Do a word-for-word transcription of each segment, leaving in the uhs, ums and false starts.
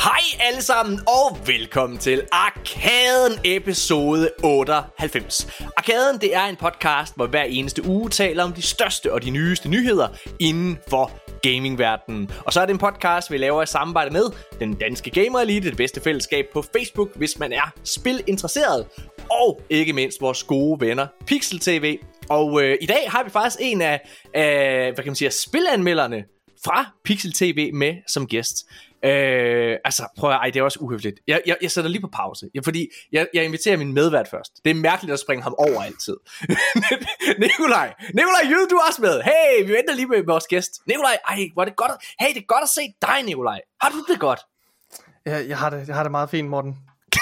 Hej alle sammen, og velkommen til Arkaden episode otteoghalvfems. Arkaden, det er en podcast, hvor hver eneste uge taler om de største og de nyeste nyheder inden for gamingverdenen. Og så er det en podcast, vi laver i samarbejde med den danske Gamer Elite, det bedste fællesskab på Facebook, hvis man er spilinteresseret. Og ikke mindst vores gode venner Pixel T V. Og øh, i dag har vi faktisk en af, af hvad kan man sige, spilanmelderne fra Pixel T V med som gæst. Øh, altså prøv at, ej, det er også uhøfligt. Jeg, jeg, jeg sætter lige på pause, jeg, fordi jeg, jeg inviterer min medvært først. Det er mærkeligt at springe ham over altid. Nikolaj, Nikolaj Jyde, du er også med. Hey, vi venter lige med vores gæst. Nikolaj, ej, hvor er det godt at, hey, det er godt at se dig, Nikolaj. Har du det godt? Ja, jeg har det, jeg har det meget fint, Morten.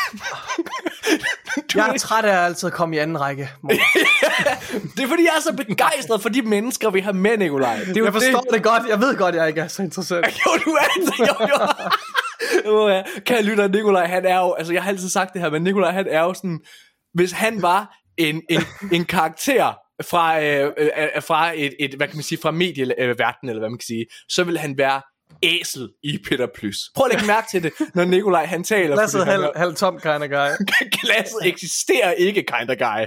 Jeg er træt af altid at komme i anden række. Det er fordi jeg er så begejstret for de mennesker vi har med, Nikolaj. Det er jo jeg forstår det. det godt. Jeg ved godt jeg ikke er så interessant. Jo, du er det. Jo, jo. Jo, kan jeg lytte, Nikolaj, han er jo, altså jeg har altid sagt det her, men Nikolaj, han er jo sådan, hvis han var en, en, en karakter fra, øh, øh, fra et, et, hvad kan man sige, fra medieverdenen, eller hvad man kan sige, så vil han være æsel i Peter Plys. Prøv at lægge mærke til det, når Nikolaj han taler. Glasset er halv, halv tom kind of guy. Glasset eksisterer ikke kind of guy.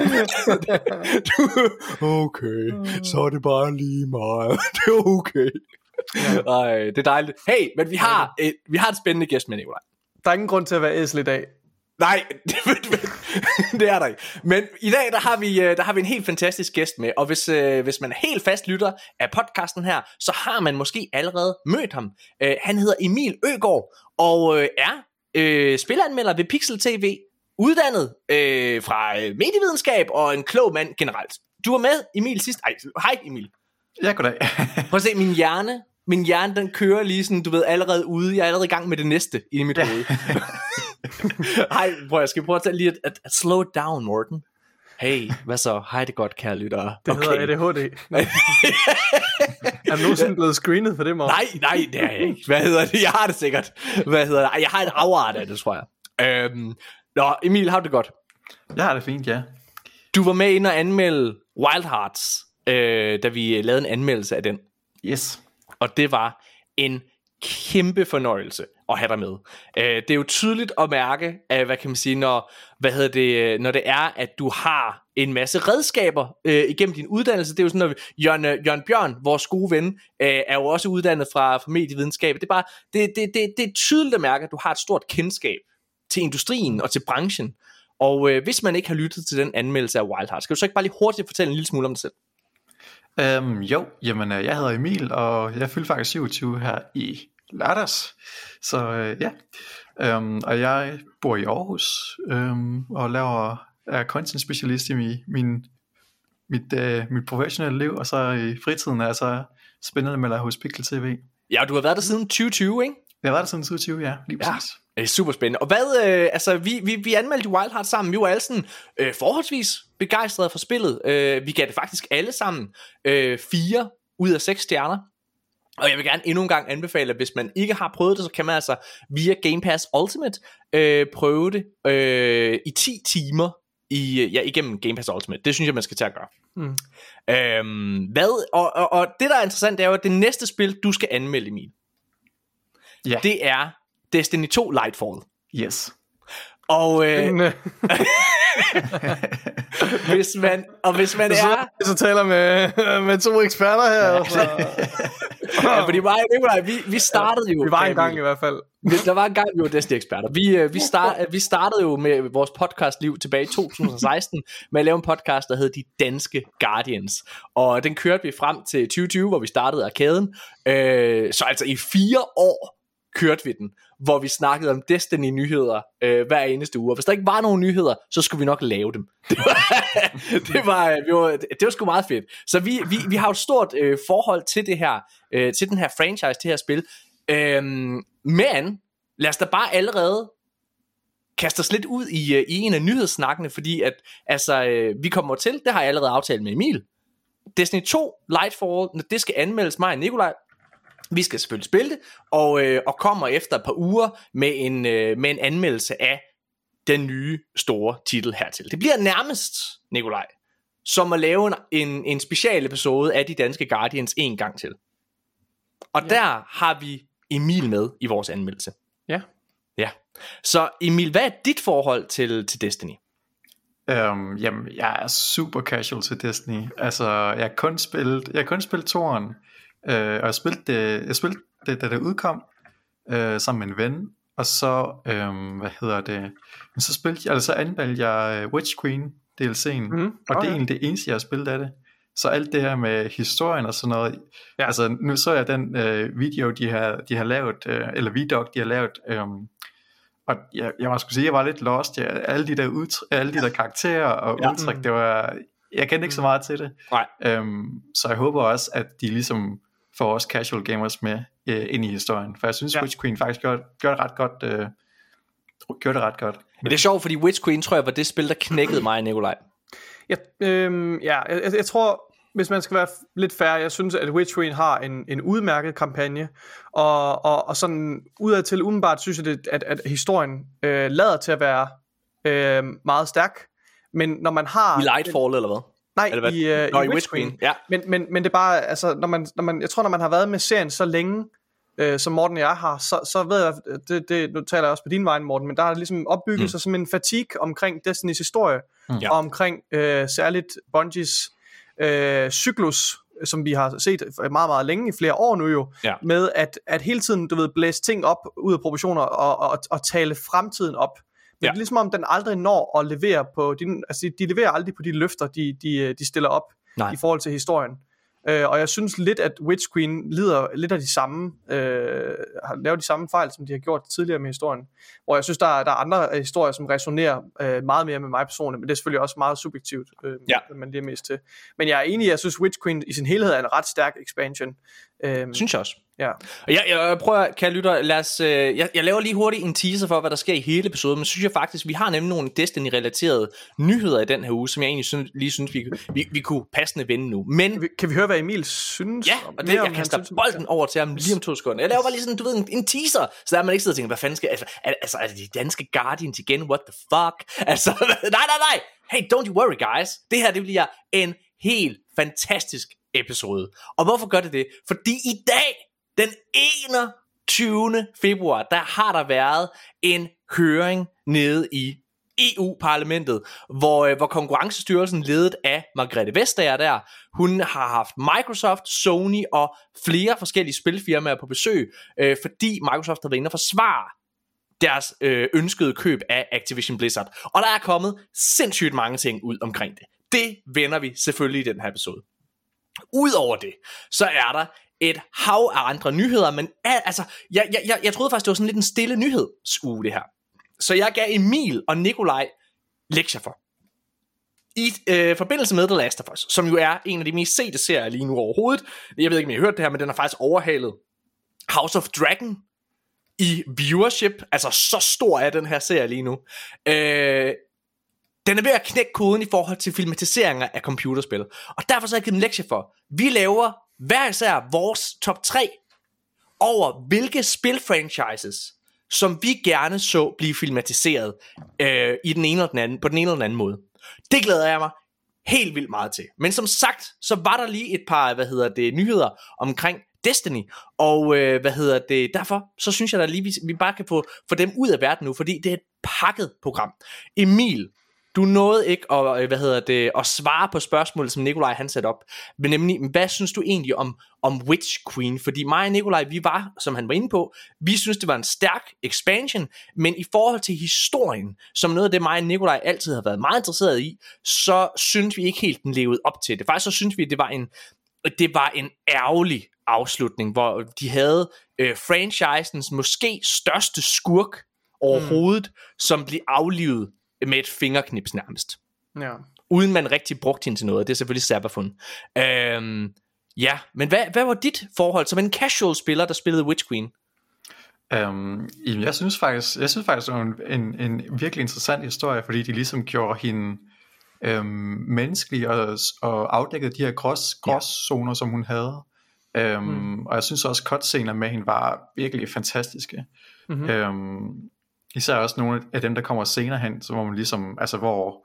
du, okay, så er det bare lige meget. Det er okay. Ej, det er dejligt. Hey, men vi har, et, vi har et spændende gæst med, Nikolaj. Der er ingen grund til at være æsel i dag. Nej, det, det er der ikke. Men i dag der har vi der har vi en helt fantastisk gæst med, og hvis øh, hvis man er helt fast lytter af podcasten her, så har man måske allerede mødt ham. Øh, han hedder Emil Øgaard og øh, er øh, spilanmelder ved Pixel T V, uddannet øh, fra øh, medievidenskab og en klog mand generelt. Du var med, Emil, sidst. Ej, hej Emil. Ja, goddag. Prøv at se, min hjerne, min hjerne den kører lige sådan, du ved, allerede ude. Jeg er allerede i gang med det næste i mit hoved. Hej, prøv, jeg skal prøve at tage lige at, at, at slow it down, Morten. Hey, hvad så? Hej, det godt, kære lyttere. Det okay. hedder A D H D. Er du nogensinde blevet screenet for det, Morten? Nej, nej, det er jeg ikke. Hvad hedder det? Jeg har det sikkert. Hvad hedder det? Jeg har et afart af det, tror jeg. Øhm, nå, Emil, har du det godt? Jeg har det fint, ja. Du var med inde og anmelde Wild Hearts, øh, da vi lavede en anmeldelse af den. Yes. Og det var en kæmpe fornøjelse at have dig med. Øh, det er jo tydeligt at mærke, at, hvad kan man sige, når, hvad hedder det, når det er, at du har en masse redskaber øh, igennem din uddannelse. Det er jo sådan, at Jørgen, Jørgen Bjørn, vores gode ven, øh, er jo også uddannet fra, fra medievidenskab. Det er bare, det, det, det, det er tydeligt at mærke, at du har et stort kendskab til industrien og til branchen. Og øh, hvis man ikke har lyttet til den anmeldelse af Wild Hearts, skal du så ikke bare lige hurtigt fortælle en lille smule om dig selv? Um, jo, jamen jeg hedder Emil, og jeg fyldte faktisk syvogtyve her i lørdags. Så uh, ja, um, og jeg bor i Aarhus um, og laver, er content specialist i min, min, mit, uh, mit professionelle liv, og så i fritiden er jeg så spændende melder hos Pixel T V. Ja, du har været der siden tyve tyve, ikke? Jeg har været der siden tyve tyve, ja, lige præcis. Ja. Det er super spændende. Og hvad, øh, altså vi, vi, vi anmeldte Wild Hearts sammen. Vi var alle sådan øh, forholdsvis begejstrede for spillet. øh, Vi gav det faktisk alle sammen øh, fire ud af seks stjerner. Og jeg vil gerne endnu en gang anbefale, at hvis man ikke har prøvet det, så kan man altså via Game Pass Ultimate øh, prøve det øh, i ti timer i, ja, igennem Game Pass Ultimate. Det synes jeg man skal til at gøre. mm. øhm, Hvad og, og, og det der er interessant, det er jo, at det næste spil du skal anmelde, Emil, ja. Det er Destiny to Lightfall. Yes. Og øh, hvis man og hvis man så, er så taler med med to eksperter her. Så. Ja, fordi mig og Nikolaj, vi vi startede jo. Vi var engang i hvert fald. Der var engang vi var Destiny eksperter. Vi vi start vi startede jo med vores podcast liv tilbage i to tusind og seksten med at lave en podcast der hed De Danske Guardians, og den kørte vi frem til tyve tyve, hvor vi startede Arkaden. Øh, så altså i fire år kørte vi den, hvor vi snakkede om Destiny-nyheder øh, hver eneste uge. Og hvis der ikke var nogen nyheder, så skulle vi nok lave dem. Det var, det var, vi var, det var sgu meget fedt. Så vi, vi, vi har et stort øh, forhold til det her, øh, til den her franchise, til det her spil. Øh, men lad os da bare allerede kaste os lidt ud i, i en af nyhedssnakkene, fordi at, altså, øh, vi kommer til, det har jeg allerede aftalt med Emil, Destiny to Lightfall, når det skal anmeldes mig og Nikolaj, vi skal selvfølgelig spille det, og, øh, og kommer efter et par uger med en, øh, med en anmeldelse af den nye store titel hertil. Det bliver nærmest, Nikolaj, som at lave en, en, en special episode af De Danske Guardians en gang til. Og ja. Der har vi Emil med i vores anmeldelse. Ja. Så Emil, hvad er dit forhold til, til Destiny? Um, jamen, jeg er super casual til Destiny. Altså, jeg har kun spillet, jeg har kun spillet toeren, øh, og jeg spillede det, jeg spillede det, da det udkom, øh, sammen med en ven, og så, øh, hvad hedder det, men så spillede jeg, altså anmeldte jeg Witch Queen D L C'en, mm, okay. Og det er egentlig det eneste, jeg har spillet af det. Så alt det her med historien og sådan noget, ja. Altså, nu så jeg den øh, video, de har, de har lavet, øh, eller vlog, de har lavet, øh, og jeg, jeg må skulle sige, jeg var lidt lost. Jeg, alle de der udtryk, alle de der karakterer og ja. udtryk, det var, jeg kendte ikke så meget til det. Um, så jeg håber også, at de ligesom får os casual gamers med uh, ind i historien. For jeg synes, ja. Witch Queen faktisk gør, gør det ret godt. Uh, gør det ret godt. Men det er sjovt, fordi Witch Queen, tror jeg, var det spil, der knækkede mig, Nikolaj. Ja, øhm, ja jeg, jeg tror... Hvis man skal være lidt fair, jeg synes, at Witch Queen har en, en udmærket kampagne, og, og, og sådan udadtil umiddelbart synes jeg, det, at, at historien øh, lader til at være øh, meget stærk, men når man har... I Lightfall, en, eller hvad? Nej, eller hvad? i, øh, Nå, i, i Witch Queen, Queen. Ja. Men, men, men det er bare, altså, når man, når man, jeg tror, når man har været med serien så længe, øh, som Morten og jeg har, så, så ved jeg, det, det, nu taler jeg også på din vej, Morten, men der har ligesom opbygget mm. sig som en fatigue omkring Destinys historie, mm. og omkring øh, særligt Bungies Øh, cyklus, som vi har set meget, meget længe, i flere år nu jo, ja. Med at, at hele tiden, du ved, blæse ting op ud af proportioner og, og, og tale fremtiden op. Men ja. Det er ligesom om, den aldrig når at levere på, de, altså de leverer aldrig på de løfter, de, de, de stiller op. Nej. I forhold til historien. Øh, og jeg synes lidt, at Witch Queen lider lidt af de samme, øh, har lavet de samme fejl, som de har gjort tidligere med historien. Hvor jeg synes, der er, der er andre historier, som resonerer øh, meget mere med mig personligt, men det er selvfølgelig også meget subjektivt, øh, ja. Man lige er mest til. Men jeg er enig, jeg synes, Witch Queen i sin helhed er en ret stærk expansion. Øh, synes jeg også. Ja. Og jeg, jeg prøver, kære lytter, lad os, øh, jeg, jeg laver lige hurtigt en teaser for, hvad der sker i hele episoden, men synes jeg faktisk, vi har nemlig nogle Destiny-relaterede nyheder i den her uge, som jeg egentlig synes, lige synes, vi, vi, vi kunne passende vende nu. Men kan vi høre, hvad Emil synes? Ja, og det, jeg kaster bolden over til ham lige om to sekunder. Jeg laver bare lige sådan, du ved, en, en teaser, så der man ikke sidder og tænker, hvad fanden skal, altså, altså er det de danske Guardians igen, what the fuck? Altså, nej, nej, nej, hey, don't you worry, guys. Det her, det bliver en helt fantastisk episode. Og hvorfor gør det det? Fordi i dag, den enogtyvende februar, der har der været en høring nede i E U-parlamentet, hvor, hvor Konkurrencestyrelsen ledet af Margrethe Vestager der, hun har haft Microsoft, Sony og flere forskellige spilfirmaer på besøg, øh, fordi Microsoft har været inde og forsvare deres øh, ønskede køb af Activision Blizzard. Og der er kommet sindssygt mange ting ud omkring det. Det vender vi selvfølgelig i den her episode. Udover det, så er der et hav af andre nyheder, men altså, jeg, jeg, jeg, jeg troede faktisk, det var sådan lidt en stille nyhedsuge det her. Så jeg gav Emil og Nikolaj lektier for. I øh, forbindelse med The Last of Us, som jo er en af de mest sete serier lige nu overhovedet. Jeg ved ikke, om I har hørt det her, men den har faktisk overhalet House of Dragon i viewership. Altså, så stor er den her serie lige nu. Øh, den er ved at knække koden i forhold til filmatiseringer af computerspil. Og derfor så har jeg givet en lektie for. Vi laver hver især vores top tre over hvilke spilfranchises, som vi gerne så blive filmatiseret øh, i den ene eller den anden, på den ene eller den anden måde. Det glæder jeg mig helt vildt meget til. Men som sagt, så var der lige et par, hvad hedder det, nyheder omkring Destiny, og øh, hvad hedder det, derfor så synes jeg da lige, vi, vi bare kan få, få dem ud af verden nu, fordi det er et pakket program. Emil, du nåede ikke at, hvad hedder det, at svare på spørgsmålet, som Nikolaj han satte op. Men nemlig, hvad synes du egentlig om, om Witch Queen? Fordi mig og Nikolaj, vi var, som han var inde på, vi synes, det var en stærk expansion, men i forhold til historien, som noget af det, mig og Nikolaj altid har været meget interesseret i, så synes vi ikke helt, den levede op til det. Faktisk så synes vi, det var en, det var en ærgerlig afslutning, hvor de havde øh, franchisens måske største skurk overhovedet, mm. som blev aflivet med et fingerknips nærmest. Ja. Uden man rigtig brugte hende til noget. Det er selvfølgelig Cyberfun. Øhm, ja, men hvad, hvad var dit forhold som en casual spiller, der spillede Witch Queen? Um, jeg synes faktisk, jeg synes faktisk det var en, en, en virkelig interessant historie, fordi de ligesom gjorde hende øhm, menneskelig og, og afdækkede de her grås, gråszoner, ja. Som hun havde. Um, mm. Og jeg synes også cutscener med hende var virkelig fantastiske. Mm-hmm. Um, Især også nogle af dem, der kommer senere hen, så hvor man ligesom, altså hvor,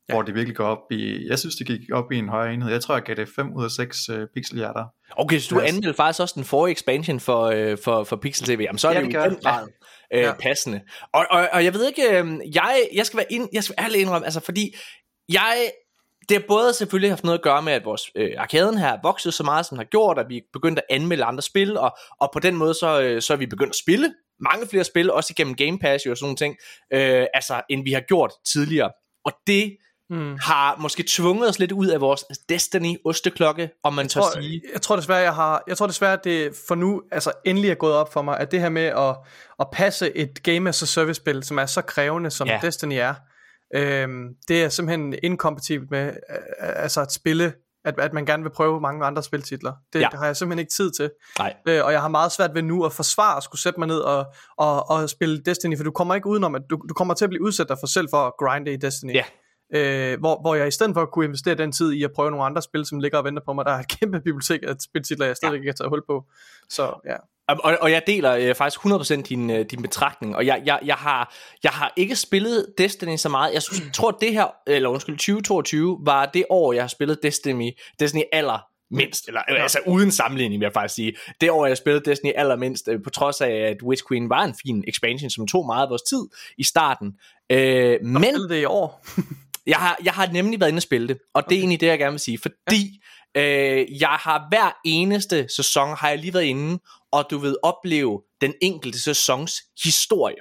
ja. Hvor det virkelig går op i, jeg synes det gik op i en højere enhed. Jeg tror jeg gav det fem ud af seks uh, pixelhjerter. Okay, så du yes. anmeldte faktisk også den forrige expansion for, uh, for, for Pixel T V. Jamen så er ja, det jo i den grad uh, ja. passende. Og, og, og jeg ved ikke, uh, jeg, jeg skal være ind, jeg skal ærligt indrømme, altså fordi jeg, det har både selvfølgelig haft noget at gøre med, at vores øh, arkaden her er vokset så meget, som den har gjort, at vi er begyndt at anmelde andre spil, og, og på den måde, så, øh, så er vi begyndt at spille mange flere spil, også igennem Game Pass og sådan nogle ting, øh, altså, end vi har gjort tidligere. Og det mm. har måske tvunget os lidt ud af vores Destiny-osteklokke, om man jeg tør tror, sige. Jeg tror desværre, jeg har, jeg tror desværre, at det for nu altså endelig er gået op for mig, at det her med at, at passe et Game as a Service-spil, som er så krævende, som ja. Destiny er, Øhm, det er simpelthen inkompatibelt med øh, altså at spille, at, at man gerne vil prøve mange andre spiltitler. Det, ja. det har jeg simpelthen ikke tid til. øh, Og jeg har meget svært ved nu at forsvare at skulle sætte mig ned og, og, og spille Destiny, for du kommer ikke udenom, at du, du kommer til at blive udsat for selv for at grinde i Destiny. Ja. øh, hvor, hvor jeg i stedet for kunne investere den tid i at prøve nogle andre spil, som ligger og venter på mig, der er et kæmpe bibliotek af spiltitler, jeg stadig ja. ikke har taget hul på. Så ja. Og, og jeg deler øh, faktisk hundrede procent din, øh, din betragtning. Og jeg, jeg, jeg, har, jeg har ikke spillet Destiny så meget. Jeg synes, tror det her, eller undskyld, tyve toogtyve var det år jeg har spillet Destiny Destiny aller mindst, eller ja. altså uden sammenligning vil jeg faktisk sige. Det år jeg spillede Destiny allermindst, øh, på trods af at Witch Queen var en fin expansion, som tog meget af vores tid i starten. øh, Men det i år. jeg, har, jeg har nemlig været inde og spille det. Og det er okay. egentlig det jeg gerne vil sige. Fordi øh, jeg har hver eneste sæson har jeg lige været inde, og du ved opleve den enkelte sæsons historie.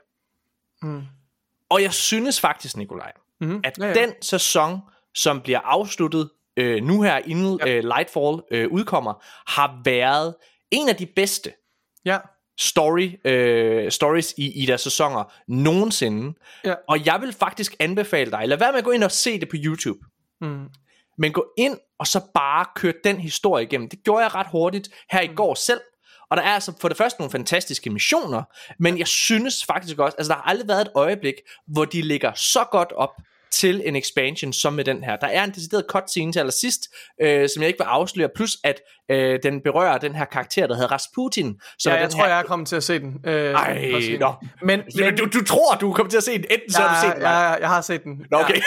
Mm. Og jeg synes faktisk, Nikolaj, mm-hmm. at ja, ja. den sæson, som bliver afsluttet øh, nu her, inden ja. øh, Lightfall øh, udkommer, har været en af de bedste ja. story, øh, stories i, i deres sæsoner nogensinde. Ja. Og jeg vil faktisk anbefale dig, lad være med at gå ind og se det på YouTube. Mm. Men gå ind og så bare køre den historie igennem. Det gjorde jeg ret hurtigt her i går selv. Og der er altså for det første nogle fantastiske missioner, men jeg synes faktisk også, altså der har aldrig været et øjeblik, hvor de ligger så godt op til en expansion som med den her. Der er en decideret cutscene til allersidst, øh, som jeg ikke vil afsløre, plus at øh, den berører den her karakter, der hedder Rasputin. Så ja, jeg tror, her... jeg er kommet til at se den. Øh, Ej, nå. Men, men... Du, du tror, du er kommet til at se den, enten ja, så har du set den. Ja, ja, jeg har set den. Nå, okay.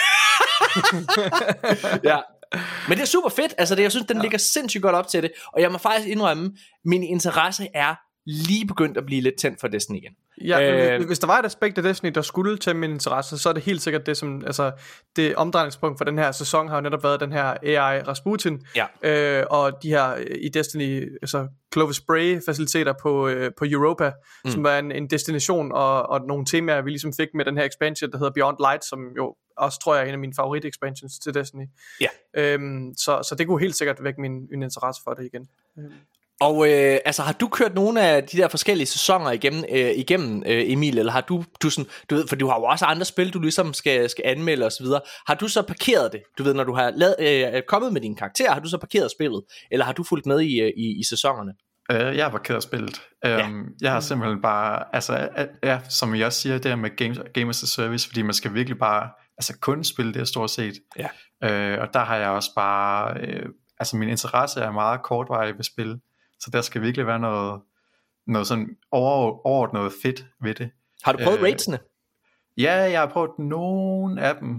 Ja. Men det er super fedt. Altså det, jeg synes den ja. ligger sindssygt godt op til det. Og jeg må faktisk indrømme, min interesse er lige begyndt at blive lidt tændt for Destiny igen. Ja, øh, hvis der var et aspekt af Destiny, der skulle til min interesse, så er det helt sikkert det, som altså det omdrejningspunkt for den her sæson har jo netop været den her A I Rasputin, ja. øh, og de her i Destiny, altså Clovis Bray faciliteter på øh, på Europa, mm. som var en, en destination og, og nogle temaer vi ligesom fik med den her expansion, der hedder Beyond Light, som jo også tror jeg er en af mine favorit expansions til Destiny. Ja. Øhm, så så det kunne helt sikkert vække min, min interesse for det igen. Øhm. Og øh, altså har du kørt nogle af de der forskellige sæsoner igennem, øh, igennem øh, Emil, eller har du, du sådan, du ved, for du har jo også andre spil, du ligesom skal, skal anmelde og så videre. Har du så parkeret det? Du ved, når du har lavet, øh, kommet med din karakter, har du så parkeret spillet, eller har du fulgt med i, i, i sæsonerne? Uh, jeg har parkeret spillet. Um, ja. Jeg har simpelthen bare, altså, ja, som jeg også siger, det er med Game, Game as a Service, fordi man skal virkelig bare, altså kun spille det stort set. Ja. Uh, og der har jeg også bare, uh, altså min interesse er meget kortvarig ved spil. Så der skal virkelig være noget, noget sådan over, overordnet fedt ved det. Har du prøvet øh, raidene? Ja, jeg har prøvet nogle af dem.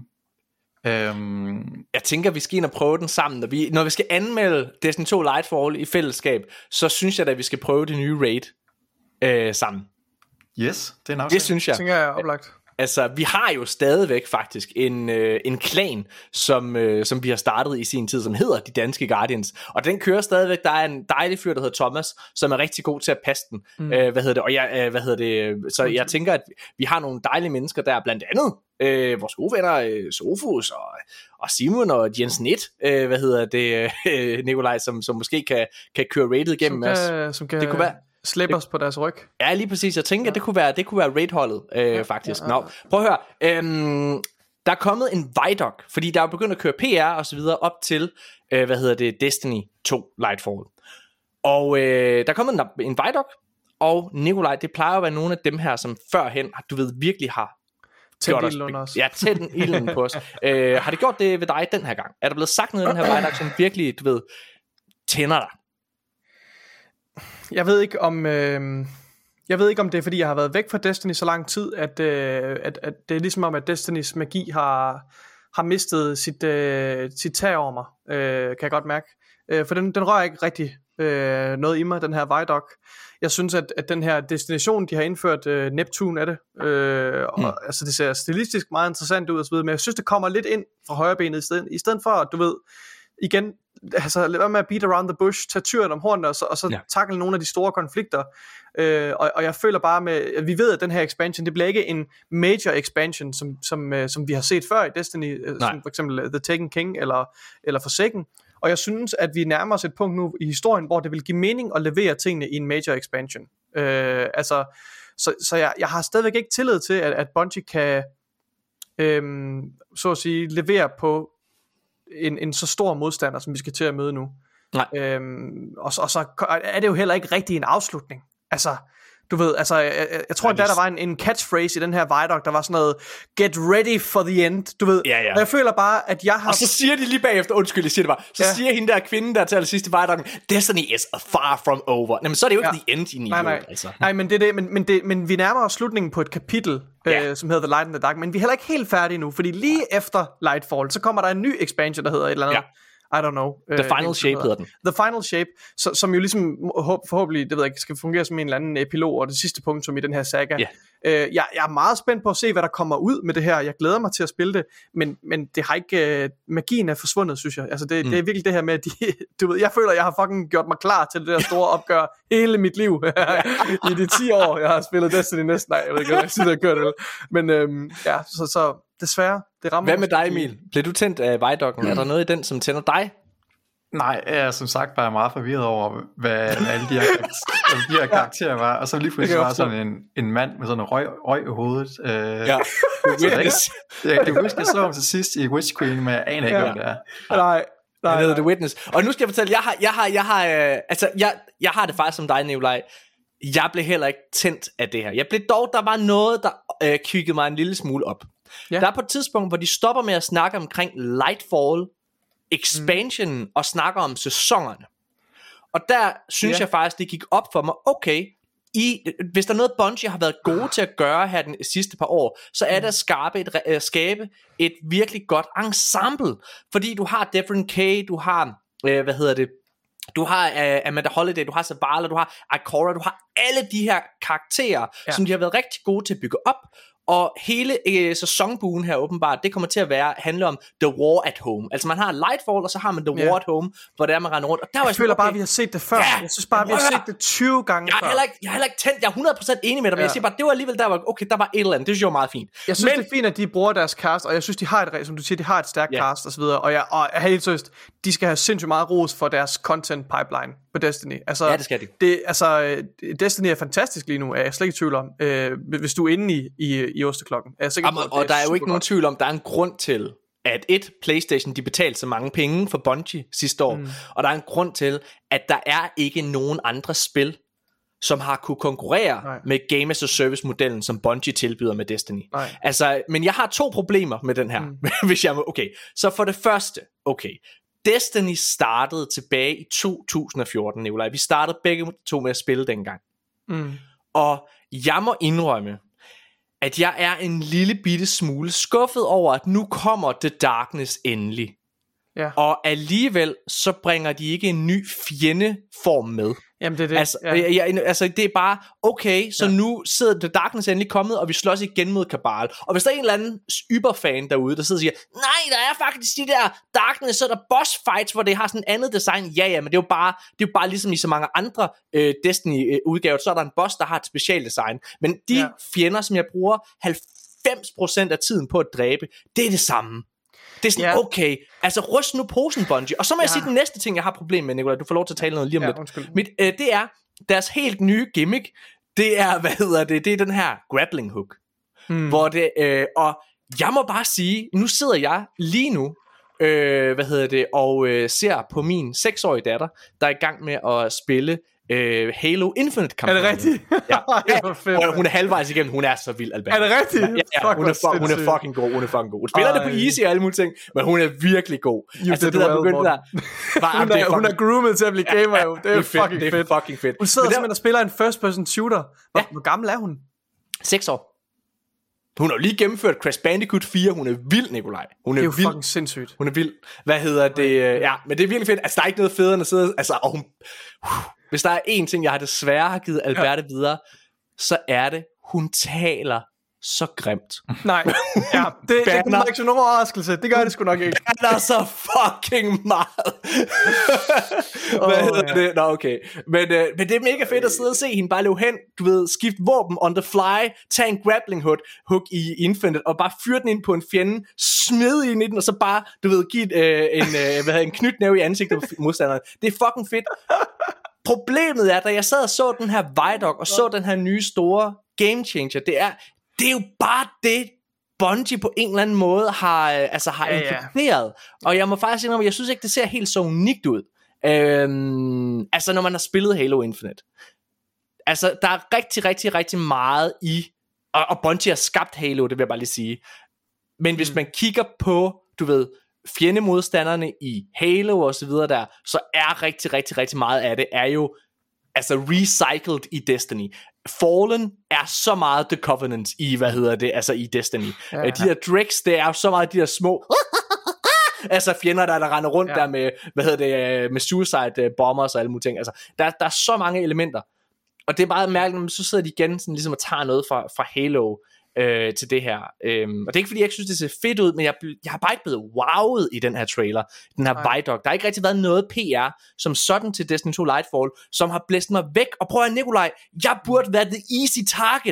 Øhm, jeg tænker, vi skal ind og prøve den sammen. Når vi, når vi skal anmelde Destiny to Lightfall i fællesskab, så synes jeg, at vi skal prøve det nye raid øh, sammen. Yes, det er nok. Det synes jeg. Det tænker jeg er oplagt. Altså, vi har jo stadigvæk faktisk en, øh, en klan, som, øh, som vi har startet i sin tid, som hedder De Danske Guardians. Og den kører stadigvæk. Der er en dejlig fyr, der hedder Thomas, som er rigtig god til at passe den. Mm. Øh, hvad hedder det? Og jeg, øh, hvad hedder det? Så jeg tænker, at vi har nogle dejlige mennesker der, blandt andet øh, vores gode venner, øh, Sofus og, og Simon og Jens Net, øh, hvad hedder det, øh, Nikolaj, som, som måske kan, kan køre rated igennem som kan, os. Som kan... Det kunne være slæb os på deres ryg. Ja, lige præcis. Jeg tænker, ja. at det kunne være, det kunne være raid-holdet, øh, ja, faktisk. Ja, ja. Nå, prøv at høre. Øhm, der er kommet en Vidoc, fordi der er begyndt at køre P R og så videre op til, øh, hvad hedder det, Destiny to Lightfall. Og øh, der er kommet en, en Vidoc, og Nikolaj, det plejer at være nogle af dem her, som førhen, du ved, virkelig har tændt ilden under os. Ja, tændt ilden på os. Øh, har det gjort det ved dig den her gang? Er der blevet sagt noget af den her Vidoc, som virkelig, du ved, tænder dig? Jeg ved ikke om øh, jeg ved ikke om det er fordi jeg har været væk fra Destiny så lang tid, at, øh, at, at det er ligesom om at Destinys magi har har mistet sit, øh, sit tag over mig, øh, kan jeg godt mærke. Øh, for den, den rører ikke rigtig øh, noget i mig, den her Vidoc. Jeg synes, at, at den her destination, de har indført, øh, Neptune er det, øh, og, mm. altså det ser stilistisk meget interessant ud og så videre, men jeg synes, det kommer lidt ind fra højrebenet i stedet, i stedet for, at du ved, igen, altså lad være med at beat around the bush, tage tyren om hornene, og så, og så ja. tackle nogle af de store konflikter, øh, og, og jeg føler bare med, at vi ved, at den her expansion, det bliver ikke en major expansion, som, som, øh, som vi har set før i Destiny, øh, som for eksempel The Taken King, eller, eller Forsaken, og jeg synes, at vi nærmer os et punkt nu i historien, hvor det vil give mening at levere tingene i en major expansion. Øh, altså, så, så jeg, jeg har stadigvæk ikke tillid til, at, at Bungie kan, øhm, så at sige, levere på en, en så stor modstander, som vi skal til at møde nu. Nej. Øhm, og, og så er det jo heller ikke rigtig en afslutning. Altså, du ved, altså, jeg, jeg, jeg tror, at der, der var en, en catchphrase i den her Vidoc, der var sådan noget, get ready for the end, du ved. Ja, ja. Og jeg føler bare, at jeg har... Og så siger de lige bagefter, undskyld, jeg siger det bare, så ja. siger hende der kvinde der til allersidst i Vidoc'en, Destiny is far from over. Jamen, så er det jo ikke ja. the end, i nej, nej. Altså. Nej, men det er det, men, men, det, men vi nærmer os slutningen på et kapitel, ja. øh, som hedder The Light and the Dark, men vi er heller ikke helt færdige nu, fordi lige ja. efter Lightfall, så kommer der en ny expansion, der hedder et eller andet... Ja. I don't know. The uh, Final Shape hedder den. The Final Shape, så, som jo ligesom forhåbentlig, det ved jeg ikke, skal fungere som en eller anden epilog og det sidste punktum i den her saga. Yeah. Uh, jeg, jeg er meget spændt på at se, hvad der kommer ud med det her. Jeg glæder mig til at spille det, men, men det har ikke, uh, magien er forsvundet, synes jeg. Altså det, mm. det er virkelig det her med, at de, du ved, jeg føler, jeg har fucking gjort mig klar til det der store opgør hele mit liv. I de ti år, jeg har spillet Destiny næsten. Nej, jeg ved ikke, hvad jeg sidder og gør det. Men øhm, ja, så, så desværre, det rammer. Hvad med dig, Emil? Blev du tændt af Vidoc'en? Mm. Er der noget i den, som tænder dig? Nej, jeg er som sagt bare meget forvirret over, hvad alle de her, de her karakterer var. Og så lige pludselig var sådan en, en mand med sådan en røg, røg i hovedet. Øh, ja. Jeg, jeg, jeg kan huske, jeg så ham til sidst i Witch Queen, men jeg aner ikke, ja. hvem det er. Nej. Nej, han hedder The Witness. Og nu skal jeg fortælle, jeg har, jeg har, jeg har, øh, altså, jeg, jeg har det faktisk som dig, Nikolaj. Jeg blev heller ikke tændt af det her. Jeg blev dog, der var noget, der øh, kiggede mig en lille smule op. Ja. Der er på et tidspunkt, hvor de stopper med at snakke omkring Lightfall, expansionen, mm. og snakker om sæsonerne. Og der synes ja. jeg faktisk, det gik op for mig, okay, I, hvis der er noget Bungie har været gode til at gøre her den sidste par år, så er det at skabe et, uh, skabe et virkelig godt ensemble. Fordi du har Devin Kay, du har, uh, hvad hedder det, du har uh, Amanda Holiday, du har Zavala, du har Ikora, du har alle de her karakterer, ja. som de har været rigtig gode til at bygge op. Og hele øh, sæsonbuen her åbenbart, det kommer til at være handle om The War at Home. Altså man har Lightfall, og så har man The yeah. War at Home, hvor der man render rundt. Og der jeg var føler okay, bare, vi har set det før. Ja, jeg synes bare, vi har set det tyve gange jeg før. Heller ikke, jeg har heller ikke tændt, jeg er hundrede procent enig med dig, men ja. jeg siger bare, det var alligevel der, var, okay, der var et eller andet. Det synes jeg var meget fint. Jeg synes, men, det er fint, at de bruger deres cast, og jeg synes, de har et, som du siger, de har et stærkt yeah. cast og så videre. Og jeg, og jeg helt seriøst, de skal have sindssygt meget ros for deres content pipeline på Destiny. Altså, ja, det skal de. Det, altså, Destiny er fantastisk lige nu, er jeg slet ikke i tvivl om. Øh, hvis du er inde i, i, i osteklokken. Er Jamen, og, og der er jo ikke nogen tvivl om, der er en grund til, at et, PlayStation, de betalte så mange penge for Bungie sidste år, mm. og der er en grund til, at der er ikke nogen andre spil, som har kunne konkurrere Nej. med Game as a Service modellen, som Bungie tilbyder med Destiny. Nej. Altså, men jeg har to problemer med den her, mm. hvis jeg må, okay. Så for det første, okay, Destiny startede tilbage i to tusind og fjorten, Nikolaj. Vi startede begge to med at spille dengang. Mm. Og jeg må indrømme, at jeg er en lille bitte smule skuffet over, at nu kommer The Darkness endelig. Ja. Og alligevel så bringer de ikke en ny fjendeform med. Jamen det er det. Altså, ja. jeg, jeg, altså det er bare okay, så ja. nu sidder The Darkness endelig kommet, og vi slås igen mod Cabal. Og hvis der er en eller anden yberfan derude, der sidder og siger, nej, der er faktisk de der Darkness, så er der boss fights, hvor det har sådan et andet design. Ja, ja, men det er jo bare, det er jo bare ligesom i så mange andre øh, Destiny-udgaver, så er der en boss, der har et specialdesign. Men de ja. fjender, som jeg bruger halvfems procent af tiden på at dræbe, det er det samme. Det er sådan, yeah. okay, altså ryst nu posen, Bungie. Og så må jeg ja. sige den næste ting, jeg har problem med, Nikolaj. Du får lov til at tale noget lige om ja, lidt. Mit, øh, det er deres helt nye gimmick. Det er, hvad hedder det, det er den her grappling hook. Hmm. Hvor det, øh, og jeg må bare sige, nu sidder jeg lige nu, øh, hvad hedder det, og øh, ser på min seksårige datter, der er i gang med at spille Uh, Halo Infinite kampagne. Er det rigtigt? Ja, ja. Hun er halvvejs igennem. Hun er så vild, Albert. Er det rigtigt? Ja, ja, hun, er fu- hun er fucking god. Hun er fucking god. Hun spiller Ej. det på easy og alle mulige ting, men hun er virkelig god. You altså det der well, begyndte der. Var, hun, er, fucking... hun er groomed til at blive gamer. Ja, ja, det, er det er fucking fedt. Det er fedt. fucking fedt. Hun sidder simpelthen og spiller en first person shooter. Hvor, ja. hvor gammel er hun? Seks år. Hun har jo lige gennemført Crash Bandicoot fire. Hun er vild, Nikolaj. Hun er, det er jo vild. fucking sindssygt. Hun er vild. Hvad hedder det? Ja, men det er virkelig fedt. Altså, der er ikke noget federe end at sidde... Altså, og hun, uh, hvis der er én ting, jeg har desværre har givet Alberte ja. videre, så er det, hun taler så grimt. Nej, ja, det, det kommer ikke til nogen overraskelse. Det gør det sgu nok ikke. Han er så fucking meget. Hvad oh, hedder ja. det? Nå, okay. Men, øh, men det er mega fedt at sidde og se hende bare løbe hen, du ved, skifte våben on the fly, tage en grappling hook, hook i Infinite, og bare fyre den ind på en fjende, smide ind i den, og så bare, du ved, give øh, en, øh, hvad hedder, en knytnæve i ansigtet på modstanderen. Det er fucking fedt. Problemet er, da jeg sad og så den her Vidoc, og så den her nye store game changer, det er, det er jo bare det, Bungie på en eller anden måde har, altså har ja, inkluderet. Ja. Og jeg må faktisk sige, at jeg synes ikke, det ser helt så unikt ud. Øhm, altså, når man har spillet Halo Infinite. Altså, der er rigtig, rigtig, rigtig meget i, og, og Bungie har skabt Halo, det vil jeg bare lige sige. Men hvis mm. man kigger på, du ved, fjendemodstanderne i Halo og så videre der, så er rigtig, rigtig, rigtig meget af det, er jo altså recycled i Destiny. Fallen er så meget The Covenant i, hvad hedder det, altså i Destiny. Ja, ja. De her Drex, det er jo så meget de der små altså fjender der, der render rundt ja. der med, hvad hedder det, med suicide bombers og alle mulige ting. Altså, der, der er så mange elementer. Og det er meget mærkeligt, men så sidder de igen sådan, ligesom og tager noget fra, fra Halo øh, til det her. Øhm, og det er ikke fordi, jeg ikke synes, det ser fedt ud, men jeg, jeg har bare ikke blevet wowet i den her trailer, den her Vidoc. Der har ikke rigtig været noget P R, som sådan til Destiny to Lightfall, som har blæst mig væk. Og prøv at Nikolaj, jeg burde være the easy target.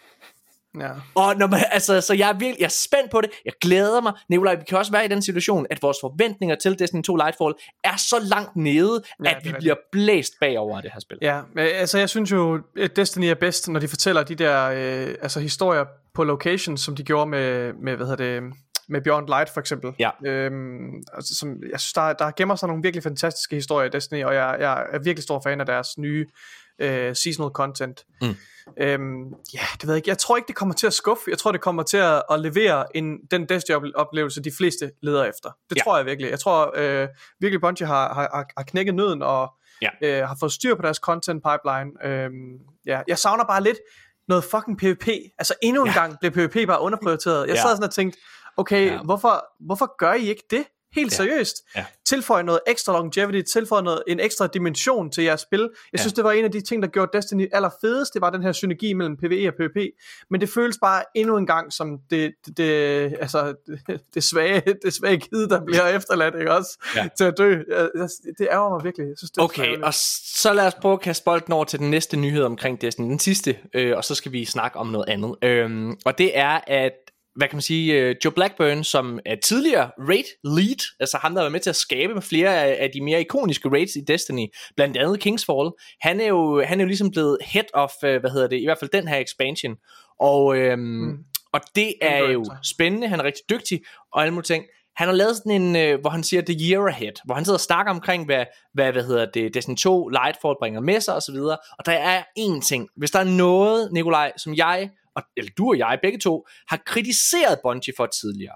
Ja. Og når man, altså, så jeg er virkelig, jeg er spændt på det. Jeg glæder mig. Nikolaj, vi kan også være i den situation, at vores forventninger til Destiny to Lightfall er så langt nede, ja, at vi bliver blæst bagover af det her spil. Ja, altså jeg synes jo, at Destiny er bedst, når de fortæller de der øh, altså historier på location, som de gjorde med, med hvad hedder det, med Beyond Light for eksempel. Ja. Øhm, altså, som, jeg synes, der, der gemmer sig nogle virkelig fantastiske historier i Destiny, og jeg, jeg er virkelig stor fan af deres nye øh, seasonal content. Mm. Øhm, ja, det ved jeg ikke. Jeg tror ikke, det kommer til at skuffe. Jeg tror, det kommer til at, at levere en, den Destiny-oplevelse, de fleste leder efter. Det ja. tror jeg virkelig. Jeg tror øh, virkelig, Bungie har, har, har knækket nøden og ja. øh, har fået styr på deres content pipeline. Øhm, ja. Jeg savner bare lidt noget fucking PvP. Altså endnu en ja. gang blev PvP bare underprioriteret. Jeg ja. sad sådan og tænkte, okay, ja. hvorfor, hvorfor gør I ikke det? Helt seriøst. Ja. Ja. Tilføj noget ekstra longevity, tilføj noget, en ekstra dimension til jeres spil. Jeg ja. synes, det var en af de ting, der gjorde Destiny allerfedest. Det var den her synergi mellem PvE og PvP. Men det føles bare endnu en gang som det, det, det, altså, det, det svage, det svage kid, der bliver efterladt, ikke også? Ja. Til at dø. Det ærger mig virkelig. Jeg synes, det er okay, og så lad os prøve at kaste bolden over til den næste nyhed omkring Destiny. Den sidste, øh, og så skal vi snakke om noget andet. Øhm, og det er, at hvad kan man sige, Joe Blackburn, som er tidligere raid lead, altså ham, der var med til at skabe med flere af de mere ikoniske raids i Destiny, blandt andet Kingsfall, han er jo, han er jo ligesom blevet head of, hvad hedder det, i hvert fald den her expansion, og, øhm, mm. og det er jo spændende, han er rigtig dygtig, og alle mulige ting. Han har lavet sådan en, hvor han siger The Year Ahead, hvor han sidder og snakker omkring, hvad, hvad, hvad hedder det, Destiny to Lightfall bringer med sig, og så videre, og der er én ting, hvis der er noget, Nikolaj, som jeg Og, eller du og jeg, begge to, har kritiseret Bungie for tidligere.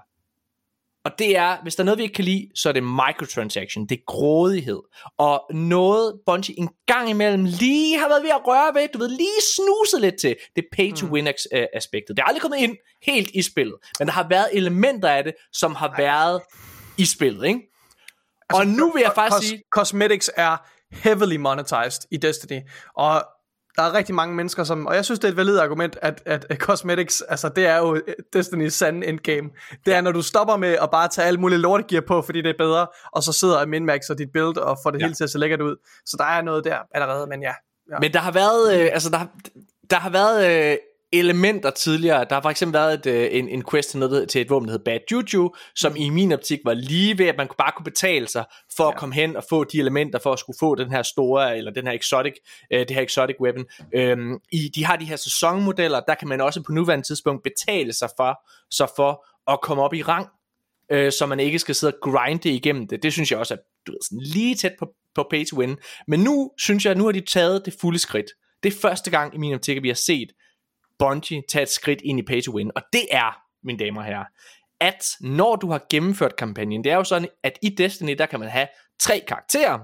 Og det er, hvis der er noget, vi ikke kan lide, så er det microtransaction, det er grådighed. Og noget, Bungie en gang imellem lige har været ved at røre ved, du ved, lige snuset lidt til, det pay-to-win-aspektet. Det er aldrig kommet ind helt i spillet, men der har været elementer af det, som har været i spillet, ikke? Altså, og nu vil jeg faktisk cos- sige... Cosmetics er heavily monetized i Destiny, og der er rigtig mange mennesker, som, og jeg synes, det er et validt argument, at, at, at cosmetics, altså det er jo Destiny's sande endgame. Det er, når du stopper med at bare tage alle mulige lortegear på, fordi det er bedre, og så sidder og minmaxer dit build, og får det ja. hele til at se lækkert ud. Så der er noget der allerede, men ja. ja. Men der har været, øh, altså der, der har været øh, elementer tidligere. Der har for eksempel været et, øh, en, en quest til, noget, til et våben, der hedder Bad Juju, som mm. i min optik var lige ved, at man bare kunne betale sig for ja. at komme hen og få de elementer, for at skulle få den her store, eller den her exotic, øh, det her exotic weapon. Øhm, i, de har de her sæsonmodeller, der kan man også på nuværende tidspunkt betale sig for, så for at komme op i rang, øh, så man ikke skal sidde og grinde igennem det. Det synes jeg også er, du ved, sådan lige tæt på, på pay to win. Men nu synes jeg, at nu har de taget det fulde skridt. Det er første gang i min optik, at vi har set Bungie tage et skridt ind i pay to win, og det er, mine damer og herrer, at når du har gennemført kampagnen, det er jo sådan, at i Destiny, der kan man have tre karakterer,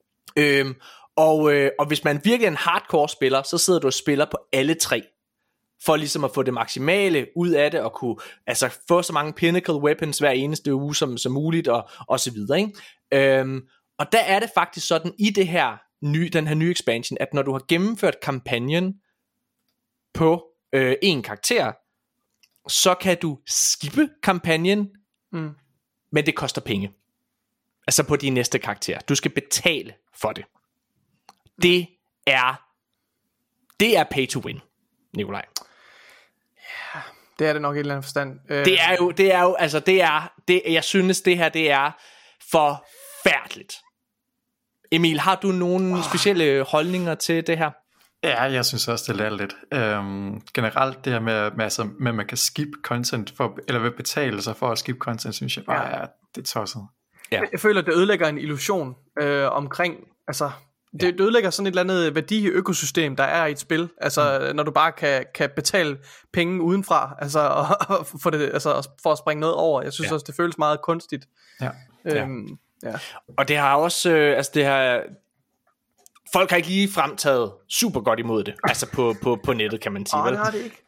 øhm, og, øh, og hvis man virkelig er en hardcore spiller, så sidder du og spiller på alle tre. for ligesom at få det maksimale ud af det, og kunne altså få så mange pinnacle weapons hver eneste uge som, som muligt, og, og så videre, ikke? Øhm, og der er det faktisk sådan, i det her nye, den her nye expansion, at når du har gennemført kampagnen på øh, en karakter, så kan du skippe kampagnen, mm. men det koster penge. Altså på din næste karakter. Du skal betale for det. Det er det er pay to win, Nikolaj. Ja, det er det nok i et eller andet forstand. Det er jo, det er jo, altså det er, det, jeg synes det her, det er forfærdeligt. Emil, har du nogle oh. specielle holdninger til det her? Ja, jeg synes også, det er lidt. Øhm, generelt det her med, med, altså, med, at man kan skip content, for, eller vil betale sig for at skip content, synes jeg bare, ja. er, det er tosset. Ja. Jeg føler, det ødelægger en illusion øh, omkring, altså, det, ja. det ødelægger sådan et eller andet værdi-økosystem, der er i et spil, altså, mm. når du bare kan, kan betale penge udenfra, altså, og, og for, det, altså, for at springe noget over. Jeg synes ja. også, det føles meget kunstigt. Ja. Øhm, ja. Ja. Og det har også, øh, altså det har... Folk har ikke lige fremtaget super godt imod det. Altså på, på, på nettet, kan man sige. Åh, oh, det har det ikke.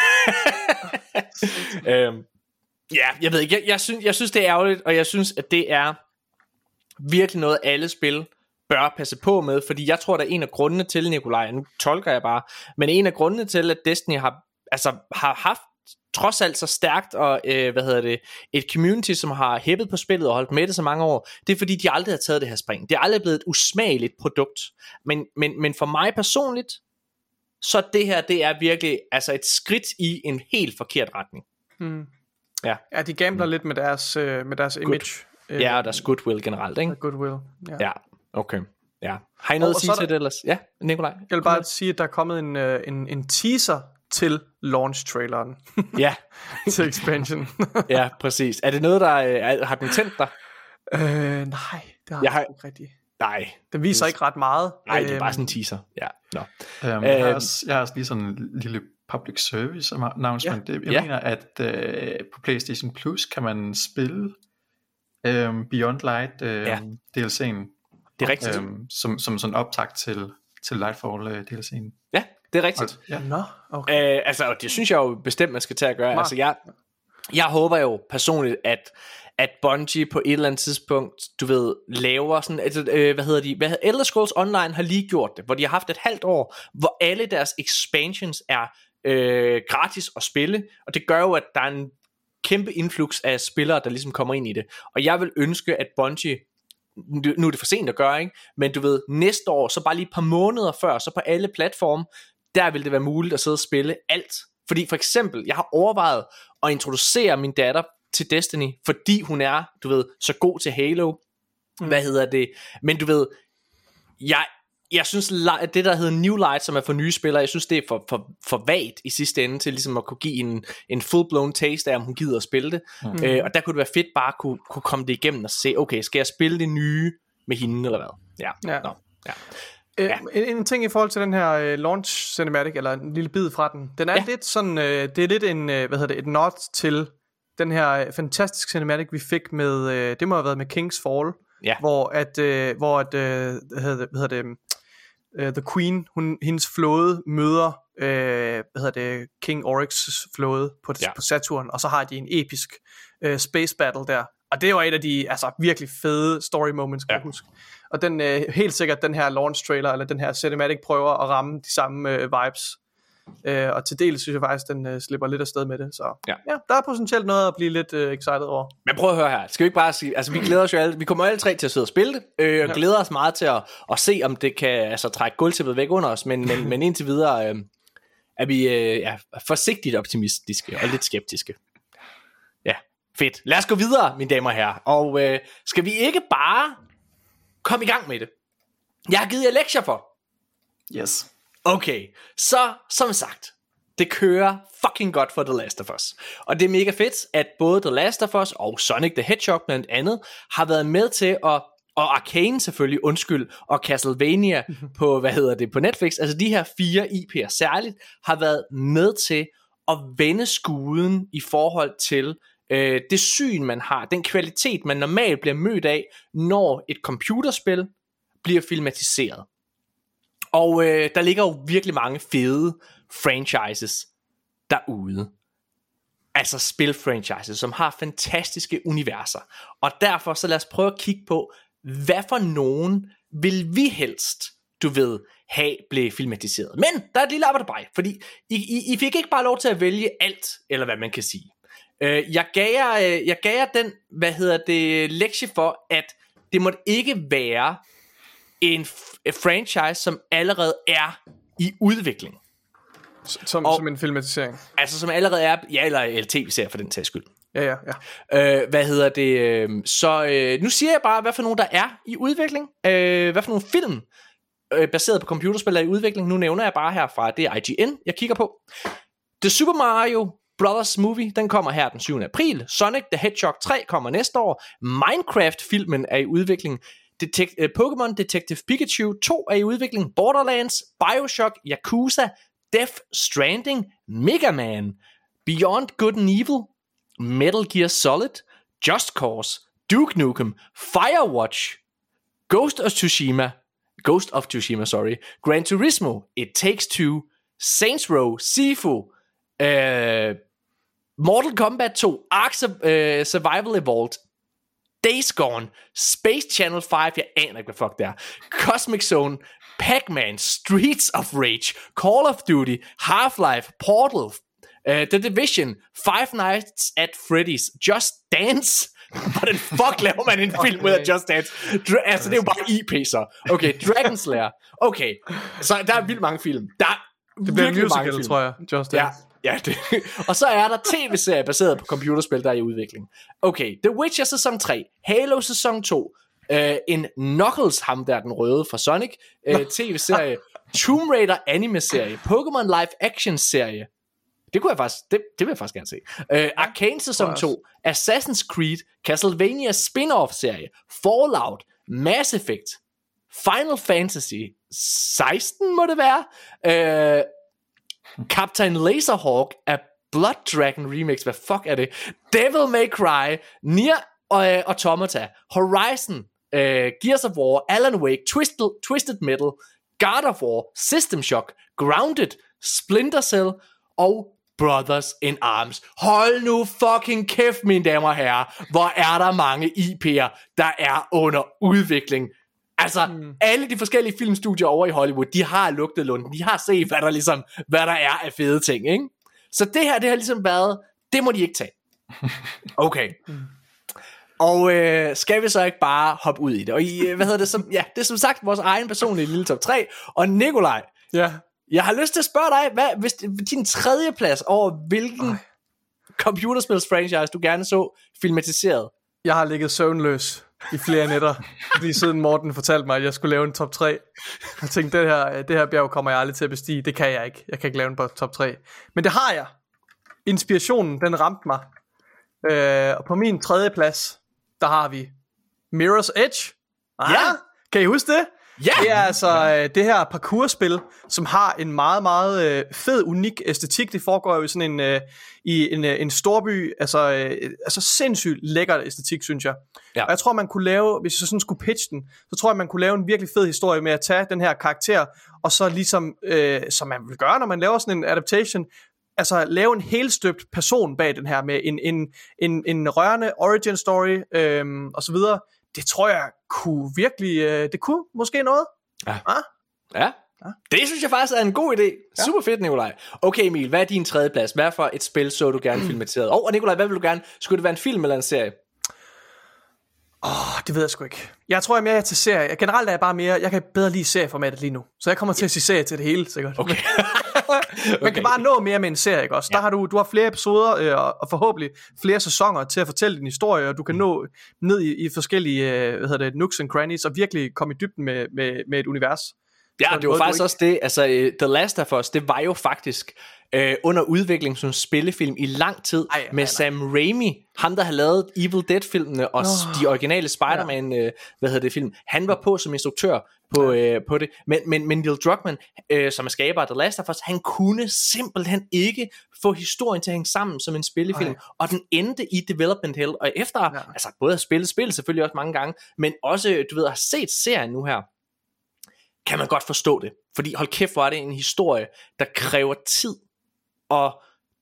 øhm, ja, jeg ved ikke. Jeg, jeg, synes, jeg synes, det er ærgerligt, og jeg synes, at det er virkelig noget, alle spil bør passe på med. Fordi jeg tror, der er en af grundene til, Nikolaj, nu tolker jeg bare, men en af grundene til, at Destiny har, altså, har haft trods alt så stærkt og øh, hvad hedder det, et community, som har hæppet på spillet og holdt med det så mange år, det er fordi de aldrig har taget det her spring. Det er aldrig blevet et usmageligt produkt. Men, men, men for mig personligt, så det her, det er virkelig altså et skridt i en helt forkert retning. Hmm. Ja. Ja, de gambler hmm. lidt med deres øh, med deres image. Good. Ja, og deres goodwill generelt, ikke? Goodwill. Ja. Ja, okay. Ja. Har I noget og, at sige til der... det ellers? Ja, Nikolaj. Jeg vil bare sige, at der er kommet en øh, en, en teaser til launch-traileren. Ja. Til expansion. Ja, præcis. Er det noget, der er, har den tændt dig? Øh, nej, det har jeg har... ikke rigtigt. Nej. Den viser ikke ret meget. Nej, det er bare sådan en teaser. Ja. Nå. Um, jeg, har også, jeg har også lige sådan en lille public service announcement. Ja. Jeg ja. mener, at uh, på PlayStation Plus kan man spille um, Beyond Light uh, ja. D L C'en. Det er rigtigt. Um, som, som sådan optakt til, til Lightfall uh, D L C'en. Ja, det er rigtigt. Ja. Nå, okay. Æh, altså, det synes jeg jo bestemt, man skal tage at gøre. Nå. Altså, jeg, jeg håber jo personligt, at at Bungie på et eller andet tidspunkt, du ved, laver sådan, altså, øh, hvad hedder de, hvad hedder, Elder Scrolls Online har lige gjort det, hvor de har haft et halvt år, hvor alle deres expansions er øh, gratis at spille, og det gør jo, at der er en kæmpe influx af spillere, der ligesom kommer ind i det, og jeg vil ønske, at Bungie, nu er det for sent at gøre, ikke? Men du ved, næste år, så bare lige et par måneder før, så på alle platforme, der vil det være muligt at sidde og spille alt, fordi for eksempel, jeg har overvejet at introducere min datter til Destiny, fordi hun er, du ved, så god til Halo. Mm. Hvad hedder det? Men du ved, jeg, jeg synes, at det der hedder New Light, som er for nye spillere, jeg synes, det er for, for, for vagt i sidste ende, til ligesom at kunne give en, en full-blown taste af, om hun gider at spille det. Mm. Øh, og der kunne det være fedt bare at kunne, kunne komme det igennem og se, okay, skal jeg spille det nye med hende, eller hvad? Ja, ja. Nå, ja. Ja. En, en ting i forhold til den her uh, launch cinematic, eller en lille bid fra den, den er ja. lidt sådan, uh, det er lidt en, uh, hvad hedder det, et nod til den her fantastiske cinematic, vi fik med, øh, det må have været med King's Fall, ja. hvor at, øh, hvor at, øh, hvad hedder det, hvad hedder det uh, The Queen, hun, hendes flåde møder, øh, hvad hedder det, King Oryx' flåde på, ja. på Saturn, og så har de en episk øh, space battle der, og det var et af de, altså virkelig fede story moments, kan ja. jeg huske. Og den, øh, helt sikkert den her launch trailer, eller den her cinematic prøver at ramme de samme øh, vibes. Uh, og til del synes jeg faktisk den uh, slipper lidt afsted med det. Så ja. ja, der er potentielt noget at blive lidt uh, excited over. Men prøv at høre her, skal vi ikke bare sige, altså vi glæder os jo alle, vi kommer alle tre til at sidde og spille det, øh, og ja. glæder os meget til at, at se om det kan altså trække gulvtæppet væk under os, men, men, men indtil videre øh, er vi øh, ja, forsigtigt optimistiske og lidt skeptiske. Ja, fedt. Lad os gå videre, mine damer og herrer, og øh, skal vi ikke bare komme i gang med det? Jeg har givet jer lektier for. Yes. Okay, så som sagt, det kører fucking godt for The Last of Us. Og det er mega fedt, at både The Last of Us og Sonic the Hedgehog blandt andet har været med til at, og Arcane selvfølgelig, undskyld, og Castlevania på, hvad hedder det, på Netflix, altså de her fire I P'er særligt, har været med til at vende skuden i forhold til øh, det syn man har, den kvalitet man normalt bliver mødt af, når et computerspil bliver filmatiseret. Og øh, der ligger jo virkelig mange fede franchises derude, altså spilfranchises, som har fantastiske universer. Og derfor så lad os prøve at kigge på, hvad for nogen vil vi helst, du ved, have blev filmatiseret. Men der er et lille arbejde, fordi I, I, I fik ikke bare lov til at vælge alt, eller hvad man kan sige. Uh, jeg, gav jer, uh, jeg gav jer den, hvad hedder det, lektie for, at det måtte ikke være en f- franchise, som allerede er i udvikling. Som, og, som en filmatisering. Altså som allerede er, ja, eller, eller tv-serie for den tages skyld. Ja, ja, ja. Øh, hvad hedder det? Øh, så øh, nu siger jeg bare, hvad for nogen der er i udvikling. Øh, hvad for nogle film, øh, baseret på computerspil, der er i udvikling. Nu nævner jeg bare herfra, det er I G N, jeg kigger på. The Super Mario Brothers Movie, den kommer her den syvende april. Sonic the Hedgehog tre kommer næste år. Minecraft-filmen er i udvikling. Detect- uh, Pokémon Detective Pikachu to er i udvikling. Borderlands, Bioshock, Yakuza, Death Stranding, Mega Man, Beyond Good and Evil, Metal Gear Solid, Just Cause, Duke Nukem, Firewatch, Ghost of Tsushima, Ghost of Tsushima, sorry, Gran Turismo, It Takes Two, Saints Row, Sifu, uh, Mortal Kombat to, Ark uh, Survival Evolved, Days Gone, Space Channel fem, jeg aner ikke, hvad fuck det er, Cosmic Zone, Pac-Man, Streets of Rage, Call of Duty, Half-Life, Portal, uh, The Division, Five Nights at Freddy's, Just Dance. Hvordan fuck laver man en film ud af Just Dance? Dra- altså, det er jo bare I P så. Okay, Dragon Slayer. Okay, så der er vildt mange film. Der er Det bliver virkelig mange musical, film. tror jeg. Just Dance. Ja, ja det. Og så er der tv-serier baseret på computerspil, der er i udvikling. Okay, The Witcher sæson tre, Halo sæson to, øh, en Knuckles, ham der den røde fra Sonic, øh, tv-serie, Tomb Raider anime-serie, Pokémon live action serie. Det kunne jeg faktisk, det, det vil jeg faktisk gerne se. Øh, Arcane sæson to, Assassin's Creed, Castlevania spin-off serie, Fallout, Mass Effect, Final Fantasy seksten må det være. Øh, Captain Laserhawk af Blood Dragon Remix, hvad fuck er det? Devil May Cry, Nier og øh, Automata, Horizon, øh, Gears of War, Alan Wake, Twisted, Twisted Metal, God of War, System Shock, Grounded, Splinter Cell og Brothers in Arms. Hold nu fucking kæft, mine damer og herrer. Hvor er der mange I P'er, der er under udvikling. Altså, mm. alle de forskellige filmstudier over i Hollywood, de har lugtet lunden. De har set, hvad der ligesom, hvad der er af fede ting, ikke? Så det her, det har ligesom været, det må de ikke tage. Okay. Mm. Og øh, skal vi så ikke bare hoppe ud i det? Og I, hvad hedder det? Som, ja, det er som sagt vores egen personlige lille top tre. Og Nikolaj, ja. Jeg har lyst til at spørge dig, hvad, hvis din tredje plads over hvilken Ej. computerspils franchise du gerne så filmatiseret? Jeg har ligget søvnløs i flere nætter, fordi siden Morten fortalte mig, at jeg skulle lave en top tre. Jeg tænkte, det her, det her bjerg kommer jeg aldrig til at bestige. Det kan jeg ikke. Jeg kan ikke lave en top tre. Men det har jeg. Inspirationen, den ramte mig. Øh, og på min tredje plads, der har vi Mirror's Edge. Ah, ja. Kan I huske det? Ja. Det er altså øh, det her parkourspil, som har en meget, meget øh, fed, unik æstetik. Det foregår jo i sådan en, øh, i en, øh, en storby, altså, øh, altså sindssygt lækker æstetik, synes jeg. Ja. Og jeg tror, man kunne lave, hvis jeg sådan skulle pitche den, så tror jeg, man kunne lave en virkelig fed historie med at tage den her karakter, og så ligesom, øh, som man vil gøre, når man laver sådan en adaptation, altså lave en helstøbt person bag den her, med en, en, en, en rørende origin story, øh, og så videre. Det tror jeg kunne virkelig, øh, det kunne måske noget. Ja. Ah? Ja. Ja. Det synes jeg faktisk er en god idé. Ja. Super fedt, Nikolaj. Okay, Emil, hvad er din tredje plads? Hvad for et spil så du gerne filmatiseret? Og Nikolaj, hvad vil du gerne? Skulle det være en film eller en serie? Åh, oh, det ved jeg sgu ikke. Jeg tror, jeg er mere til serie. Generelt er jeg bare mere, jeg kan bedre lide serieformatet lige nu. Så jeg kommer til at sige serie til det hele, sikkert. Okay. Man okay. kan bare nå mere med en serie, ikke også? Ja. Der har du, du har flere episoder, øh, og forhåbentlig flere sæsoner til at fortælle din historie, og du kan mm. nå ned i, i forskellige, øh, hvad hedder det, nooks and crannies, og virkelig komme i dybden med, med, med et univers. Ja, så det var noget, faktisk ikke... også det, altså The Last of Us, det var jo faktisk øh, under udvikling som spillefilm i lang tid, ej, med ej, Sam Raimi, ham der har lavet Evil Dead-filmene, og oh, de originale Spider-Man, ja. øh, hvad hedder det film, han var på som instruktør på, ja. øh, på det, men, men, men Neil Druckmann, øh, som er skaber af The Last of Us, han kunne simpelthen ikke få historien til at hænge sammen som en spillefilm, ej. Og den endte i development hell, og efter, ja. altså både at spille spil selvfølgelig også mange gange, men også, du ved, at have set serien nu her, kan man godt forstå det. Fordi hold kæft, hvor er det en historie, der kræver tid. Og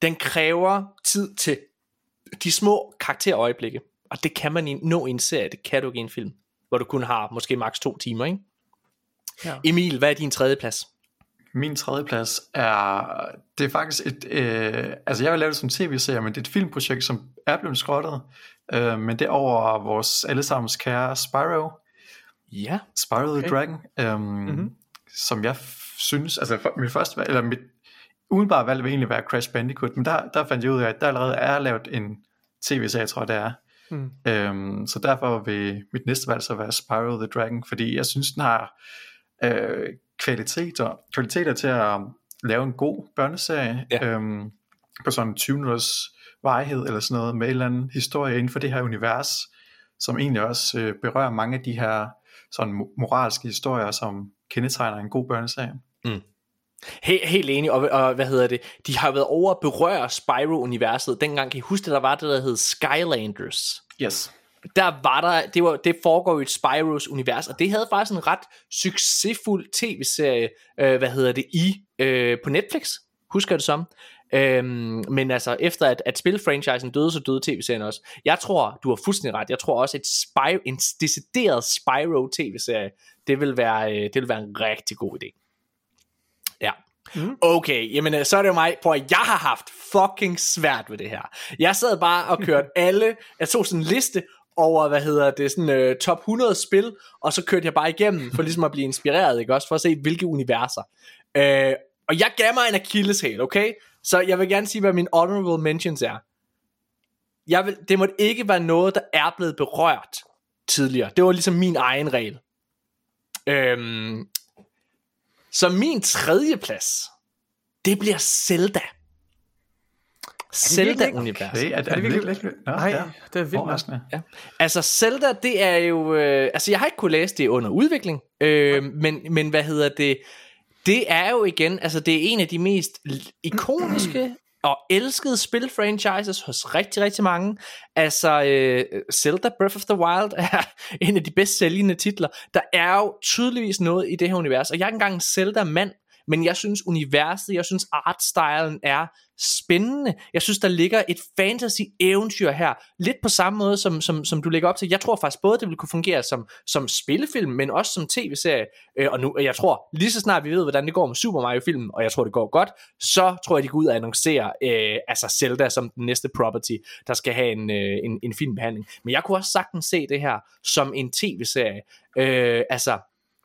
den kræver tid til de små karakterøjeblikke, og det kan man nå i en serie, det kan du ikke i en film, hvor du kun har måske maks to timer, ikke? Ja. Emil, hvad er din tredje plads? Min tredje plads er, det er faktisk et, øh, altså jeg vil lave det som tv-serie, men det er et filmprojekt, som er blevet skrottet, øh, men det er over vores allesammens kære Spyro. Ja. Spyro okay. the Dragon, øh, mm-hmm. som jeg f- synes, altså for, mit første valg, eller mit umiddelbare valg vil egentlig være Crash Bandicoot, men der, der fandt jeg ud af, at der allerede er lavet en tv-serie, tror jeg det er. Mm. Øhm, så derfor vil mit næste valg så være Spyro the Dragon, fordi jeg synes den har øh, kvaliteter, kvaliteter til at lave en god børneserie, ja. øhm, på sådan tyve minutters varighed eller sådan noget, med en eller anden historie inden for det her univers, som egentlig også øh, berører mange af de her sådan moralske historier, som kendetegner en god børneserie. Mm. Helt, helt enig, og, og hvad hedder det, de har været over at berøre Spyro-universet. Dengang, kan I huske, der var det, der hed Skylanders? Yes. Der var der, det, var, det foregår i et Spyros univers, og det havde faktisk en ret succesfuld tv-serie, øh, hvad hedder det, i øh, på Netflix, husker jeg det som. Øhm, men altså, efter at, at spilfranchisen døde, så døde tv-serien også. Jeg tror, du har fuldstændig ret, jeg tror også, at Spyro, en decideret Spyro-tv-serie, det vil være, øh, det vil være en rigtig god idé. Ja. Mm. Okay, jamen så er det jo mig, på at jeg har haft fucking svært ved det her. Jeg sad bare og kørte alle, jeg tog sådan en liste over, hvad hedder det, sådan uh, top hundrede spil, og så kørte jeg bare igennem, for ligesom at blive inspireret, ikke også, for at se, hvilke universer. Uh, og jeg gav mig en akilleshæl, okay? Så jeg vil gerne sige, hvad mine honorable mentions er. Jeg vil, det måtte ikke være noget, der er blevet berørt tidligere. Det var ligesom min egen regel. Øhm... Så min tredje plads, det bliver Zelda. Zelda-universet. Okay, er, er, er det virkelig ikke? Nej, ja. Det er vildt. Ja. Altså Zelda, det er jo, øh, altså jeg har ikke kunne læse det under udvikling, øh, men, men hvad hedder det, det er jo igen, altså det er en af de mest ikoniske og elskede spilfranchises hos rigtig, rigtig mange. Altså øh, Zelda Breath of the Wild er en af de bedst sælgende titler. Der er jo tydeligvis noget i det her univers, og jeg er ikke engang en Zelda-mand, men jeg synes universet, jeg synes artstylen er spændende. Jeg synes der ligger et fantasy eventyr her, lidt på samme måde som, som, som du lægger op til. Jeg tror faktisk både det vil kunne fungere som, som spillefilm, men også som tv-serie, øh, og nu, jeg tror lige så snart vi ved hvordan det går med Super Mario filmen, og jeg tror det går godt, så tror jeg de går ud og annoncerer øh, altså Zelda som den næste property, der skal have en, øh, en, en filmbehandling. Men jeg kunne også sagtens se det her som en tv-serie, øh, altså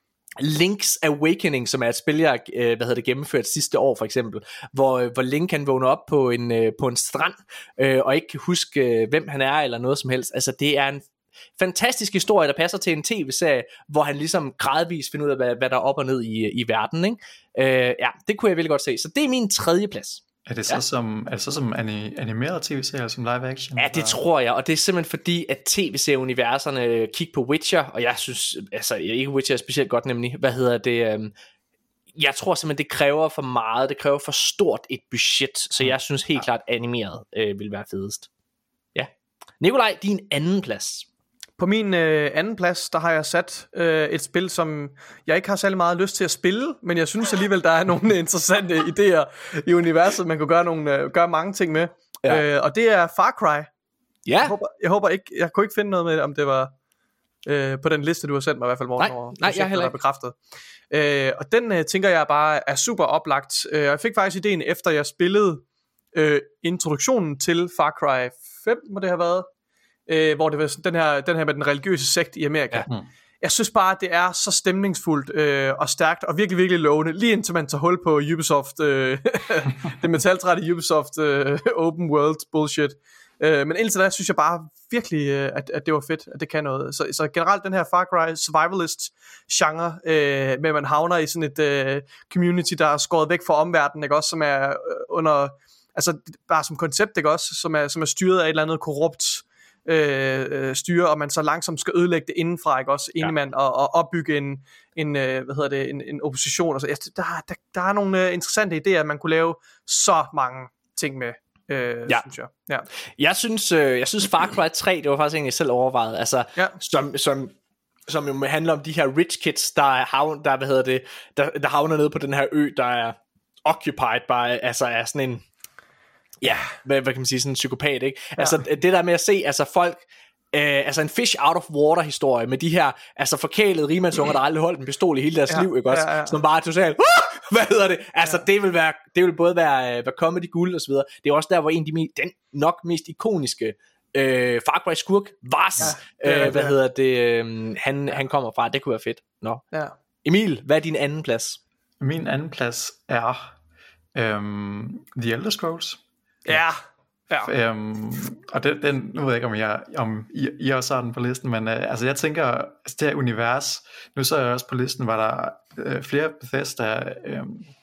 Link's Awakening, som er et spil, jeg øh, hvad hedder det, gennemført sidste år for eksempel, hvor, hvor Link kan vågne op på en, øh, på en strand, øh, og ikke kan huske, øh, hvem han er, eller noget som helst. Altså det er en fantastisk historie, der passer til en tv-serie, hvor han ligesom gradvist finder ud af, hvad, hvad der er op og ned i, i verden, ikke? Øh, ja, det kunne jeg virkelig godt se. Så det er min tredje plads. Er det så ja. som, er det så som animeret tv-serie, eller som live action? Ja, det eller? Tror jeg, og det er simpelthen fordi, at tv-serieuniverserne kigger på Witcher, og jeg synes, altså ikke Witcher er specielt godt nemlig, hvad hedder det, øhm, jeg tror simpelthen, det kræver for meget, det kræver for stort et budget, så jeg synes helt ja. klart, animeret øh, vil være fedest. Ja. Nikolaj, din anden plads. På min øh, anden plads, der har jeg sat øh, et spil, som jeg ikke har særlig meget lyst til at spille, men jeg synes alligevel, der er nogle interessante idéer i universet, man kan gøre, nogle, øh, gøre mange ting med. Ja. Øh, og det er Far Cry. Ja. Jeg håber, jeg håber ikke, jeg kunne ikke finde noget med, om det var øh, på den liste, du har sendt mig i hvert fald, Morten, nej, over nej, jeg heller ikke. Bekræftet. Øh, og den øh, tænker jeg bare er super oplagt. Øh, jeg fik faktisk ideen, efter jeg spillede øh, introduktionen til Far Cry fem, må det have været. Øh, hvor det var den her, den her med den religiøse sekt i Amerika. Ja. Mm. Jeg synes bare, at det er så stemningsfuldt øh, og stærkt, og virkelig, virkelig lovende, lige indtil man tager hul på Ubisoft, øh, det metaltrætte Ubisoft øh, open world bullshit. Øh, men indtil da, synes jeg bare virkelig, øh, at, at det var fedt, at det kan noget. Så, så generelt den her Far Cry survivalist genre, øh, med at man havner i sådan et øh, community, der er skåret væk fra omverdenen, ikke også, som er øh, under, altså bare som koncept, ikke også, som er, som er styret af et eller andet korrupt Øh, styre, og man så langsomt skal ødelægge det indenfra, ikke også, inemand, ja. og, og opbygge en, en øh, hvad hedder det, en, en opposition, og så, altså, der, der, der er nogle øh, interessante idéer, man kunne lave så mange ting med, øh, ja. synes jeg. Ja. Jeg synes, øh, jeg synes Far Cry tre, det var faktisk egentlig selv overvejet, altså, ja. som, som, som jo handler om de her rich kids, der er havn, der, hvad hedder det, der, der havner nede på den her ø, der er occupied by, altså er sådan en ja, hvad, hvad kan man sige, sådan en psykopat, ikke? Ja. Altså det der med at se, altså folk, øh, altså en fish out of water historie med de her, altså forkælede rigmandsunger, der aldrig holdt en pistol i hele deres ja. liv, ikke også? Ja, ja. Som bare er totalt, hvad hedder det? Altså ja. det vil være, det vil både være, være comedy guld og så videre. Det er også der, hvor en af de den nok mest ikoniske øh, Far Cry skurk, Vars, ja, øh, hvad hedder det, øh, han, ja. han kommer fra, det kunne være fedt. Nå. Ja. Emil, hvad er din anden plads? Min anden plads er øhm, The Elder Scrolls. Ja. Ja. Øhm, og den, den, nu ved jeg ikke om, jeg, om I, I også har den på listen, men øh, altså jeg tænker, altså det her univers, nu så er jeg også på listen, var der øh, flere Bethesda øh,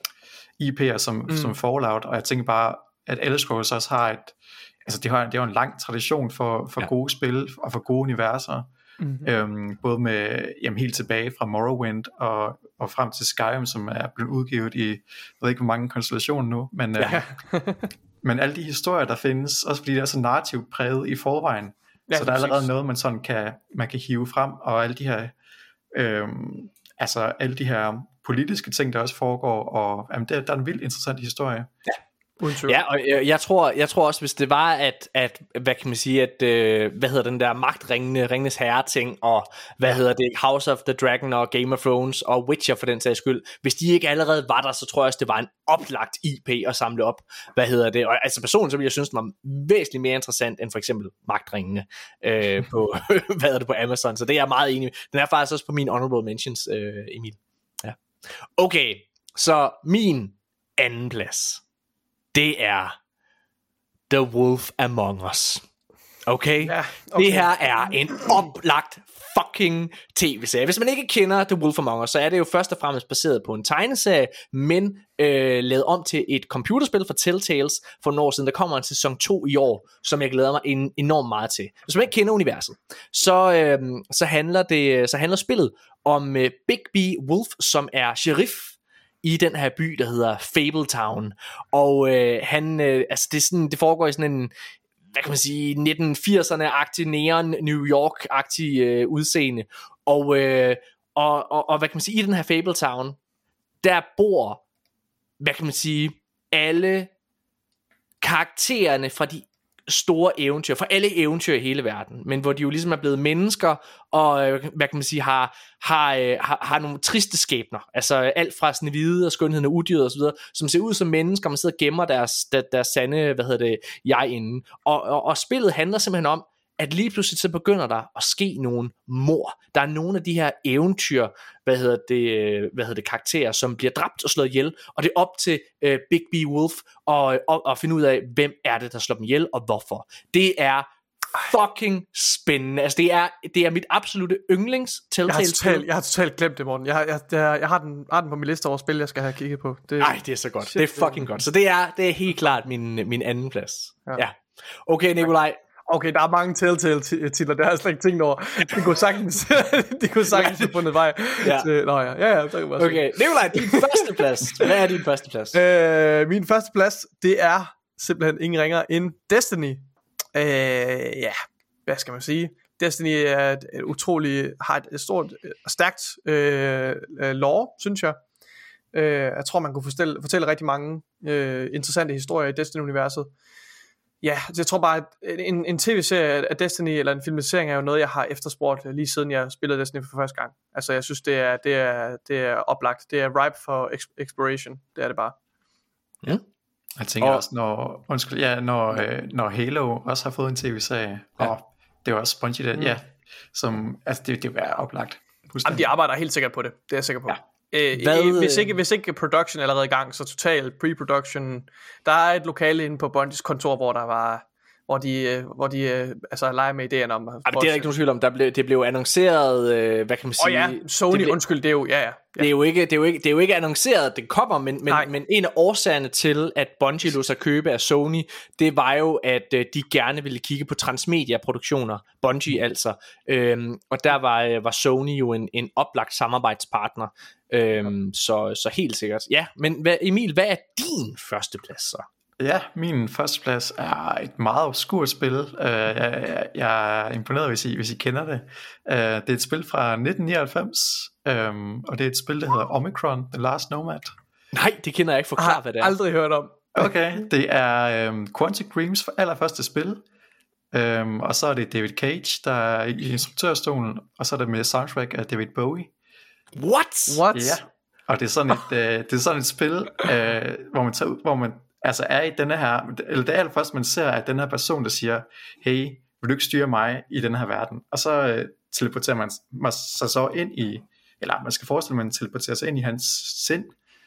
I P'er som, mm. som Fallout, og jeg tænker bare, at Elder Scrolls også har et, altså det har, det har en lang tradition for, for ja. gode spil og for gode universer, mm-hmm. øhm, både med, jamen helt tilbage fra Morrowind og, og frem til Skyrim, som er blevet udgivet i, jeg ved ikke hvor mange konstellationer nu, men ja. øh, men alle de historier der findes, også fordi det er så narrativt præget i forvejen, ja, så der er allerede præcis. noget man sådan kan, man kan hive frem, og alle de her øhm, altså alle de her politiske ting der også foregår, og jamen, der, der er en vildt interessant historie. Ja. Ja, og jeg, jeg tror, jeg tror også, hvis det var at, at hvad kan man sige, at øh, hvad hedder den der magtringende Ringenes Herre ting, og hvad hedder det, House of the Dragon og Game of Thrones og Witcher for den sags skyld, hvis de ikke allerede var der, så tror jeg også det var en oplagt I P at samle op. Hvad hedder det? Og altså personligt så ville jeg synes det var væsentligt mere interessant end for eksempel magtringende øh, på hvad hedder det på Amazon. Så det er jeg meget enig i. Den er faktisk også på min honorable mentions, øh, Emil. Ja. Okay, så min anden plads. Det er The Wolf Among Us. Okay? Ja, okay? Det her er en oplagt fucking tv-serie. Hvis man ikke kender The Wolf Among Us, så er det jo først og fremmest baseret på en tegneserie, men øh, lavet om til et computerspil fra Telltales for nogle år siden. Der kommer en sæson to i år, som jeg glæder mig en, enormt meget til. Hvis man ikke kender universet, så, øh, så, handler, det, så handler spillet om øh, Big B Wolf, som er sheriff i den her by, der hedder Fabletown. Og øh, han, øh, altså det, er sådan, det foregår i sådan en, hvad kan man sige, nitten firserne-agtig, neon New York-agtig øh, udseende. Og, øh, og, og, og hvad kan man sige, i den her Fabletown, der bor, hvad kan man sige, alle karaktererne fra de store eventyr, for alle eventyr i hele verden, men hvor de jo ligesom er blevet mennesker, og hvad kan man sige, har, har, har, har nogle triste skæbner, altså alt fra Snehvide og Skønheden og Udyret og så videre, som ser ud som mennesker, man sidder og gemmer deres, der, deres sande, hvad hedder det, jeg inden, og, og, og spillet handler simpelthen om, at lige pludselig så begynder der at ske nogle mord. Der er nogle af de her eventyr, hvad hedder det, hvad hedder det, karakterer, som bliver dræbt og slået ihjel, og det er op til uh, Big B Wolf at, at, at finde ud af, hvem er det, der slår dem ihjel, og hvorfor. Det er fucking spændende. Altså det er, det er mit absolute yndlings Telltale-spil. Jeg har totalt glemt det, Morten. Jeg, jeg, jeg, jeg har, den, har den på min liste over spil, jeg skal have kigget på. Nej, det er så godt. Shit, det er fucking godt. Så det er, det er helt klart min, min anden plads. Ja. Ja. Okay, Nikolaj. Okay, der er mange Telltale-titler, der har jeg slet ikke tænkt over. De kunne sagtens, de kunne sagtens have fundet vej ja. til... Nå ja, ja, ja. Så kan okay, Nikolaj, din første plads. Hvad er din første plads? Øh, min første plads, det er simpelthen ingen ringere end Destiny. Øh, ja, hvad skal man sige? Destiny er et, et utroligt, har et, et stort og stærkt øh, lore, synes jeg. Øh, jeg tror, man kunne fortælle, fortælle rigtig mange øh, interessante historier i Destiny-universet. Ja, jeg tror bare, at en, en tv-serie af Destiny, eller en filmatisering, er jo noget, jeg har efterspurgt lige siden jeg spillede Destiny for første gang. Altså, jeg synes, det er, det er, det er oplagt. Det er ripe for exploration. Det er det bare. Ja. Jeg tænker og, også, når, undskyld, ja, når, øh, når Halo også har fået en tv-serie, ja. Og det er også Bungie, der, mm. ja, som, altså, det, det vil være oplagt. Jamen, de arbejder helt sikkert på det. Det er jeg sikker på. Ja. Øh, Hvad? Hvis, ikke, hvis ikke production er allerede i gang, så total pre-production. Der er et lokale inde på Bungies kontor, hvor der var, hvor de, hvor de altså leger med idéen om. Ej, det er ikke nogen tvivl om. Der blev, det blev annonceret, øh, hvad kan man sige? Åh oh, ja, Sony, det blev, undskyld, det er jo, ja, ja. ja. Det er jo ikke, det er jo ikke, det er jo ikke annonceret, at det kommer, men, men, men en af årsagerne til, at Bungie lod sig købe af Sony, det var jo, at øh, de gerne ville kigge på transmedia-produktioner, Bungie altså, øhm, og der var, var Sony jo en, en oplagt samarbejdspartner, øhm, så, så helt sikkert. Ja, men hvad, Emil, hvad er din første plads så? Ja, min første plads er et meget obskurt spil. Uh, jeg, jeg, jeg er imponeret, hvis I, hvis I kender det. Uh, det er et spil fra nitten nioghalvfems, um, og det er et spil, der hedder Omicron: The Last Nomad. Nej, det kender jeg ikke. Forklar, hvad det er. Aldrig hørt om. Okay, det er um, Quantic Dreams allerførste spil, um, og så er det David Cage, der er i instruktørstolen, og så er det med soundtrack af David Bowie. What? What? Ja, og det er sådan et, uh, det er sådan et spil, uh, hvor man tager ud, hvor man altså er i denne her, eller det er allerførst man ser, at den her person, der siger, hey, vil du ikke styre mig i den her verden? Og så uh, teleporterer man sig så ind i, eller man skal forestille, at man teleporterer sig ind i hans sind,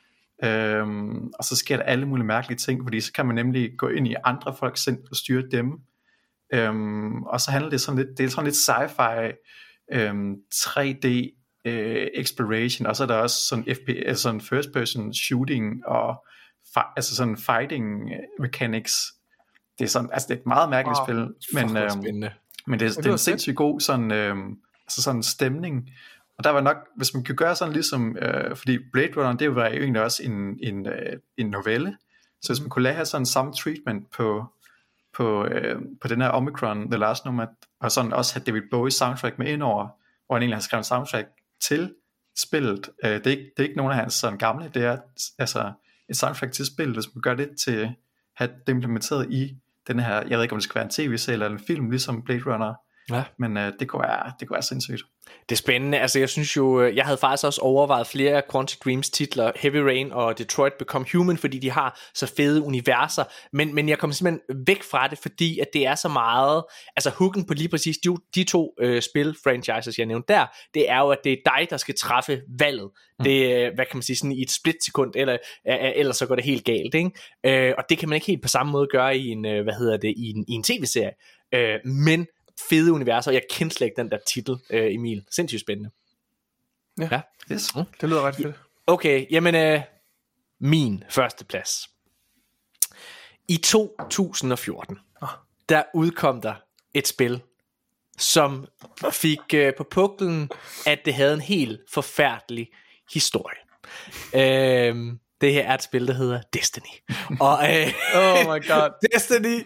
Øhm, og så sker der alle mulige mærkelige ting, fordi så kan man nemlig gå ind i andre folks sind og styre dem, øhm, og så handler det sådan lidt, det er sådan lidt sci-fi øhm, tre D øh, exploration, og så er der også sådan F P S, altså sådan first person shooting og fi- altså sådan fighting mechanics. Det er sådan, altså det er et meget mærkeligt wow. spil, men øhm, men det, det er en sindssygt god sådan øhm, altså sådan stemning. Og der var nok, hvis man kan gøre sådan ligesom, øh, fordi Blade Runner, det var jo egentlig også en, en, øh, en novelle, så hvis man kunne lade have sådan samme treatment på, på, øh, på den her Omicron, The Last Nomad, og sådan også have David Bowie soundtrack med indover, hvor han egentlig har skrevet soundtrack til spillet. Øh, det, er ikke, det er ikke nogen af hans sådan gamle, det er altså et soundtrack til spillet, hvis man gør det til, have det implementeret i den her, jeg ved ikke om det skal være en tv-serie eller en film, ligesom Blade Runner, ja. Men øh, det kunne være, det kunne være sindssygt. Det er spændende, altså jeg synes jo, jeg havde faktisk også overvejet flere af Quantic Dreams titler, Heavy Rain og Detroit Become Human, fordi de har så fede universer, men, men jeg kom simpelthen væk fra det, fordi at det er så meget, altså hooken på lige præcis de, de to øh, spil-franchises, jeg nævnte der, det er jo, at det er dig, der skal træffe valget. Mm. Det, hvad kan man sige, sådan i et splitsekund, eller øh, ellers så går det helt galt, ikke? Øh, og det kan man ikke helt på samme måde gøre i en, øh, hvad hedder det, i en, i en tv-serie, øh, men fede universer, og jeg kendte slet ikke den der titel, øh, Emil. Sindssygt spændende. Ja, ja. Yes. Mm. Det lyder ret fedt. Okay, jamen øh, min første plads. I to tusind og fjorten, oh. der udkom der et spil, som fik øh, på puklen, at det havde en helt forfærdelig historie. Øh, Det her er et spil, der hedder Destiny. Og øh, oh my god. Destiny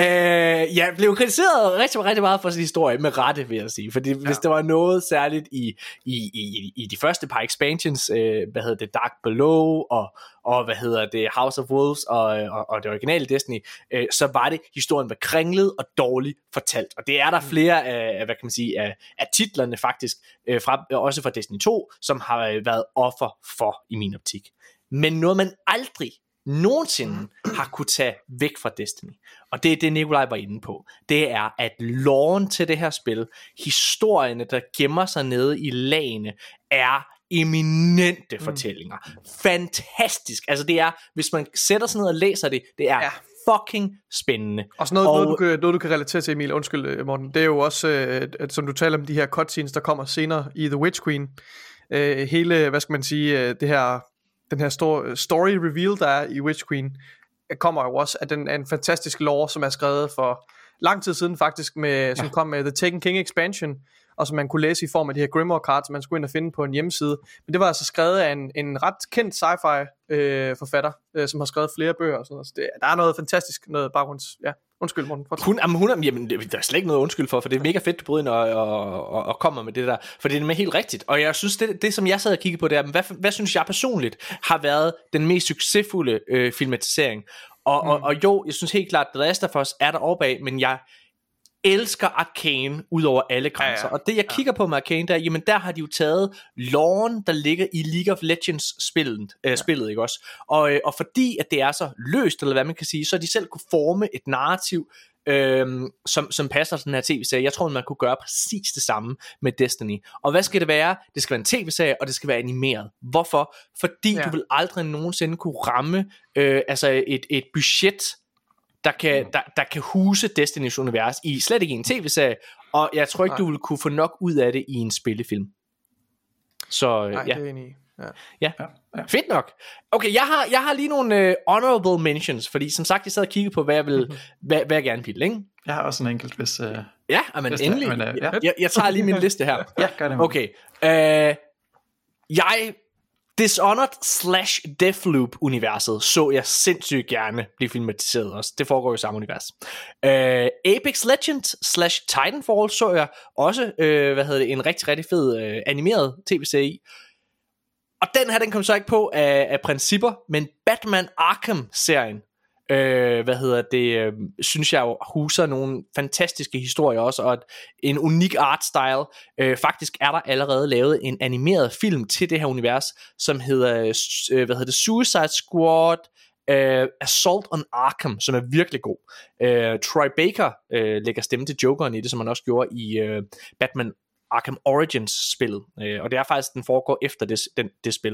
øh, ja, blev kritiseret rigtig, rigtig meget for sin historie, med rette vil jeg sige. Fordi ja. Hvis der var noget særligt i, i, i, i de første par expansions, øh, hvad hedder det, Dark Below og, og hvad hedder det, House of Wolves og, og, og det originale Destiny, øh, så var det, historien var kringlet og dårligt fortalt. Og det er der flere af, hvad kan man sige, af, af titlerne faktisk, øh, fra, også fra Destiny to, som har været offer for i min optik. Men noget man aldrig nogensinde har kunne tage væk fra Destiny, og det er det Nikolaj var inde på, det er at loven til det her spil, historierne der gemmer sig nede i lagene, er eminente mm. fortællinger. Fantastisk. Altså det er, hvis man sætter sig ned og læser det, det er ja. fucking spændende. Og sådan noget, og noget, du kan, noget du kan relatere til, Emil, undskyld Morten, det er jo også, øh, at, som du taler om de her cutscenes, der kommer senere i The Witch Queen, øh, hele, hvad skal man sige, øh, det her den her store story reveal, der er i Witch Queen, kommer jo også af den af en fantastisk lore, som er skrevet for lang tid siden faktisk, med, som ja. kom med The Taken King expansion, og som man kunne læse i form af de her Grimoire cards, man skulle ind og finde på en hjemmeside. Men det var altså skrevet af en, en ret kendt sci-fi øh, forfatter, øh, som har skrevet flere bøger og sådan noget. Så det, der er noget fantastisk, noget baggrunds... Ja. Undskyld, Morten. Hun, jamen, hun, jamen, der er slet ikke noget undskyld for, for det er mega fedt, du bryder ind og, og, og, og kommer med det der, for det er med helt rigtigt. Og jeg synes, det, det som jeg sad og kiggede på, det er, hvad, hvad synes jeg personligt har været den mest succesfulde øh, filmatisering? Og, mm. og, og jo, jeg synes helt klart, at The Last of Us er der oppe af, men jeg elsker Arcane ud over alle grænser. Ja, ja. Og det jeg kigger ja. på med Arcane, der, jamen der har de jo taget loven, der ligger i League of Legends spillet, øh, ja. spillet ikke også? Og, øh, og fordi at det er så løst, eller hvad man kan sige, så de selv kunne forme et narrativ, øh, som, som passer til den her tv-serie. Jeg tror, man kunne gøre præcis det samme med Destiny. Og hvad skal det være? Det skal være en tv-serie, og det skal være animeret. Hvorfor? Fordi ja. du vil aldrig nogensinde kunne ramme øh, altså et, et budget, Der kan, der, der kan huse Destinys univers i slet ikke i en tv-serie, og jeg tror ikke, Nej. du vil kunne få nok ud af det i en spillefilm. Så Nej, ja. det er enig i. Ja. Ja. Ja, ja, fedt nok. Okay, jeg har, jeg har lige nogle uh, honorable mentions, fordi som sagt, jeg sad og kiggede på, hvad jeg, vil, mm-hmm. hvad, hvad jeg gerne vil, ikke? Jeg har også en enkelt, hvis... Uh, ja, men hvis endelig. Det, men, uh, ja. jeg, jeg tager lige min liste her. Ja, gør det. Okay. Uh, jeg... Dishonored slash Deathloop-universet så jeg sindssygt gerne blive filmatiseret også. Det foregår jo i samme univers. Uh, Apex Legends slash Titanfall så jeg også, uh, hvad hedder det, en rigtig, rigtig fed uh, animeret tv-serie i. Og den her, den kom så ikke på af, af principper, men Batman Arkham-serien øh, hvad hedder det, øh, synes jeg jo huser nogle fantastiske historier også, og et, en unik art style. Øh, faktisk er der allerede lavet en animeret film til det her univers, som hedder, øh, hvad hedder det, Suicide Squad, Uh, Assault on Arkham, som er virkelig god. uh, Troy Baker uh, lægger stemme til Jokeren i det, som han også gjorde i uh, Batman Arkham Origins spillet, uh, og det er faktisk, den foregår efter det, den, det spil.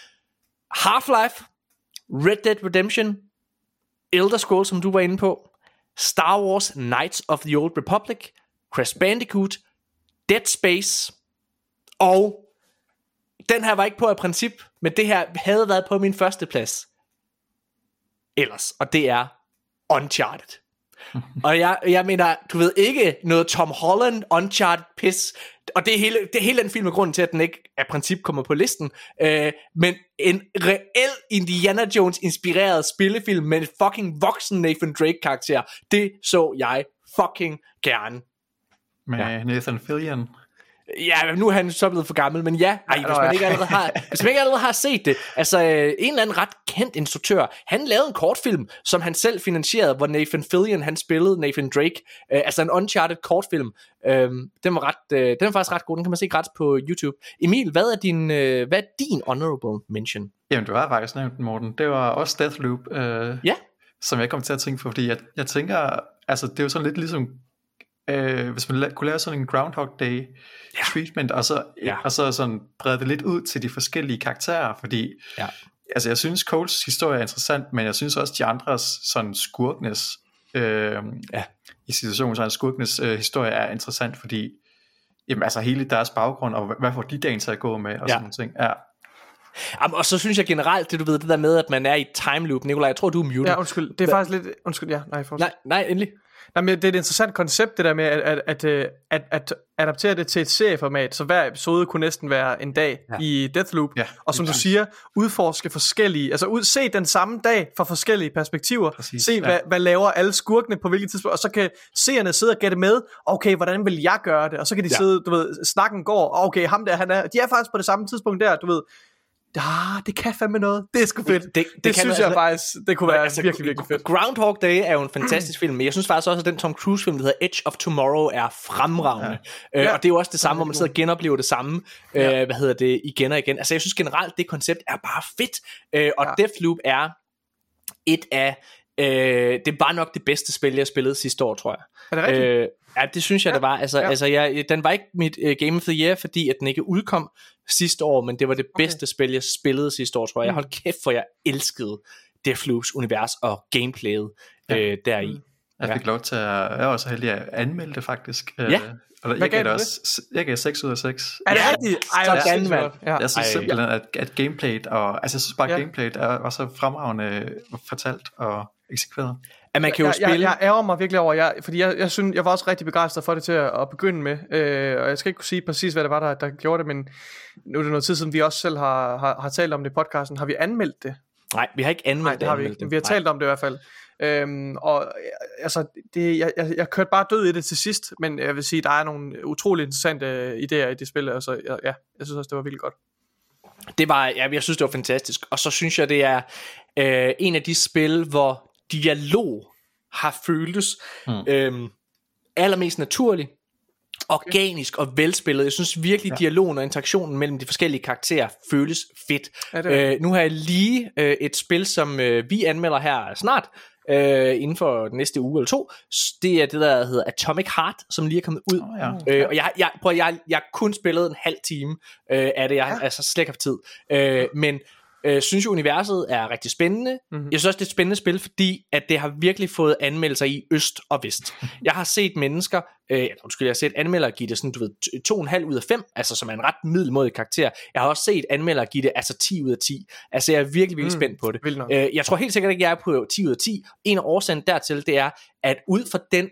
Half-Life, Red Dead Redemption, Elder Scrolls, som du var inde på, Star Wars Knights of the Old Republic, Crash Bandicoot, Dead Space, og den her var ikke på af princip, men det her havde været på min første plads ellers, og det er Uncharted. Og jeg, jeg mener, du ved ikke noget Tom Holland Uncharted pis, og det er hele, det er hele den film er grunden til, at den ikke af princip kommer på listen, øh, men en reel Indiana Jones inspireret spillefilm med en fucking voksen Nathan Drake karakter, det så jeg fucking gerne. Med ja. Nathan Fillion. Ja, nu er han så blevet for gammel, men ja, ej, hvis man ikke allerede har, hvis man ikke allerede har set det, altså en eller anden ret kendt instruktør, han lavede en kortfilm, som han selv finansierede, hvor Nathan Fillion, han spillede Nathan Drake, øh, altså en Uncharted kortfilm. Øh, den var ret, øh, den var faktisk ret god, den kan man se gratis på YouTube. Emil, hvad er din, øh, hvad er din honorable mention? Jamen, du har faktisk nævnt den, Morten. Det var også Deathloop, øh, ja. som jeg kom til at tænke på, fordi jeg, jeg tænker, altså det er jo sådan lidt ligesom, Øh, hvis man la- kunne lave sådan en Groundhog Day ja. treatment, og så, ja. og så sådan brede det lidt ud til de forskellige karakterer, fordi ja. altså jeg synes Coles historie er interessant, men jeg synes også de andres sådan skurkenes øh, ja. i situationen, sådan skurkenes øh, historie er interessant, fordi jamen, altså hele deres baggrund, og hvad får de dagen til at gå med, og ja. sådan nogle ting. Ja. Jamen, og så synes jeg generelt, det du ved, det der med, at man er i time loop, Nikolaj, jeg tror du er muted. Ja, undskyld, det er Hva? faktisk lidt, undskyld, ja, nej, nej, nej, endelig. Jamen, det er et interessant koncept, det der med at, at, at, at, at adaptere det til et serieformat, så hver episode kunne næsten være en dag ja. i Deathloop, ja, og som du siger, udforske forskellige, altså ud, se den samme dag fra forskellige perspektiver, præcis, se ja. hvad, hvad laver alle skurkene på hvilket tidspunkt, og så kan seerne sidde og gætte med, okay, hvordan vil jeg gøre det, og så kan de ja. sidde, du ved, snakken går, okay, ham der, han er, de er faktisk på det samme tidspunkt der, du ved, ja, det kan fandme noget. Det er sgu fedt. Det, det, det, det synes jeg altså, faktisk, det kunne være altså, virkelig, virkelig fedt. Groundhog Day er jo en fantastisk film, men jeg synes faktisk også, at den Tom Cruise film, der hedder Edge of Tomorrow, er fremragende. Ja. Øh, ja. Og det er jo også det samme, hvor man sidder og genoplever det samme, ja. øh, hvad hedder det, igen og igen. Altså jeg synes generelt, det koncept er bare fedt. Øh, og ja. Deathloop er et af, øh, det var nok det bedste spil, jeg spillede sidste år, tror jeg. Er det rigtigt? Øh, Ja, det synes jeg, ja, det var. Altså, ja. altså jeg, den var ikke mit uh, Game of the Year, fordi at den ikke udkom sidste år, men det var det bedste okay. spil, jeg spillede sidste år, tror jeg. Jeg holdt kæft, for jeg elskede Deathloops univers og gameplayet ja. øh, deri. Jeg fik ja. lov til at, jeg var så heldig at anmelde det faktisk. Ja. Og der, jeg gav det også, jeg gav seks ud af seks. Er det rigtigt? Ej, jeg, jeg, jeg, jeg, jeg synes simpelthen, at, at gameplayet, og, altså jeg synes bare, at ja. gameplayet er, var så fremragende fortalt og eksekveret. At man kan jo jeg, spille. Jeg, jeg ærger mig virkelig over, jeg, fordi jeg, jeg, synes, jeg var også rigtig begejstret for det til at, at begynde med, øh, og jeg skal ikke kunne sige præcis, hvad det var, der, der gjorde det, men nu er det noget tid siden, vi også selv har, har, har talt om det i podcasten. Har vi anmeldt det? Nej, vi har ikke anmeldt Nej, det. Har vi ikke. Vi har talt om det i hvert fald. Øhm, og altså, det, jeg, jeg, jeg kørte bare død i det til sidst, men jeg vil sige, der er nogle utrolig interessante idéer i det spil, altså jeg, ja, jeg synes også, det var virkelig godt. Det var, ja, jeg synes, det var fantastisk, og så synes jeg, det er øh, en af de spil, hvor dialog har føltes mm. øhm, allermest naturlig, organisk og velspillet. Jeg synes virkelig ja. dialogen og interaktionen mellem de forskellige karakterer føles fedt. Ja, øh, nu har jeg lige øh, et spil, som øh, vi anmelder her snart, øh, inden for den næste uge eller to. Det er det, der hedder Atomic Heart, som lige er kommet ud. Oh, ja. øh, og jeg, jeg, prøv, jeg, jeg har kun spillet en halv time øh, af det. Jeg har ja. altså slet ikke haft tid. Øh, men Øh, synes jo universet er rigtig spændende. Mm-hmm. Jeg synes også det er et spændende spil, fordi at det har virkelig fået anmeldelser i øst og vest. Jeg har set mennesker øh, undskyld, jeg har set anmeldere give det sådan, du ved, to komma fem ud af fem, altså som er en ret middelmådig karakter. Jeg har også set anmeldere give det altså ti ud af ti. Altså jeg er virkelig virkelig mm, spændt på det. øh, Jeg tror helt sikkert ikke jeg er på ti ud af ti. En af årsagen dertil, det er at ud fra den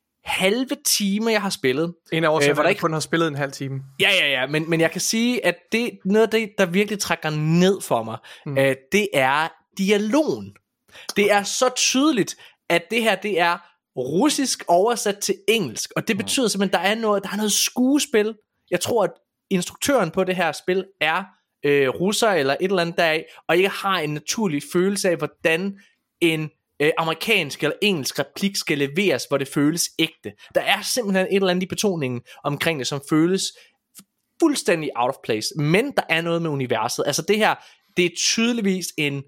halve time jeg har spillet, en af årsagen øh, hvor der ikke kun har spillet en halv time. Ja ja ja, men, men jeg kan sige at det noget af det der virkelig trækker ned for mig, mm. øh, det er dialogen. Det er så tydeligt at det her, det er russisk oversat til engelsk, og det betyder simpelthen at der er noget, der er noget skuespil. Jeg tror at instruktøren på det her spil er øh, russer eller et eller andet deraf, og ikke har en naturlig følelse af hvordan en øh, amerikansk eller engelsk replik skal leveres, hvor det føles ægte. Der er simpelthen et eller andet i betoningen omkring det, som føles fuldstændig out of place. Men der er noget med universet. Altså det her, det er tydeligvis en,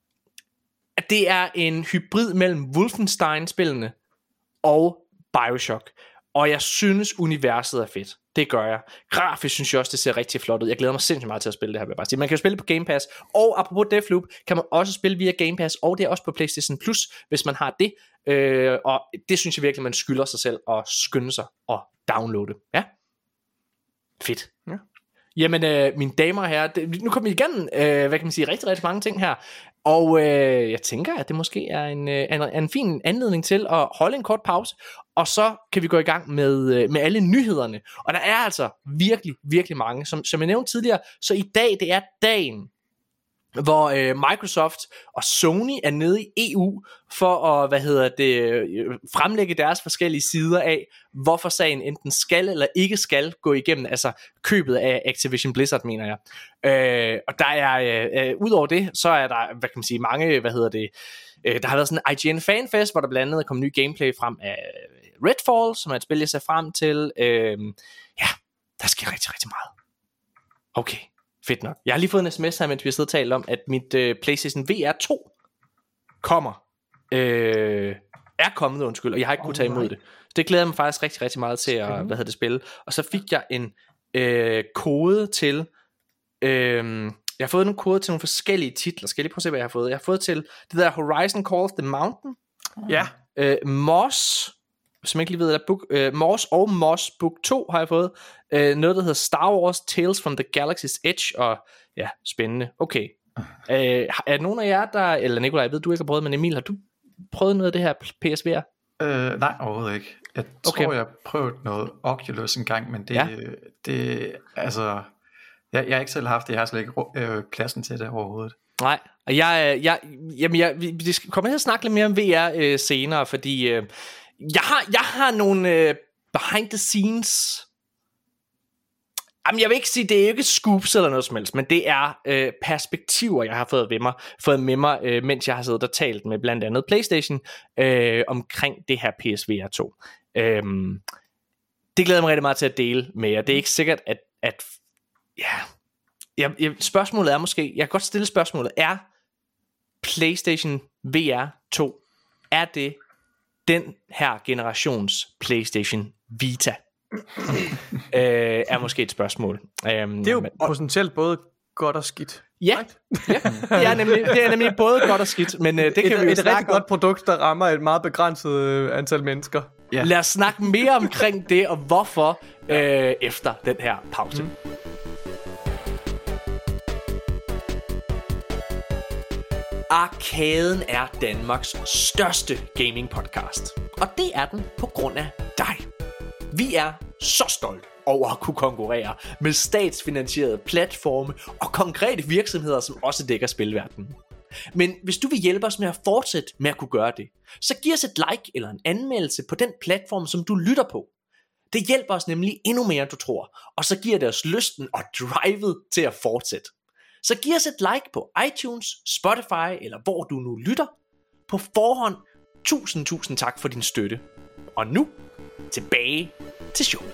det er en hybrid mellem Wolfenstein-spillene og BioShock. Og jeg synes universet er fedt. Det gør jeg. Grafisk synes jeg også det ser rigtig flot ud. Jeg glæder mig sindssygt meget til at spille det her, vil jeg bare sige. Man kan jo spille på Game Pass. Og apropos Deathloop, kan man også spille via Game Pass. Og det er også på PlayStation Plus, hvis man har det. øh, Og det synes jeg virkelig man skylder sig selv at skynde sig og downloade. Ja. Fedt. Ja. Jamen øh, mine damer og herrer, det, nu kommer vi igen øh, hvad kan man sige, rigtig rigtig mange ting her. Og øh, jeg tænker at det måske er en, øh, en, en fin anledning til at holde en kort pause. Og så kan vi gå i gang med, øh, med alle nyhederne. Og der er altså virkelig virkelig mange. Som, som jeg nævnte tidligere, så i dag det er dagen hvor øh, Microsoft og Sony er nede i E U for at, hvad hedder det, øh, fremlægge deres forskellige sider af, hvorfor sagen enten skal eller ikke skal gå igennem, altså købet af Activision Blizzard, mener jeg. Øh, og der er, øh, udover det, så er der, hvad kan man sige, mange, hvad hedder det, øh, der har været sådan en I G N fanfest, hvor der blandt andet er kommet ny gameplay frem af Redfall, som er et spil, jeg ser frem til. Øh, ja, der sker rigtig, rigtig meget. Okay. Fedt nok. Jeg har lige fået en sms her, mens vi har siddet og talt om, at mit øh, PlayStation V R to kommer. Øh, er kommet, undskyld, og jeg har ikke oh, kunnet tage imod nej. det. Så det glæder jeg mig faktisk rigtig, rigtig meget til at hvad hedder det, spille. Og så fik jeg en øh, kode til... Øh, jeg har fået en kode til nogle forskellige titler. Skal jeg lige prøve at se, hvad jeg har fået? Jeg har fået til det der Horizon Call of the Mountain. Ja. Øh, Moss... som jeg ikke lige ved, der book, uh, Moss og Moss Book to har jeg fået. Uh, noget, der hedder Star Wars Tales from the Galaxy's Edge, og ja, spændende. Okay. Uh, er nogen af jer, der, eller Nikolaj, jeg ved, du ikke har prøvet, men Emil, har du prøvet noget af det her P S V R? Uh, nej, overhovedet ikke. Jeg okay. tror, jeg har prøvet noget Oculus en gang, men det, ja. det altså, jeg, jeg har ikke selv haft det, jeg har slet ikke øh, pladsen til det overhovedet. Nej, og jeg, jeg, jamen, jeg, vi, vi kommer til at snakke lidt mere om V R øh, senere, fordi... Øh, Jeg har, jeg har nogle øh, behind the scenes. Jamen jeg vil ikke sige, det er ikke scoops eller noget som helst, men det er øh, perspektiver, jeg har fået med mig, fået med mig øh, mens jeg har siddet og talt med blandt andet PlayStation øh, omkring det her P S V R to. Øh, det glæder jeg mig rigtig meget til at dele med jer. Det er ikke sikkert, at, at ja, jeg, jeg, spørgsmålet er måske, jeg kan godt stille spørgsmålet, er PlayStation V R to, er det den her generations PlayStation Vita? øh, er måske et spørgsmål. Um, det er jo men, potentielt både godt og skidt. Ja, right? ja. Det, er nemlig, det er nemlig både godt og skidt, men uh, det kan et, vi jo et snakke rigtig om. Godt produkt, der rammer et meget begrænset øh, antal mennesker. Yeah. Lad os snakke mere omkring det, og hvorfor øh, efter den her pause. Mm. Arkaden er Danmarks største gaming podcast, og det er den på grund af dig. Vi er så stolte over at kunne konkurrere med statsfinansierede platforme og konkrete virksomheder, som også dækker spilverdenen. Men hvis du vil hjælpe os med at fortsætte med at kunne gøre det, så giv os et like eller en anmeldelse på den platform, som du lytter på. Det hjælper os nemlig endnu mere, end du tror, og så giver det os lysten og drivet til at fortsætte. Så giv os et like på iTunes, Spotify eller hvor du nu lytter. På forhånd, tusind tusind tak for din støtte. Og nu, tilbage til showet.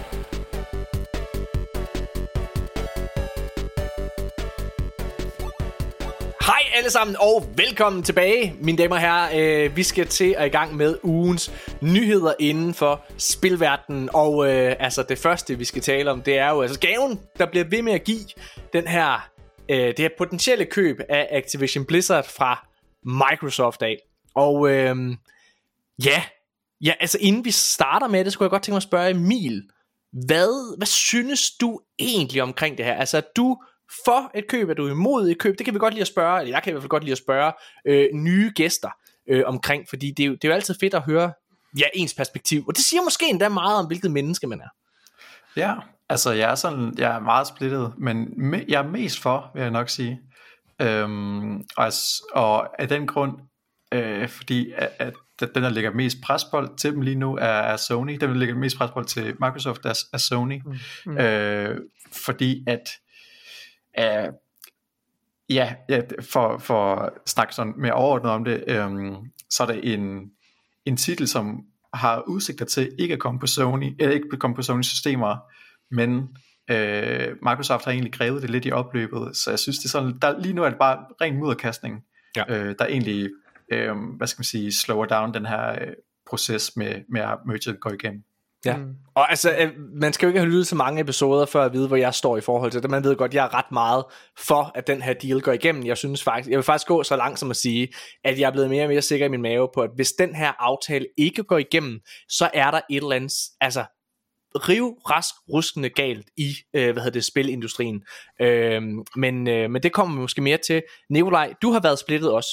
Hej alle sammen og velkommen tilbage, mine damer og herrer. Vi skal til at i gang med ugens nyheder inden for spilverdenen. Og øh, altså det første vi skal tale om, det er jo altså gaven, der bliver ved med at give den her... det her potentielle køb af Activision Blizzard fra Microsoft af. Og øh, ja, ja, altså inden vi starter med det, så kunne jeg godt tænke mig at spørge Emil, hvad, hvad synes du egentlig omkring det her? Altså er du for et køb, er du imod et køb? Det kan vi godt lide at spørge, eller jeg kan i hvert fald godt lide at spørge øh, nye gæster øh, omkring, fordi det er, jo, det er jo altid fedt at høre ja, ens perspektiv, og det siger måske endda meget om, hvilket menneske man er. Ja, altså jeg er sådan, jeg er meget splittet, men me, jeg er mest for, vil jeg nok sige. Øhm, og, og af den grund, øh, fordi at, at den der lægger mest presbold til dem lige nu er, er Sony. Den der lægger mest presbold til Microsoft er, er Sony. Mm. Mm. Øh, fordi at øh, Ja, ja for, for at snakke sådan mere overordnet om det, øhm, så er det en, en titel, som har udsigter til ikke at komme på Sony, eller ikke at komme på Sonys systemer, men øh, Microsoft har egentlig grebet det lidt i opløbet, så jeg synes det er sådan, der, lige nu er det bare ren mudderkastning, ja. øh, der egentlig, øh, hvad skal man sige, slower down den her øh, proces med, med at merget går igennem. Ja, mm. og altså, man skal jo ikke have lyttet så mange episoder før at vide, hvor jeg står i forhold til det. Man ved godt, at jeg er ret meget for, at den her deal går igennem. Jeg synes faktisk, jeg vil faktisk gå så langt som at sige, at jeg er blevet mere og mere sikker i min mave på, at hvis den her aftale ikke går igennem, så er der et eller andet, altså riv rask ruskende galt i, øh, hvad hedder det, spilindustrien. Øh, men, øh, men det kommer vi måske mere til. Nikolaj, du har været splittet også.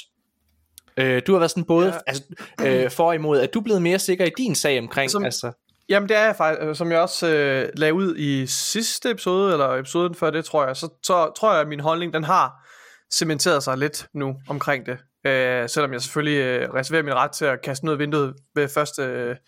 Øh, du har været sådan både ja. altså, øh, for og imod. Er du blevet mere sikker i din sag omkring, som, altså... Jamen det er jeg faktisk, som jeg også øh, lagde ud i sidste episode, eller episoden før det, tror jeg, så, så tror jeg, at min holdning, den har cementeret sig lidt nu omkring det. Øh, selvom jeg selvfølgelig øh, reserverer min ret til at kaste noget af vinduet ved første,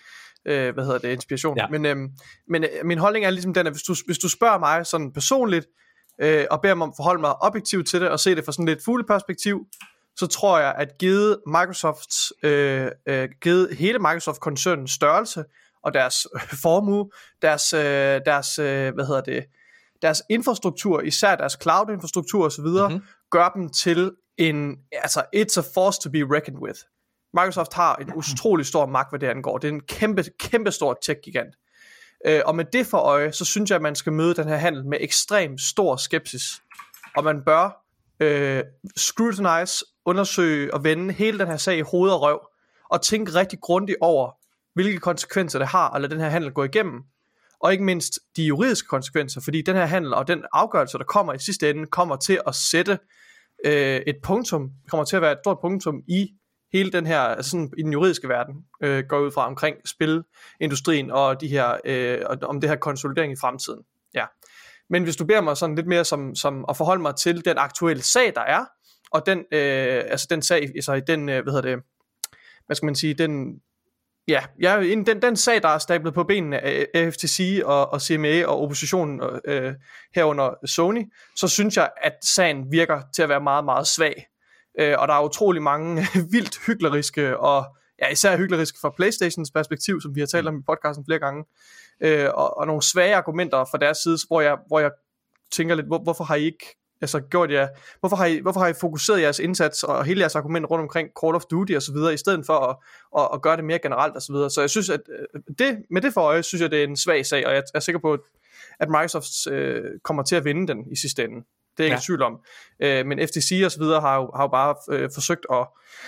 øh, hvad hedder det, inspiration. Ja. Men, øh, men øh, min holdning er ligesom den, at hvis du, hvis du spørger mig sådan personligt, øh, og beder mig om at forholde mig objektivt til det, og se det fra sådan lidt fugleperspektiv, så tror jeg, at givet Microsofts, øh, øh, givet hele Microsoft-koncernens størrelse, og deres formue, deres, øh, deres, øh, hvad hedder det, deres infrastruktur, især deres cloud-infrastruktur osv., mm-hmm. gør dem til en, altså it's a force to be reckoned with. Microsoft har en utrolig stor magt, hvad det angår. Det er en kæmpe, kæmpe stor tech-gigant. Øh, og med det for øje, så synes jeg, at man skal møde den her handel med ekstremt stor skepsis. Og man bør øh, scrutinize, undersøge og vende hele den her sag i hoved og røv, og tænke rigtig grundigt over, hvilke konsekvenser det har at lade den her handel gå igennem, og ikke mindst de juridiske konsekvenser, fordi den her handel og den afgørelse, der kommer i sidste ende, kommer til at sætte øh, et punktum, kommer til at være et stort punktum i hele den her, altså sådan i den juridiske verden, øh, går ud fra omkring spilindustrien og de her, øh, om det her konsolidering i fremtiden. Ja. Men hvis du beder mig sådan lidt mere som, som at forholde mig til den aktuelle sag, der er, og den, øh, altså den sag, altså den, øh, hvad hedder det, hvad skal man sige, den Ja, ja den, den sag, der er stablet på benene af F T C og, og C M A og oppositionen øh, herunder Sony, så synes jeg, at sagen virker til at være meget, meget svag. Øh, og der er utrolig mange vildt hykleriske, og ja, især hykleriske fra PlayStations perspektiv, som vi har talt om i podcasten flere gange, øh, og, og nogle svage argumenter fra deres side, hvor jeg, hvor jeg tænker lidt, hvor, hvorfor har I ikke altså gjort jer, hvorfor har I, hvorfor har I fokuseret jeres indsats og hele jeres argument rundt omkring Call of Duty og så videre, i stedet for at, at, at gøre det mere generelt og så videre. Så jeg synes, at det, med det for øje, synes jeg, det er en svag sag, og jeg er sikker på, at Microsoft øh, kommer til at vinde den i sidste ende. Det er jeg ikke ja. i tvivl om. Øh, men F T C og så videre har jo, har jo bare øh, forsøgt at,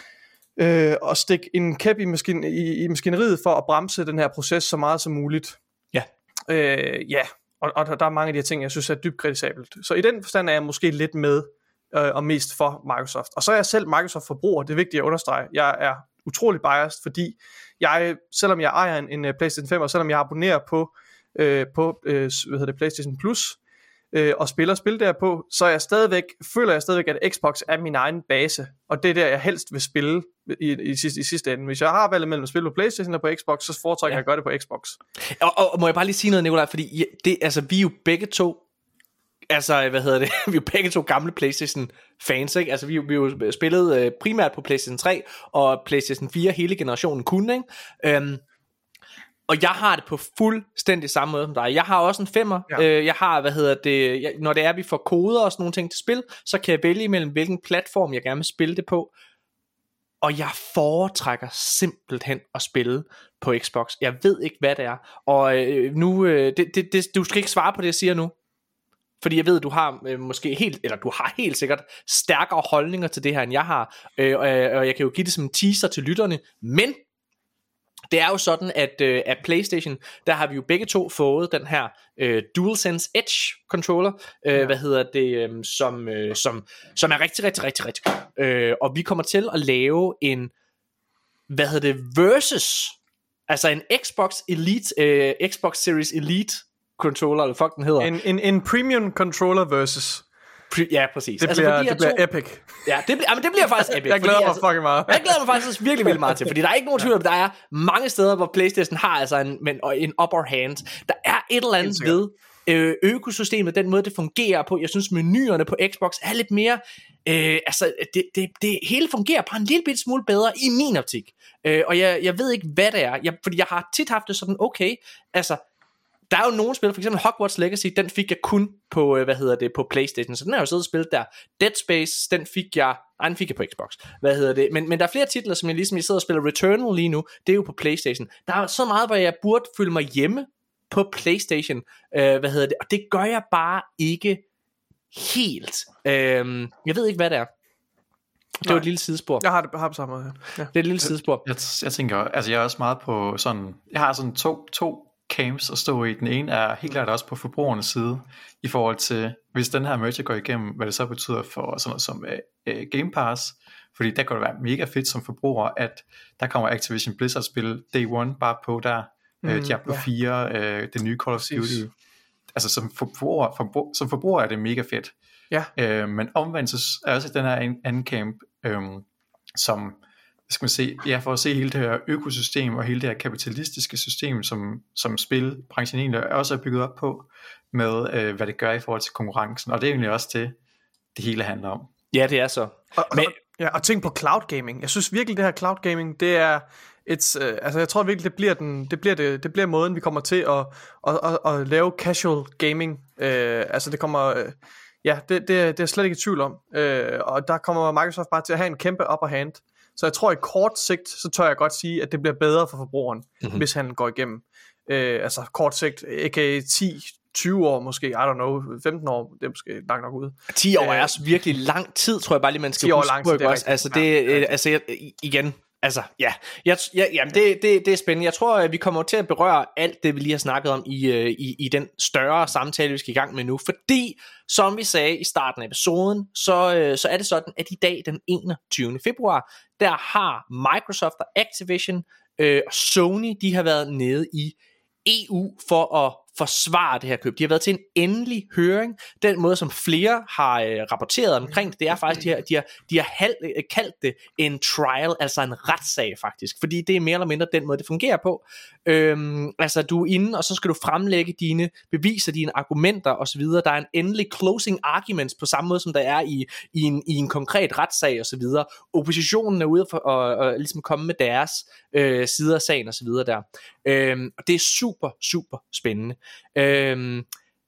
øh, at stikke en kæp i, maskin, i, i maskineriet for at bremse den her proces så meget som muligt. Ja. Øh, ja. Og, og der er mange af de her ting, jeg synes er dybt kritisabelt. Så i den forstand er jeg måske lidt med, øh, og mest for Microsoft. Og så er jeg selv Microsoft-forbruger, det er vigtigt at understrege. Jeg er utrolig biased, fordi jeg, selvom jeg ejer en, en PlayStation fem, og selvom jeg abonnerer på, øh, på øh, hvad hedder det, PlayStation Plus, øh, og spiller spil derpå, så er jeg stadigvæk, føler jeg stadigvæk, at Xbox er min egen base. Og det er der, jeg helst vil spille i, i, sidste, i sidste ende. Hvis jeg har valget mellem at spille på PlayStation og på Xbox, så foretrækker ja. jeg at gøre det på Xbox. Og, og, og må jeg bare lige sige noget, Nikolaj, fordi det, altså, vi er jo begge to, altså, hvad hedder det, vi er jo begge to gamle PlayStation fans, ikke? Altså, vi, vi er jo spillet øh, primært på PlayStation tre, og PlayStation fire, hele generationen kunne, ikke? Øhm, Og jeg har det på fuldstændig samme måde som dig. Jeg har også en femmer. Ja. øh, Jeg har, hvad hedder det jeg, når det er vi får koder og sådan nogle ting til spil, så kan jeg vælge mellem hvilken platform jeg gerne vil spille det på. Og jeg foretrækker simpelthen at spille på Xbox. Jeg ved ikke hvad det er. Og øh, nu øh, det, det, det, du skal ikke svare på det jeg siger nu, fordi jeg ved du har øh, måske helt eller du har helt sikkert stærkere holdninger til det her end jeg har. øh, og, og jeg kan jo give det som en teaser til lytterne. Men det er jo sådan, at øh, af PlayStation, der har vi jo begge to fået den her øh, DualSense Edge controller, øh, ja. hvad hedder det, øh, som, øh, som, som er rigtig, rigtig, rigtig, rigtig god. Øh, og vi kommer til at lave en, hvad hedder det, versus, altså en Xbox Elite, øh, Xbox Series Elite controller, eller fuck den hedder. En, en, en premium controller versus. Ja, præcis. Det bliver, altså, det bliver to, epic. Ja, det bliver, jamen, det bliver faktisk epic. Jeg glæder fordi, mig altså, fucking meget. Jeg glæder mig faktisk virkelig, virkelig meget til, fordi der er ikke nogen tvivl om, der er mange steder, hvor PlayStation har altså en, men, en upper hand. Der er et eller andet ved øh, økosystemet, den måde det fungerer på. Jeg synes menuerne på Xbox er lidt mere, øh, altså det, det, det hele fungerer bare en lille bit smule bedre i min optik. Øh, og jeg, jeg ved ikke hvad det er, jeg, fordi jeg har tit haft det sådan, okay, altså der er jo nogle spil, for eksempel Hogwarts Legacy, den fik jeg kun på, hvad hedder det, på PlayStation, så den har jeg jo siddet og spillet der. Dead Space, den fik jeg, nej, den fik jeg på Xbox, hvad hedder det, men, men der er flere titler, som jeg ligesom, jeg sidder og spiller Returnal lige nu, det er jo på PlayStation. Der er så meget, hvor jeg burde føle mig hjemme på PlayStation, øh, hvad hedder det, og det gør jeg bare ikke helt. Øh, jeg ved ikke, hvad det er. Det var et lille sidespor. Jeg har det, har det samme måde. Ja. Det er et lille sidespor. Jeg, jeg tænker, altså jeg er også meget på sådan, jeg har sådan to, to camps at stå i. Den ene er helt klart også på forbrugernes side, i forhold til, hvis den her merge går igennem, hvad det så betyder for sådan noget som uh, Game Pass, fordi der kan det være mega fedt som forbruger, at der kommer Activision Blizzard spil Day One bare på der, mm, uh, Diablo yeah. fire, uh, det nye Call of Duty. Altså som forbruger, forbruger, som forbruger er det mega fedt. Ja. Uh, men omvendt så er også den her anden camp, um, som skal man se, ja, for at se hele det her økosystem og hele det her kapitalistiske system, som, som spilbranchen egentlig også er bygget op på, med øh, hvad det gør i forhold til konkurrencen, og det er egentlig også det, det hele handler om. Ja, det er så. Og, Men, og, ja, og tænk på cloud gaming. Jeg synes virkelig, det her cloud gaming, det er It's, uh, altså jeg tror virkelig det bliver den det bliver det det bliver måden vi kommer til at at, at, at lave casual gaming. Uh, altså det kommer uh, ja, det, det, det er jeg slet ikke i tvivl om. Uh, og der kommer Microsoft bare til at have en kæmpe upper hand. Så jeg tror i kort sigt, så tør jeg godt sige, at det bliver bedre for forbrugeren, mm-hmm. hvis han går igennem. Øh, altså kort sigt, aka ti tyve år måske, I don't know, femten år, det er måske langt nok ude. ti år er også virkelig lang tid, tror jeg bare lige, man skal huske på, ikke også? Altså det, ja, ja. altså jeg, igen, altså ja, jeg, ja jamen, det, det, det er spændende. Jeg tror, at vi kommer til at berøre alt det, vi lige har snakket om i, i, i den større samtale, vi skal i gang med nu, fordi, som vi sagde i starten af episoden, så, så er det sådan, at i dag, den enogtyvende februar, der har Microsoft og Activision øh, og Sony, de har været nede i E U for at forsvare det her køb. De har været til en endelig høring. Den måde, som flere har øh, rapporteret omkring det, det er faktisk, de har, de har, de har halv, øh, kaldt det en trial, altså en retssag faktisk, fordi det er mere eller mindre den måde, det fungerer på. Øhm, altså, du er inde, og så skal du fremlægge dine beviser, dine argumenter osv. Der er en endelig closing arguments på samme måde, som der er i, i, en, i en konkret retssag osv. Oppositionen er ude for at, at, at ligesom komme med deres øh, sider af sagen osv. der. Øhm, og det er super, super spændende. Øhm,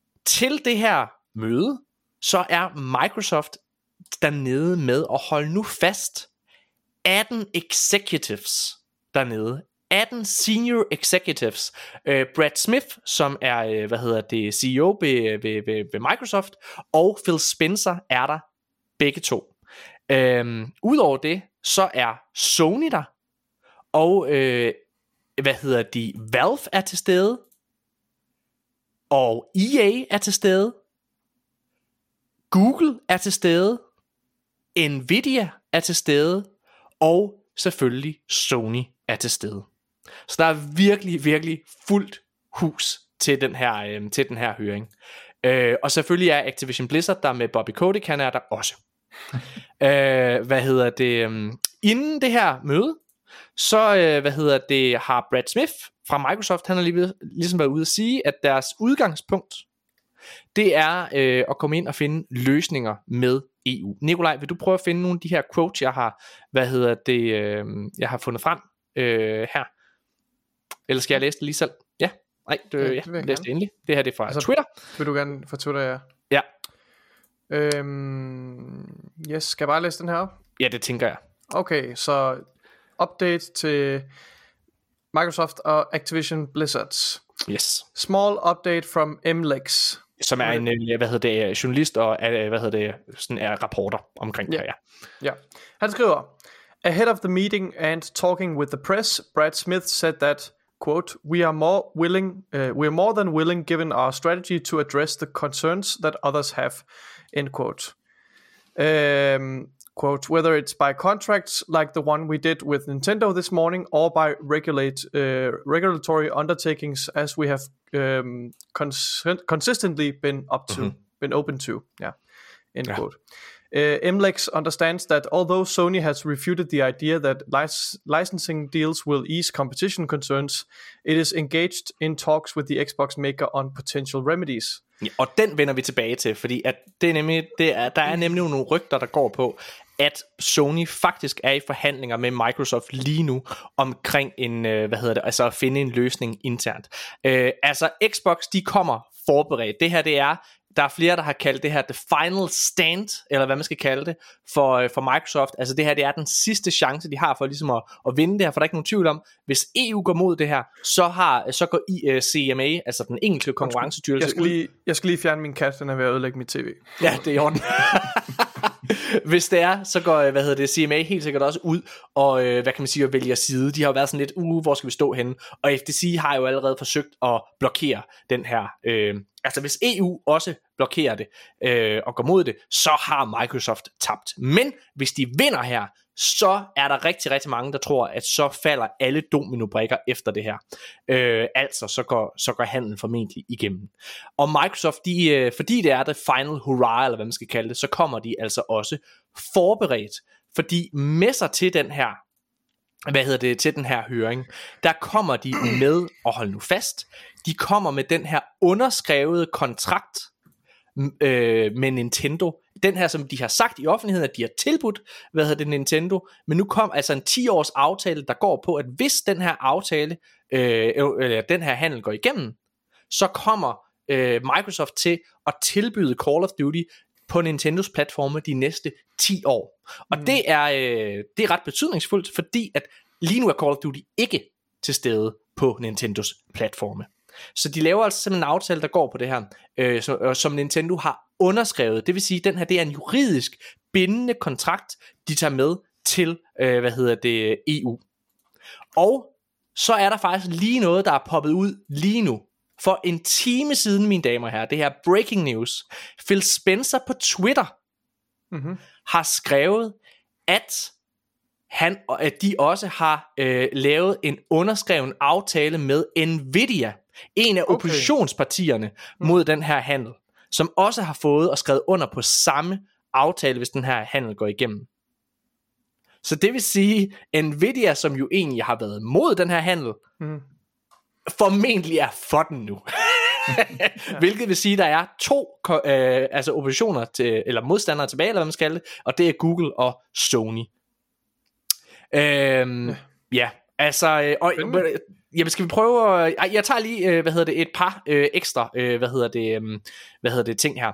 til det her møde, så er Microsoft dernede med at holde nu fast atten executives dernede. atten senior executives. øh, Brad Smith, som er øh, hvad hedder det, C E O ved, ved, ved, ved Microsoft, og Phil Spencer er der begge to. øhm, Udover det, så er Sony der, og øh, hvad hedder de, Valve er til stede, og E A er til stede, Google er til stede, Nvidia er til stede, og selvfølgelig Sony er til stede. Så der er virkelig, virkelig fuldt hus til den her, øh, til den her høring. Øh, og selvfølgelig er Activision Blizzard der med Bobby Kotick, han er der også. øh, hvad hedder det? Øh, inden det her møde, så øh, hvad hedder det, har Brad Smith fra Microsoft, han har lige, ligesom været ude at sige, at deres udgangspunkt, det er øh, at komme ind og finde løsninger med E U. Nikolaj, vil du prøve at finde nogle af de her quotes, jeg har, hvad hedder det, øh, jeg har fundet frem øh, her? Eller skal jeg læse det lige selv? Ja, nej, det, ja, ja læs det endelig. Det her det er fra altså, Twitter. Vil du gerne fra Twitter, ja? Ja. Øhm, yes, skal jeg bare læse den her op? Ja, det tænker jeg. Okay, så update til Microsoft og Activision Blizzard. Yes. Small update from M L X. Som er en, hvad hedder det, journalist og hvad hedder det, sådan er rapporter omkring yeah. det her. Ja. Han skriver: Ahead of the meeting and talking with the press, Brad Smith said that, quote, we are more willing, uh, we are more than willing, given our strategy, to address the concerns that others have, end quote. Um, quote, whether it's by contracts like the one we did with Nintendo this morning, or by regulate uh, regulatory undertakings, as we have um, cons- consistently been up to, mm-hmm. been open to, yeah, end yeah. quote. Uh, M L E X understands that although Sony has refuted the idea that lic- licensing deals will ease competition concerns, it is engaged in talks with the Xbox maker on potential remedies. Ja, og den vender vi tilbage til, fordi at det er nemlig, det er, der er nemlig nogle rygter, der går på, at Sony faktisk er i forhandlinger med Microsoft lige nu omkring en, hvad hedder det, altså at finde en løsning internt. Øh, altså Xbox, de kommer forberedt. Det her, det er, der er flere, der har kaldt det her the final stand, eller hvad man skal kalde det, for, for Microsoft. Altså det her, det er den sidste chance, de har for ligesom at, at vinde det her, for der er ikke nogen tvivl om, hvis E U går mod det her, så, har, så går I, uh, C M A, altså den engelske konkurrencestyrelse, jeg skal, lige, jeg skal lige fjerne min kat, den er ved at ødelægge mit tv. Ja, det er i orden. Hvis det er, så går, hvad hedder det, C M A helt sikkert også ud, og øh, hvad kan man sige, at vælge side. De har jo været sådan lidt, uh, hvor skal vi stå henne? Og F T C har jo allerede forsøgt at blokere den her, øh, altså hvis E U også blokerer det, øh, og går mod det, så har Microsoft tabt. Men hvis de vinder her, så er der rigtig, rigtig mange, der tror, at så falder alle dominobrikker efter det her. Øh, altså, så går, så går handlen formentlig igennem. Og Microsoft, de, øh, fordi det er det final hurrah, eller hvad man skal kalde det, så kommer de altså også forberedt. Fordi med sig til den her, hvad hedder det, til den her høring, der kommer de med, og hold nu fast, de kommer med den her underskrevede kontrakt øh, med Nintendo. Den her, som de har sagt i offentligheden, at de har tilbudt, hvad hedder det, Nintendo, men nu kom altså en ti års aftale, der går på, at hvis den her aftale, øh, eller den her handel går igennem, så kommer øh, Microsoft til at tilbyde Call of Duty på Nintendos platforme de næste ti år. Og mm. det, er, øh, det er ret betydningsfuldt, fordi at lige nu er Call of Duty ikke til stede på Nintendos platforme. Så de laver altså simpelthen en aftale, der går på det her, øh, som, øh, som Nintendo har underskrevet. Det vil sige, at den her, det er en juridisk bindende kontrakt, de tager med til, øh, hvad hedder det, E U. Og så er der faktisk lige noget, der er poppet ud lige nu. For en time siden, mine damer og herrer, det her breaking news. Phil Spencer på Twitter mm-hmm. har skrevet, at han og at de også har øh, lavet en underskreven aftale med Nvidia, en af okay. oppositionspartierne mm. mod den her handel, som også har fået og skrevet under på samme aftale, hvis den her handel går igennem. Så det vil sige, Nvidia, som jo egentlig har været mod den her handel, mm. formentlig er for den nu. Hvilket vil sige, at der er to øh, altså oppositioner til, eller modstandere tilbage, eller hvad man skal det, og det er Google og Sony. Øhm, ja. ja, altså, øh, og, øh, jamen skal vi prøve, øh, jeg tager lige, øh, hvad hedder det, et par øh, ekstra, øh, hvad hedder det, øh, hvad hedder det, ting her.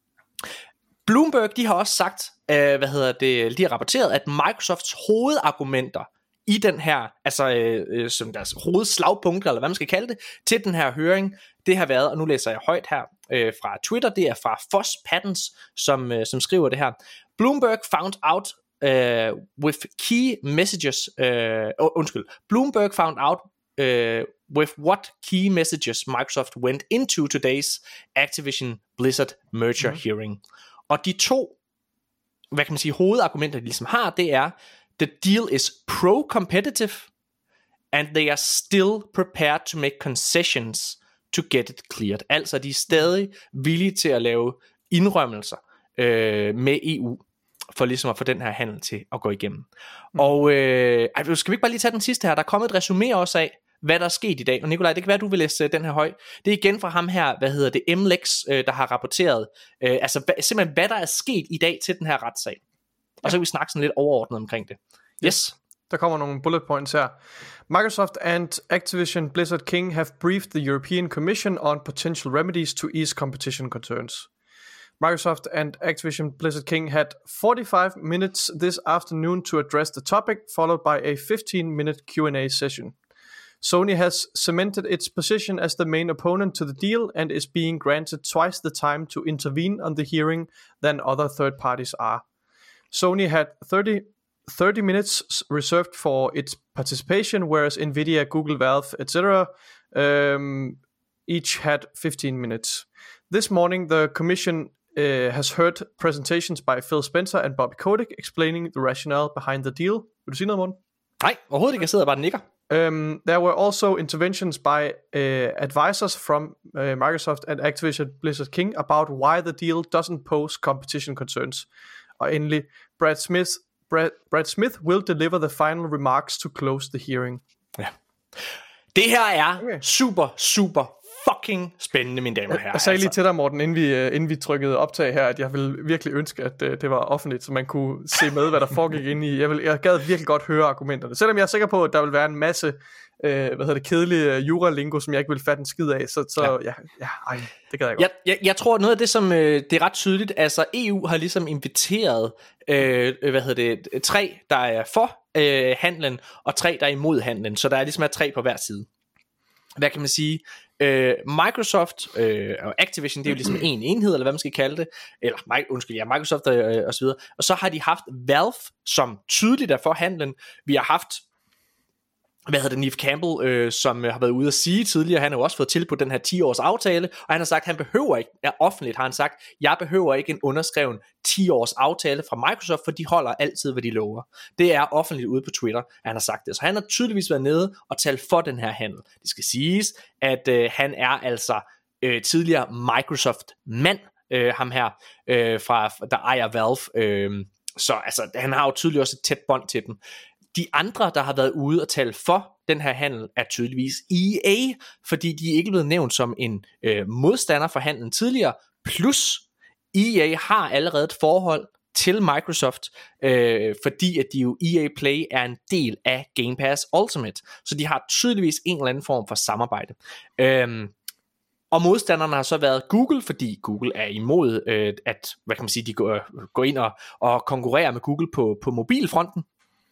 Bloomberg, de har også sagt, øh, hvad hedder det, de har rapporteret, at Microsofts hovedargumenter i den her, altså øh, som deres hovedslagpunkter, eller hvad man skal kalde det, til den her høring, det har været, og nu læser jeg højt her øh, fra Twitter, det er fra Foss Patents, som, øh, som skriver det her. Bloomberg found out Uh, with key messages uh, oh, undskyld Bloomberg found out uh, with what key messages Microsoft went into today's Activision Blizzard merger mm-hmm. hearing. Og de to, hvad kan man sige, hovedargumenter de ligesom har, det er the deal is pro-competitive and they are still prepared to make concessions to get it cleared. Altså de er stadig villige til at lave indrømmelser uh, med E U for ligesom at få den her handel til at gå igennem. Mm. Og øh, skal vi ikke bare lige tage den sidste her? Der er kommet et resumé også af, hvad der er sket i dag. Og Nikolaj, det kan være, du vil læse den her høj. Det er igen fra ham her, hvad hedder det, M L E X, øh, der har rapporteret, øh, altså hva, simpelthen hvad der er sket i dag til den her retssag. Og ja. Så kan vi snakke sådan lidt overordnet omkring det. Yes. Der kommer nogle bullet points her. Microsoft and Activision Blizzard King have briefed the European Commission on potential remedies to ease competition concerns. Microsoft and Activision Blizzard King had forty-five minutes this afternoon to address the topic, followed by a fifteen minute Q and A session. Sony has cemented its position as the main opponent to the deal and is being granted twice the time to intervene on the hearing than other third parties are. Sony had thirty, thirty minutes reserved for its participation, whereas Nvidia, Google, Valve, et cetera um, each had fifteen minutes. This morning, the Commission Uh, has heard presentations by Phil Spencer and Bobby Kotick explaining the rationale behind the deal. Vil du sige noget, Morten? Nej, overhovedet ikke. Jeg sidder bare og nikker. Um, there were also interventions by uh, advisors from uh, Microsoft and Activision Blizzard King about why the deal doesn't pose competition concerns. Og endelig, Brad Smith, Brad, Brad Smith will deliver the final remarks to close the hearing. Ja. Det her er Okay. super, super fucking spændende, mine damer og herrer. Jeg sagde lige til dig, Morten, inden vi, uh, inden vi trykkede optag her, at jeg ville virkelig ønske, at uh, det var offentligt, så man kunne se med, hvad der foregik inde i. Jeg, vil, jeg gad virkelig godt høre argumenterne. Selvom jeg er sikker på, at der vil være en masse uh, hvad hedder det, kedelige uh, jura-lingo, som jeg ikke vil fatte en skid af. Så, så ja. Ja, ja, ej, det gad jeg godt. Jeg, jeg, jeg tror, noget af det, som øh, det er ret tydeligt, altså E U har ligesom inviteret, øh, hvad hedder det, tre, der er for øh, handlen, og tre, der er imod handlen. Så der er ligesom er tre på hver side. Hvad kan man sige? Øh, Microsoft øh, og Activision, det er jo ligesom en enhed, eller hvad man skal kalde det, eller undskyld, ja, Microsoft øh, og så videre. Og så har de haft Valve, som tydeligt er for handlen. Vi har haft, hvad hedder det, Neve Campbell, øh, som har været ude at sige tidligere, han har jo også fået tilbudt den her ti års aftale, og han har sagt, han behøver ikke, ja, offentligt har han sagt, jeg behøver ikke en underskreven ti års aftale fra Microsoft, for de holder altid, hvad de lover. Det er offentligt ude på Twitter, han har sagt det. Så han har tydeligvis været nede og talt for den her handel. Det skal siges, at øh, han er altså øh, tidligere Microsoft-mand, øh, ham her, øh, fra, der ejer Valve, øh, så altså, han har jo tydeligvis også et tæt bånd til dem. De andre, der har været ude og tale for den her handel, er tydeligvis E A, fordi de er ikke blevet nævnt som en øh, modstander for handlen tidligere, plus E A har allerede et forhold til Microsoft, øh, fordi at de jo E A Play er en del af Game Pass Ultimate, så de har tydeligvis en eller anden form for samarbejde. Øhm, og modstanderne har så været Google, fordi Google er imod, øh, at hvad kan man sige, de går, går ind og, og konkurrerer med Google på, på mobilfronten.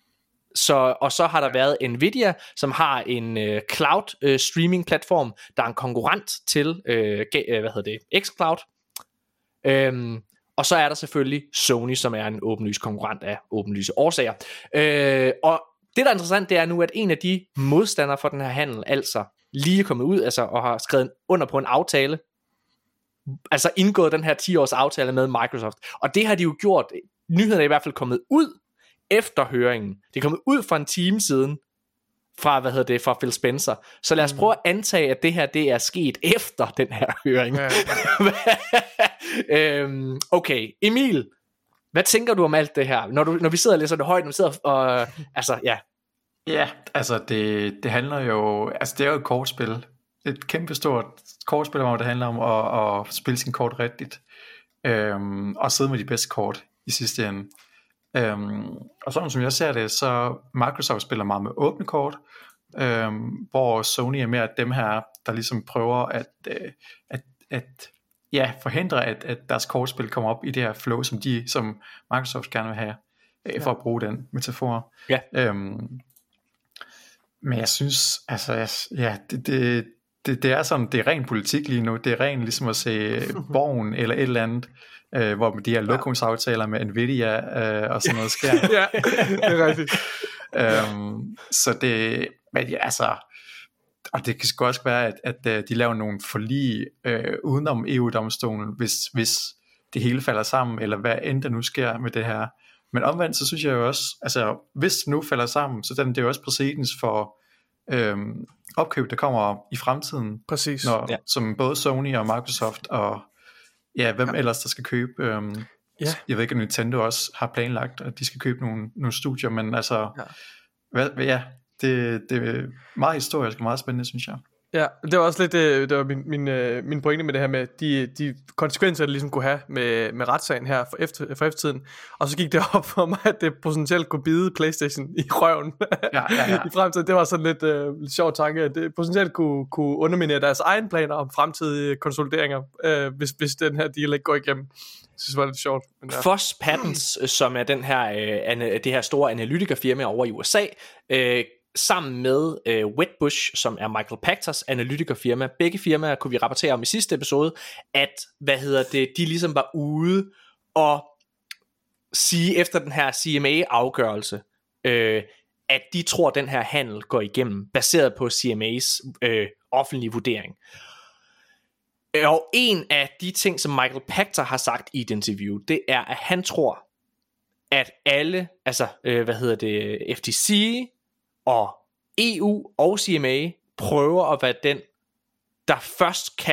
Så, og så har der været Nvidia, som har en øh, cloud øh, streaming platform, der er en konkurrent til øh, hvad hedder det, xCloud. Øhm, og så er der selvfølgelig Sony, som er en åbenlys konkurrent af åbenlyse årsager. Øh, og det der er interessant, det er nu, at en af de modstandere for den her handel, altså lige er kommet ud, altså og har skrevet under på en aftale, altså indgået den her ti års aftale med Microsoft. Og det har de jo gjort, nyhederne er i hvert fald kommet ud efter høringen. Det er kommet ud for en time siden fra, hvad hedder det, fra Phil Spencer. Så lad os prøve at antage, at det her, det er sket efter den her høring. Ja, ja. øhm, okay, Emil, hvad tænker du om alt det her? Når, du, når vi sidder og læser det højt, når vi sidder og, altså, ja. Ja, altså det, det handler jo, altså det er jo et kortspil. Et kæmpe stort kortspil, hvor det handler om at, at spille sin kort rigtigt. Øhm, og sidde med de bedste kort i sidste ende. Øhm, og sådan som jeg ser det, så Microsoft spiller meget med åbne kort, øhm, hvor Sony er mere dem her, der ligesom prøver at, øh, at, at ja, forhindre, at, at deres kortspil kommer op i det her flow, som de, som Microsoft gerne vil have, øh, for at bruge den metafor. Ja. Øhm, men jeg synes, altså, ja, det, det, det, det er sådan, det er ren politik lige nu. Det er ren ligesom at se Borgen eller et eller andet, øh, hvor de her lokumsaftaler med Nvidia øh, og sådan noget sker. Ja, det er rigtigt. øhm, så det, men ja, altså, og det kan sgu også være, at, at, at de laver nogle forlig øh, udenom E U-domstolen, hvis, hvis det hele falder sammen, eller hvad end der nu sker med det her. Men omvendt, så synes jeg jo også, altså, hvis det nu falder sammen, så den, det er jo også præcedens for øhm, opkøb, der kommer i fremtiden. Præcis. Når, Ja. som både Sony og Microsoft og ja, hvem ja. ellers der skal købe. Øhm, Ja. Jeg ved ikke, at Nintendo også har planlagt, at de skal købe nogle, nogle studier, men altså, Ja. hvad, ja, det, det er meget historisk og meget spændende, synes jeg. Ja, det var også lidt øh, det var min, min, øh, min pointe med det her med de, de konsekvenser, det ligesom kunne have med, med retssagen her for, efter, for eftertiden. Og så gik det op for mig, at det potentielt kunne bide PlayStation i røven Ja, ja, ja. i fremtiden. Det var sådan lidt, øh, lidt sjov tanke, at det potentielt kunne, kunne underminere deres egen planer om fremtidige konsolideringer, øh, hvis, hvis den her deal ikke går igennem. Jeg synes, det var lidt sjovt. Men ja. Foss Patents, som er den her, øh, an- det her store analytikerfirma over i U S A, øh, sammen med øh, Wedbush, som er Michael Pachters analytikerfirma. Begge firmaer kunne vi rapportere om i sidste episode, at, hvad hedder det, de ligesom var ude og sige efter den her C M A-afgørelse, øh, at de tror, at den her handel går igennem, baseret på C M A's øh, offentlige vurdering. Og en af de ting, som Michael Pachter har sagt i et interview, det er, at han tror, at alle, altså, øh, hvad hedder det, F T C og E U og C M A prøver at være den, der først kan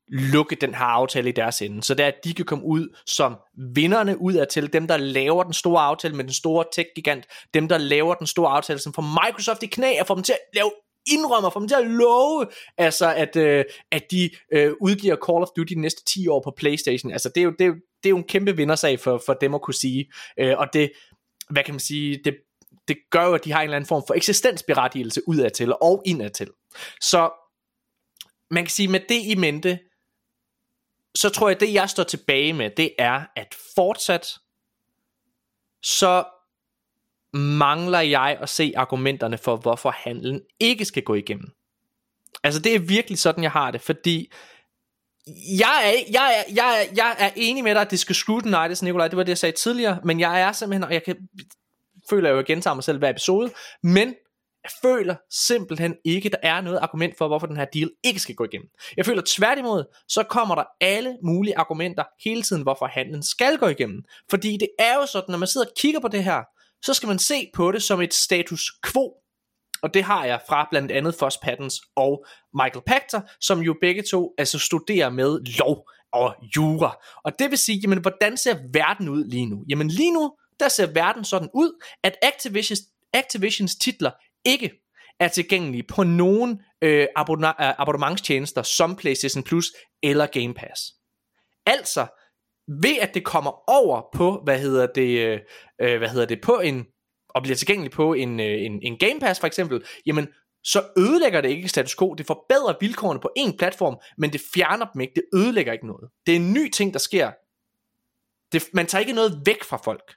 lukke den her aftale i deres ende, så det er, at de kan komme ud som vinderne ud af til dem, der laver den store aftale med den store tech-gigant, dem, der laver den store aftale, som får Microsoft i knæ og får dem til at lave indrømmer, får dem til at love, altså at, øh, at de øh, udgiver Call of Duty de næste ti år på PlayStation. Altså det er jo, det er jo, det er jo en kæmpe vindersag for, for dem at kunne sige, øh, og det, hvad kan man sige, det, det gør jo, at de har en eller anden form for eksistensberettigelse udadtil og indadtil. Så man kan sige, med det i mente, så tror jeg, at det jeg står tilbage med, det er, at fortsat, så mangler jeg at se argumenterne for, hvorfor handlen ikke skal gå igennem. Altså det er virkelig sådan, jeg har det, fordi jeg er, jeg er, jeg er, jeg er enig med dig, at det skal scrutinises, Nikolaj, det var det, jeg sagde tidligere, men jeg er simpelthen, og jeg kan, føler jo, at jeg gentager mig selv hver episode, men jeg føler simpelthen ikke, der er noget argument for, hvorfor den her deal ikke skal gå igennem. Jeg føler tværtimod, så kommer der alle mulige argumenter hele tiden, hvorfor handlen skal gå igennem. Fordi det er jo sådan, når man sidder og kigger på det her, så skal man se på det som et status quo. Og det har jeg fra blandt andet Foss Pattons og Michael Pachter, som jo begge to altså studerer med lov og jura. Og det vil sige, jamen hvordan ser verden ud lige nu? Jamen lige nu, der ser verden sådan ud, at Activisions, Activisions titler ikke er tilgængelige på nogen øh, abonne- abonnementstjenester som PlayStation Plus eller Game Pass. Altså, ved at det kommer over på, hvad hedder det, øh, hvad hedder det, på en, og bliver tilgængelig på en, øh, en, en Game Pass for eksempel, jamen, så ødelægger det ikke status quo, det forbedrer vilkårene på en platform, men det fjerner dem ikke, det ødelægger ikke noget. Det er en ny ting, der sker. Det, man tager ikke noget væk fra folk.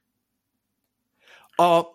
Og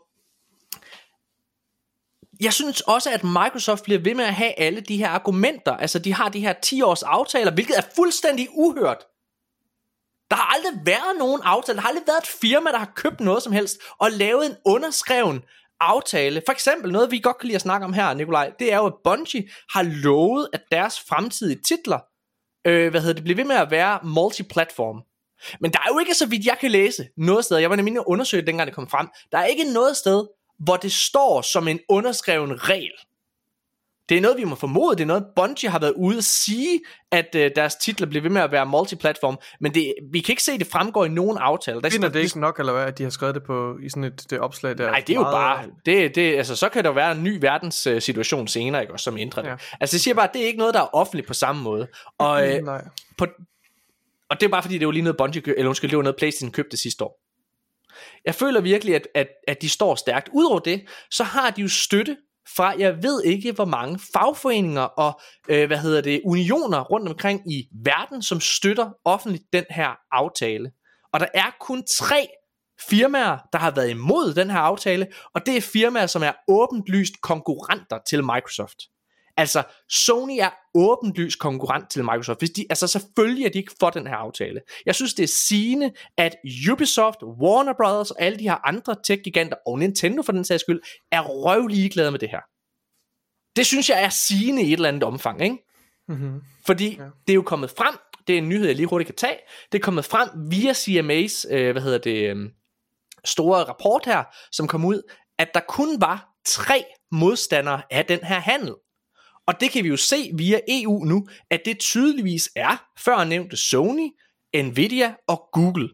jeg synes også, at Microsoft bliver ved med at have alle de her argumenter, altså de har de her ti års aftaler, hvilket er fuldstændig uhørt. Der har aldrig været nogen aftale, der har aldrig været et firma, der har købt noget som helst, og lavet en underskreven aftale. For eksempel noget, vi godt kan lide at snakke om her, Nikolaj, det er jo, at Bungie har lovet, at deres fremtidige titler, øh, hvad hedder det, bliver ved med at være multiplatform. Men der er jo ikke, så vidt jeg kan læse, noget sted, jeg var nemlig undersøge det, dengang det kom frem, der er ikke noget sted, hvor det står som en underskreven regel. Det er noget, vi må formode, det er noget, Bungie har været ude at sige, at øh, deres titler bliver ved med at være multiplatform, men det, vi kan ikke se, at det fremgår i nogen aftale. Der Finder det ikke nok, eller hvad, at de har skrevet det på i sådan et det opslag der? Nej, det er jo bare, det, det, altså, så kan der være en ny verdenssituation senere, ikke, også, som ændrer det. Ja. Altså, jeg siger bare, at det er ikke noget, der er offentligt på samme måde. Og, øh, Nej. På, og det er bare fordi, det var lige noget Bungie, eller undskyld, det var noget PlayStation købte sidste år. Jeg føler virkelig, at, at, at de står stærkt. Udover det, så har de jo støtte fra, jeg ved ikke hvor mange fagforeninger og øh, hvad hedder det, unioner rundt omkring i verden, som støtter offentligt den her aftale. Og der er kun tre firmaer, der har været imod den her aftale, og det er firmaer, som er åbenlyst konkurrenter til Microsoft. Altså, Sony er åbenlyst konkurrent til Microsoft. Hvis de, altså, selvfølgelig er de ikke for den her aftale. Jeg synes, det er sigende, at Ubisoft, Warner Brothers og alle de her andre tech-giganter, og Nintendo for den sags skyld, er røvligeglade med det her. Det synes jeg er sigende i et eller andet omfang, ikke? Mm-hmm. Fordi ja. Det er jo kommet frem, det er en nyhed, jeg lige hurtigt kan tage, det er kommet frem via C M A's, øh, hvad hedder det, øh, store rapport her, som kom ud, at der kun var tre modstandere af den her handel. Og det kan vi jo se via E U nu, at det tydeligvis er før nævnte Sony, Nvidia og Google.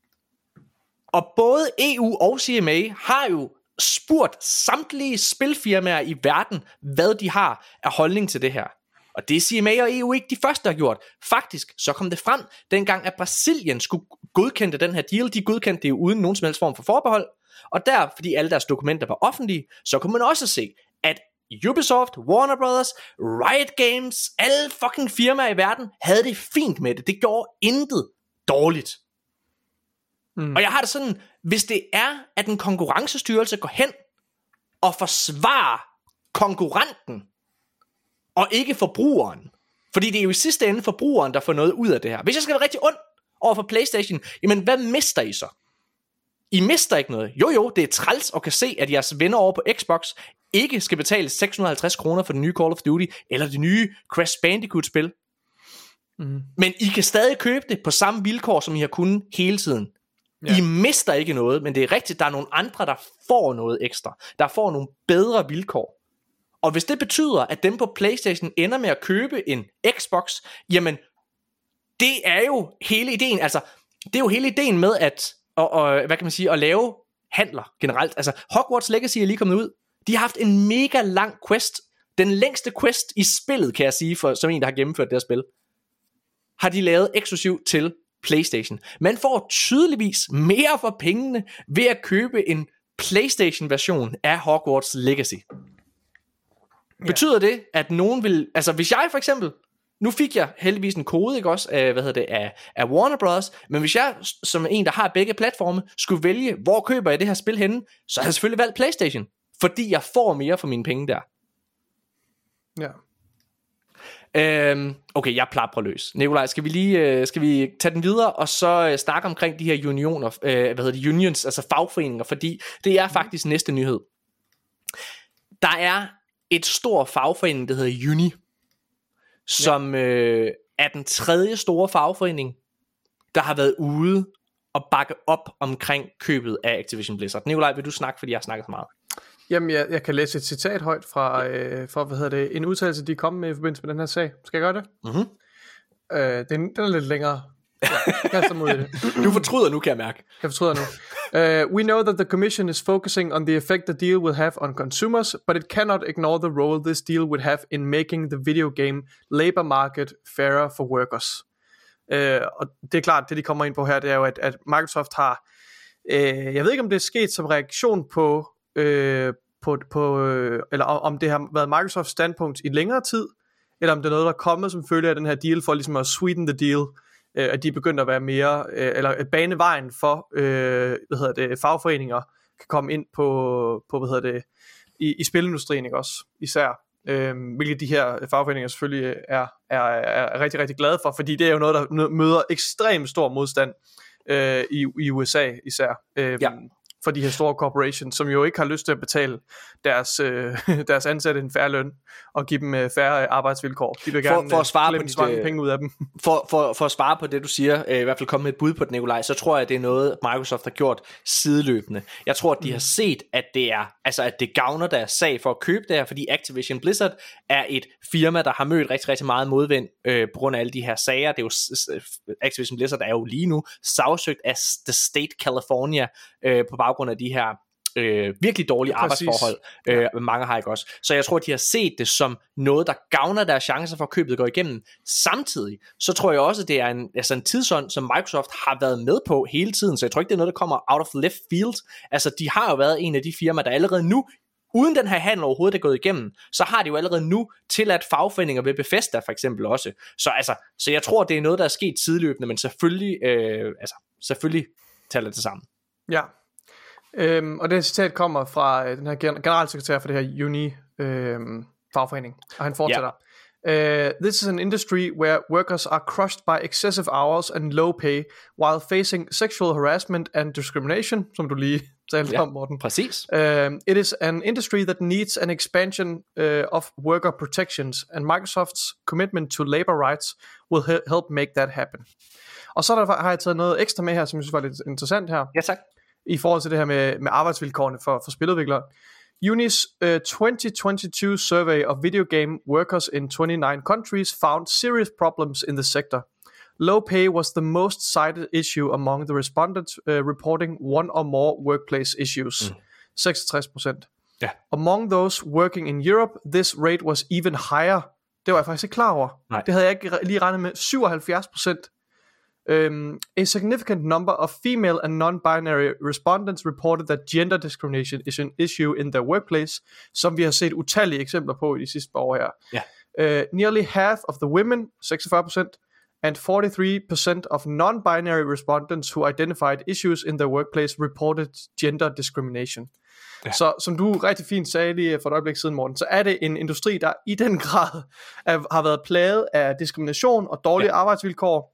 Og både E U og C M A har jo spurgt samtlige spilfirmaer i verden, hvad de har af holdning til det her. Og det er C M A og E U ikke de første, der har gjort. Faktisk så kom det frem, dengang at Brasilien skulle godkende den her deal. De godkendte det jo uden nogen som helst form for forbehold. Og der, fordi alle deres dokumenter var offentlige, så kunne man også se, at Ubisoft, Warner Brothers, Riot Games, alle fucking firmaer i verden havde det fint med det. Det gjorde intet dårligt. Mm. Og jeg har det sådan, hvis det er, at en konkurrencestyrelse går hen og forsvarer konkurrenten, og ikke forbrugeren, fordi det er jo i sidste ende forbrugeren, der får noget ud af det her. Hvis jeg skal være rigtig ond over for PlayStation, jamen hvad mister I så? I mister ikke noget. Jo jo, det er træls at kan se, at jeres venner over på Xbox ikke skal betale seks hundrede og halvtreds kroner for den nye Call of Duty, eller det nye Crash Bandicoot-spil. Mm. Men I kan stadig købe det på samme vilkår, som I har kunnet hele tiden. Yeah. I mister ikke noget, men det er rigtigt, der er nogle andre, der får noget ekstra. Der får nogle bedre vilkår. Og hvis det betyder, at dem på PlayStation ender med at købe en Xbox, jamen, det er jo hele ideen, altså, det er jo hele ideen med at, og, og, hvad kan man sige, at lave handler generelt. Altså, Hogwarts Legacy er lige kommet ud. De har haft en mega lang quest. Den længste quest i spillet, kan jeg sige, for, som en, der har gennemført det her spil, har de lavet eksklusivt til PlayStation. Man får tydeligvis mere for pengene ved at købe en PlayStation-version af Hogwarts Legacy. Ja. Betyder det, at nogen vil... Altså, hvis jeg for eksempel... Nu fik jeg heldigvis en kode, ikke også, af, hvad hedder det, af, af Warner Bros. Men hvis jeg, som en, der har begge platforme, skulle vælge, hvor køber jeg det her spil henne, så har jeg selvfølgelig valgt PlayStation. Fordi jeg får mere for mine penge der. Ja. Øhm, okay, jeg plapper løs. Nikolaj, skal vi lige øh, skal vi tage den videre og så øh, snakke omkring de her unioner, øh, hvad hedder det, unions, altså fagforeninger, fordi det er faktisk næste nyhed. Der er et stor fagforening, der hedder Uni, som ja. øh, er den tredje store fagforening, der har været ude og bakke op omkring købet af Activision Blizzard. Nikolaj, vil du snakke, fordi jeg har snakket så meget? Jamen, jeg, jeg kan læse et citat højt fra, øh, fra hvad hedder det, en udtalelse, de er kommet med i forbindelse med den her sag. Skal jeg gøre det? Mm-hmm. Øh, den, den er lidt længere. Ja, jeg kaster mig ud i det. Du fortryder nu, kan jeg mærke. Jeg fortryder nu. Uh, we know that the Commission is focusing on the effect the deal will have on consumers, but it cannot ignore the role this deal would have in making the video game labor market fairer for workers. Uh, og det er klart, det de kommer ind på her, det er jo, at, at Microsoft har, uh, jeg ved ikke, om det er sket som reaktion på, uh, på, på uh, eller om det har været Microsofts standpunkt i længere tid, eller om det er noget, der er kommet som følge af den her deal, for ligesom at sweeten the deal, at de er begyndt at være mere, eller bane vejen for, øh, hvad hedder det, fagforeninger kan komme ind på, på hvad hedder det, i, i spilindustrien, ikke også, især, øh, hvilket de her fagforeninger selvfølgelig er, er, er rigtig, rigtig glade for, fordi det er jo noget, der møder ekstremt stor modstand øh, i, i U S A især, øh, ja. For de her store corporations, som jo ikke har lyst til at betale deres, øh, deres ansatte en fair løn og give dem øh, færre arbejdsvilkår. De vil gerne for, for at svare klemme så mange penge ud af dem. For, for, for at svare på det, du siger, øh, i hvert fald komme med et bud på det, Nikolaj, så tror jeg, det er noget, Microsoft har gjort sideløbende. Jeg tror, at de mm. har set, at det er, altså at det gavner deres sag for at købe det her, fordi Activision Blizzard er et firma, der har mødt rigtig, rigtig meget modvind øh, på grund af alle de her sager. Det er jo, Activision Blizzard er jo lige nu sagsøgt af The State California øh, på baggrund af de her øh, virkelig dårlige Præcis. arbejdsforhold, øh, ja. mange har ikke også. Så jeg tror, at de har set det som noget, der gavner deres chancer for at købet går igennem. Samtidig, så tror jeg også, at det er en, altså en tidsånd, som Microsoft har været med på hele tiden, så jeg tror ikke, det er noget, der kommer out of left field. Altså, de har jo været en af de firmaer, der allerede nu, uden den her handel overhovedet er gået igennem, så har de jo allerede nu tilladt fagforeninger ved Bethesda for eksempel også. Så altså, så jeg tror, det er noget, der er sket sideløbende, men selvfølgelig, øh, altså, selvfølgelig taler det sammen. Ja. Øhm, og det citat kommer fra øh, den her generalsekretær for det her Uni øh, fagforening, og han fortsætter. Yeah. Uh, this is an industry where workers are crushed by excessive hours and low pay while facing sexual harassment and discrimination, som du lige talte yeah, om, Morten. Præcis. Uh, it is an industry that needs an expansion uh, of worker protections, and Microsoft's commitment to labor rights will he- help make that happen. Og så der, har jeg taget noget ekstra med her, som jeg synes var lidt interessant her. Ja, tak. I forhold til det her med, med arbejdsvilkårene for, for spiludviklere. Unis uh, twenty twenty-two survey of video game workers in twenty-nine countries found serious problems in the sector. Low pay was the most cited issue among the respondents, uh, reporting one or more workplace issues. Mm. seksogtres procent. Yeah. Among those working in Europe, this rate was even higher. Det var jeg faktisk ikke klar over. Nej. Det havde jeg ikke lige regnet med. syvoghalvfjerds procent. Um, a significant number of female and non-binary respondents reported that gender discrimination is an issue in their workplace, som vi har set utallige eksempler på i de sidste par år her. Yeah. Uh, nearly half of the women, seksogfyrre procent, and forty-three percent of non-binary respondents who identified issues in their workplace reported gender discrimination. Yeah. Så som du rigtig fint sagde lige for et øjeblik siden, Morten, så er det en industri, der i den grad er, har været plaget af diskrimination og dårlige yeah. arbejdsvilkår.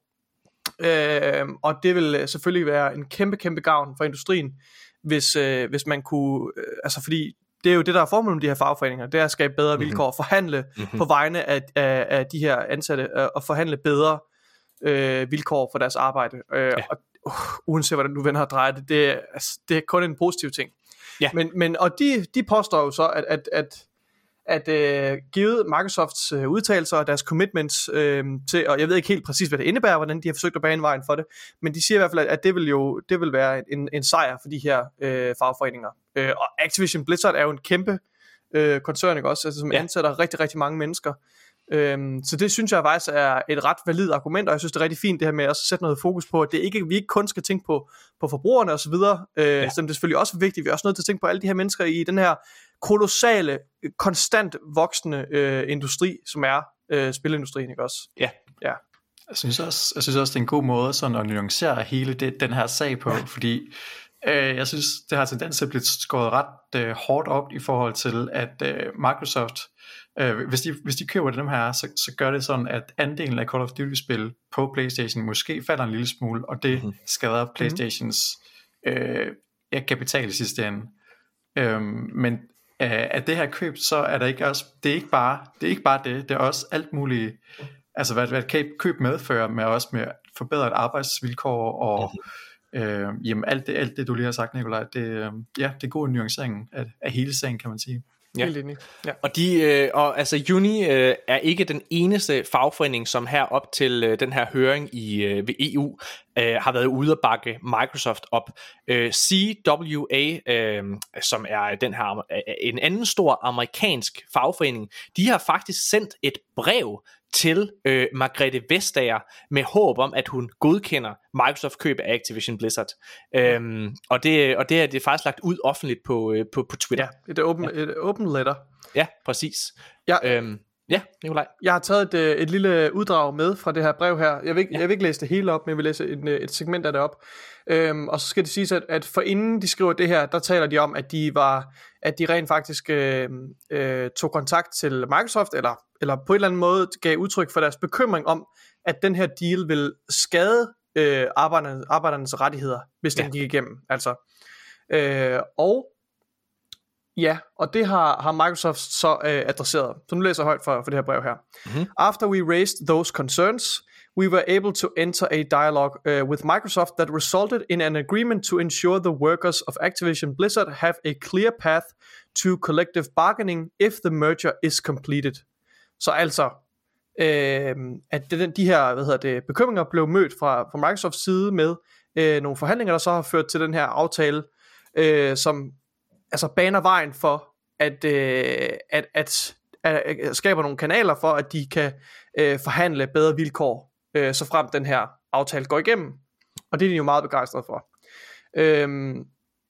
Øh, og det vil selvfølgelig være en kæmpe kæmpe gavn for industrien, hvis, øh, hvis man kunne, øh, altså fordi det er jo det, der er formålet med de her fagforeninger, det er at skabe bedre vilkår, mm-hmm. forhandle mm-hmm. på vegne af, af, af de her ansatte, øh, og forhandle bedre øh, vilkår for deres arbejde. øh, ja. Og uh, uanset hvordan du vender og drejer det, det er, altså, det er kun en positiv ting. Ja. Men, men, og de, de påstår jo så, at, at, at at øh, givet Microsofts øh, udtalelser og deres commitments øh, til, og jeg ved ikke helt præcis, hvad det indebærer, hvordan de har forsøgt at bane vejen for det, men de siger i hvert fald, at, at det vil jo det vil være en, en sejr for de her øh, fagforeninger. Øh, og Activision Blizzard er jo en kæmpe øh, koncern, ikke også, altså, som ja. ansætter rigtig, rigtig mange mennesker. Øhm, så det synes jeg faktisk er et ret valid argument, og jeg synes det er rigtig fint det her med at sætte noget fokus på, at det ikke, vi ikke kun skal tænke på, på forbrugerne og så videre, øh, ja. Så det er selvfølgelig også vigtigt, vi er også nødt til at tænke på alle de her mennesker i den her kolossale, konstant voksende øh, industri, som er øh, spilindustrien, ikke også? Ja. Ja. Jeg synes også, jeg synes også det er en god måde sådan at nuancere hele det, den her sag på, ja. fordi øh, jeg synes det har tendens til at blive skåret ret øh, hårdt op i forhold til, at øh, Microsoft Uh, hvis, de, hvis de køber dem her, så, så gør det sådan, at andelen af Call of Duty-spil på PlayStation måske falder en lille smule, og det mm-hmm. skader PlayStations øh, ja, kapital i sidste ende. Um, men uh, af det her køb, så er der ikke også, det er ikke bare det, er ikke bare det, det er også alt muligt, altså hvad, hvad et køb medfører, med også med forbedret arbejdsvilkår, og mm-hmm. øh, jamen, alt, det, alt det, du lige har sagt, Nikolaj, det, øh, ja, det er god nuancering af, af hele sagen, kan man sige. Ja. Ja. Og de øh, og altså Uni øh, er ikke den eneste fagforening, som her op til øh, den her høring i øh, ved E U øh, har været ude at bakke Microsoft op. øh, C W A, øh, som er den her en anden stor amerikansk fagforening, de har faktisk sendt et brev til øh, Margrethe Vestager med håb om, at hun godkender Microsoft køb af Activision Blizzard. Øhm, og det og det er det er faktisk lagt ud offentligt på øh, på på Twitter. Ja, et open ja. et open letter. Ja, præcis. Ja. Øhm, ja, Nikolaj. Jeg har taget et, et lille uddrag med fra det her brev her. Jeg vil ikke, ja. jeg vil ikke læse det hele op, men jeg vil læse et, et segment af det op. Øhm, og så skal det siges, at, at for inden de skriver det her, der taler de om, at de var, at de rent faktisk øh, øh, tog kontakt til Microsoft, eller, eller på en eller anden måde gav udtryk for deres bekymring om, at den her deal vil skade øh, arbejderne, arbejdernes rettigheder, hvis den ja. gik igennem. Altså, øh, og ja, og det har, har Microsoft så øh, adresseret. Så nu læser jeg højt for, for det her brev her. Mm-hmm. After we raised those concerns, we were able to enter a dialogue uh, with Microsoft that resulted in an agreement to ensure the workers of Activision Blizzard have a clear path to collective bargaining if the merger is completed. Så altså, øh, at det, de her hvad hedder det, bekymringer blev mødt fra, fra Microsofts side med øh, nogle forhandlinger, der så har ført til den her aftale, øh, som altså baner vejen for, at, øh, at, at, at, at skaber nogle kanaler for, at de kan øh, forhandle bedre vilkår, øh, så frem den her aftale går igennem. Og det er de jo meget begejstrede for. Øhm,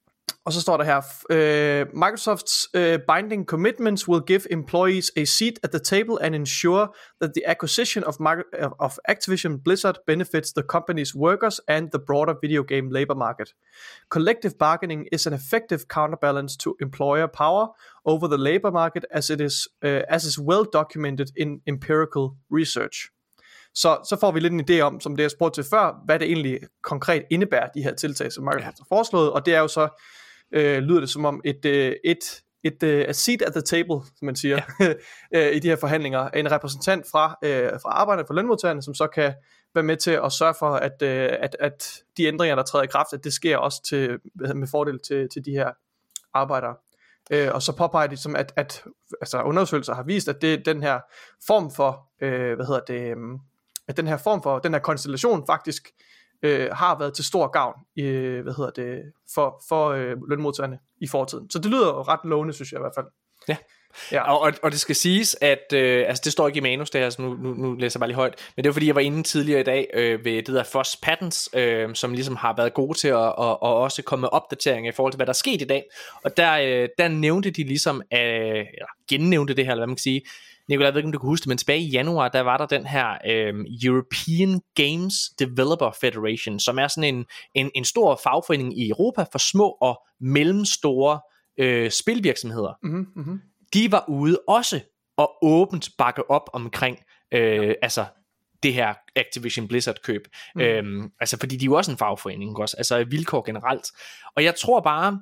og så står der her, øh, Microsoft's øh, binding commitments will give employees a seat at the table and ensure that the acquisition of, micro- of Activision Blizzard benefits the company's workers and the broader video game labor market. Collective bargaining is an effective counterbalance to employer power over the labor market, as it is uh, as is well documented in empirical research. Så, så får vi lidt en idé om, som det jeg spurgte til før, hvad det egentlig konkret indebærer, de her tiltag, som Microsoft har foreslået, og det er jo så, øh, lyder det som om et, øh, et, et, øh, a seat at the table, som man siger, ja. i de her forhandlinger, en repræsentant fra, øh, fra arbejderne, fra lønmodtagerne, som så kan være med til at sørge for, at, øh, at, at de ændringer, der træder i kraft, at det sker også til, med fordel til, til de her arbejdere. Øh, og så påpeger de, som at, at altså undersøgelser har vist, at det den her form for, øh, hvad hedder det, at den her form for, den her konstellation faktisk øh, har været til stor gavn øh, hvad hedder det, for, for øh, lønmodtagerne i fortiden. Så det lyder jo ret lovende, synes jeg i hvert fald. Ja. Ja. Og, og, og det skal siges, at øh, altså det står ikke i manus det her, så nu, nu, nu læser jeg bare lige højt, men det er fordi jeg var inde tidligere i dag øh, ved det der Foss Patents, øh, som ligesom har været gode til at og, og også komme med opdateringer i forhold til hvad der er sket i dag, og der, øh, der nævnte de ligesom øh, eller gennævnte det her, eller hvad man kan sige. Nikolaj, jeg ved ikke om du kan huske det, men tilbage i januar, der var der den her øh, European Games Developer Federation, som er sådan en, en, en stor fagforening i Europa for små og mellemstore øh, spilvirksomheder. Mm-hmm, mm-hmm. De var ude også og åbent bakke op omkring øh, altså det her Activision Blizzard køb. Mm. Øhm, altså fordi de er jo også en fagforening, også, altså vilkår generelt. Og jeg tror bare,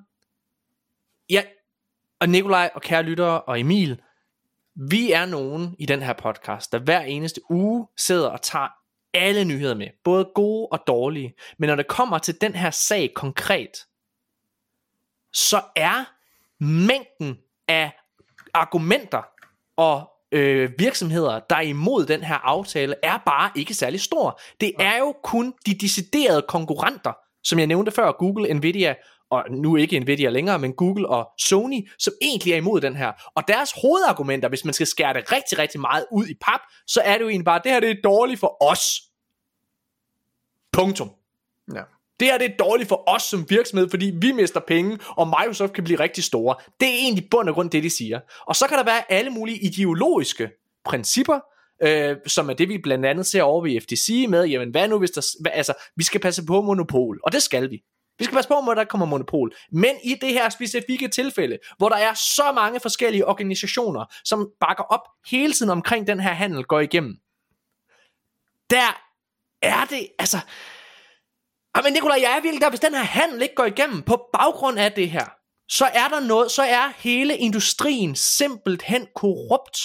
ja, og Nikolaj og kære lyttere og Emil, vi er nogen i den her podcast, der hver eneste uge sidder og tager alle nyheder med, både gode og dårlige. Men når det kommer til den her sag konkret, så er mængden af argumenter og øh, virksomheder, der er imod den her aftale, er bare ikke særlig stor. Det er jo kun de deciderede konkurrenter, som jeg nævnte før, Google, Nvidia, og nu ikke Nvidia længere, men Google og Sony, som egentlig er imod den her. Og deres hovedargumenter, hvis man skal skære det rigtig, rigtig meget ud i pap, så er det jo egentlig bare, det her det er dårligt for os. Punktum. Ja. Det her det er dårligt for os som virksomhed, fordi vi mister penge, og Microsoft kan blive rigtig store. Det er egentlig bund og grund det, de siger. Og så kan der være alle mulige ideologiske principper, øh, som er det, vi blandt andet ser over ved F T C med, jamen hvad nu hvis der, hvad, altså, vi skal passe på monopol, og det skal vi. Vi skal passe på, at der kommer monopol. Men i det her specifikke tilfælde, hvor der er så mange forskellige organisationer, som bakker op hele tiden omkring den her handel går igennem, der er det, altså... Men Nikolaj, jeg er virkelig der, hvis den her handel ikke går igennem på baggrund af det her, så er der noget, så er hele industrien simpelthen korrupt.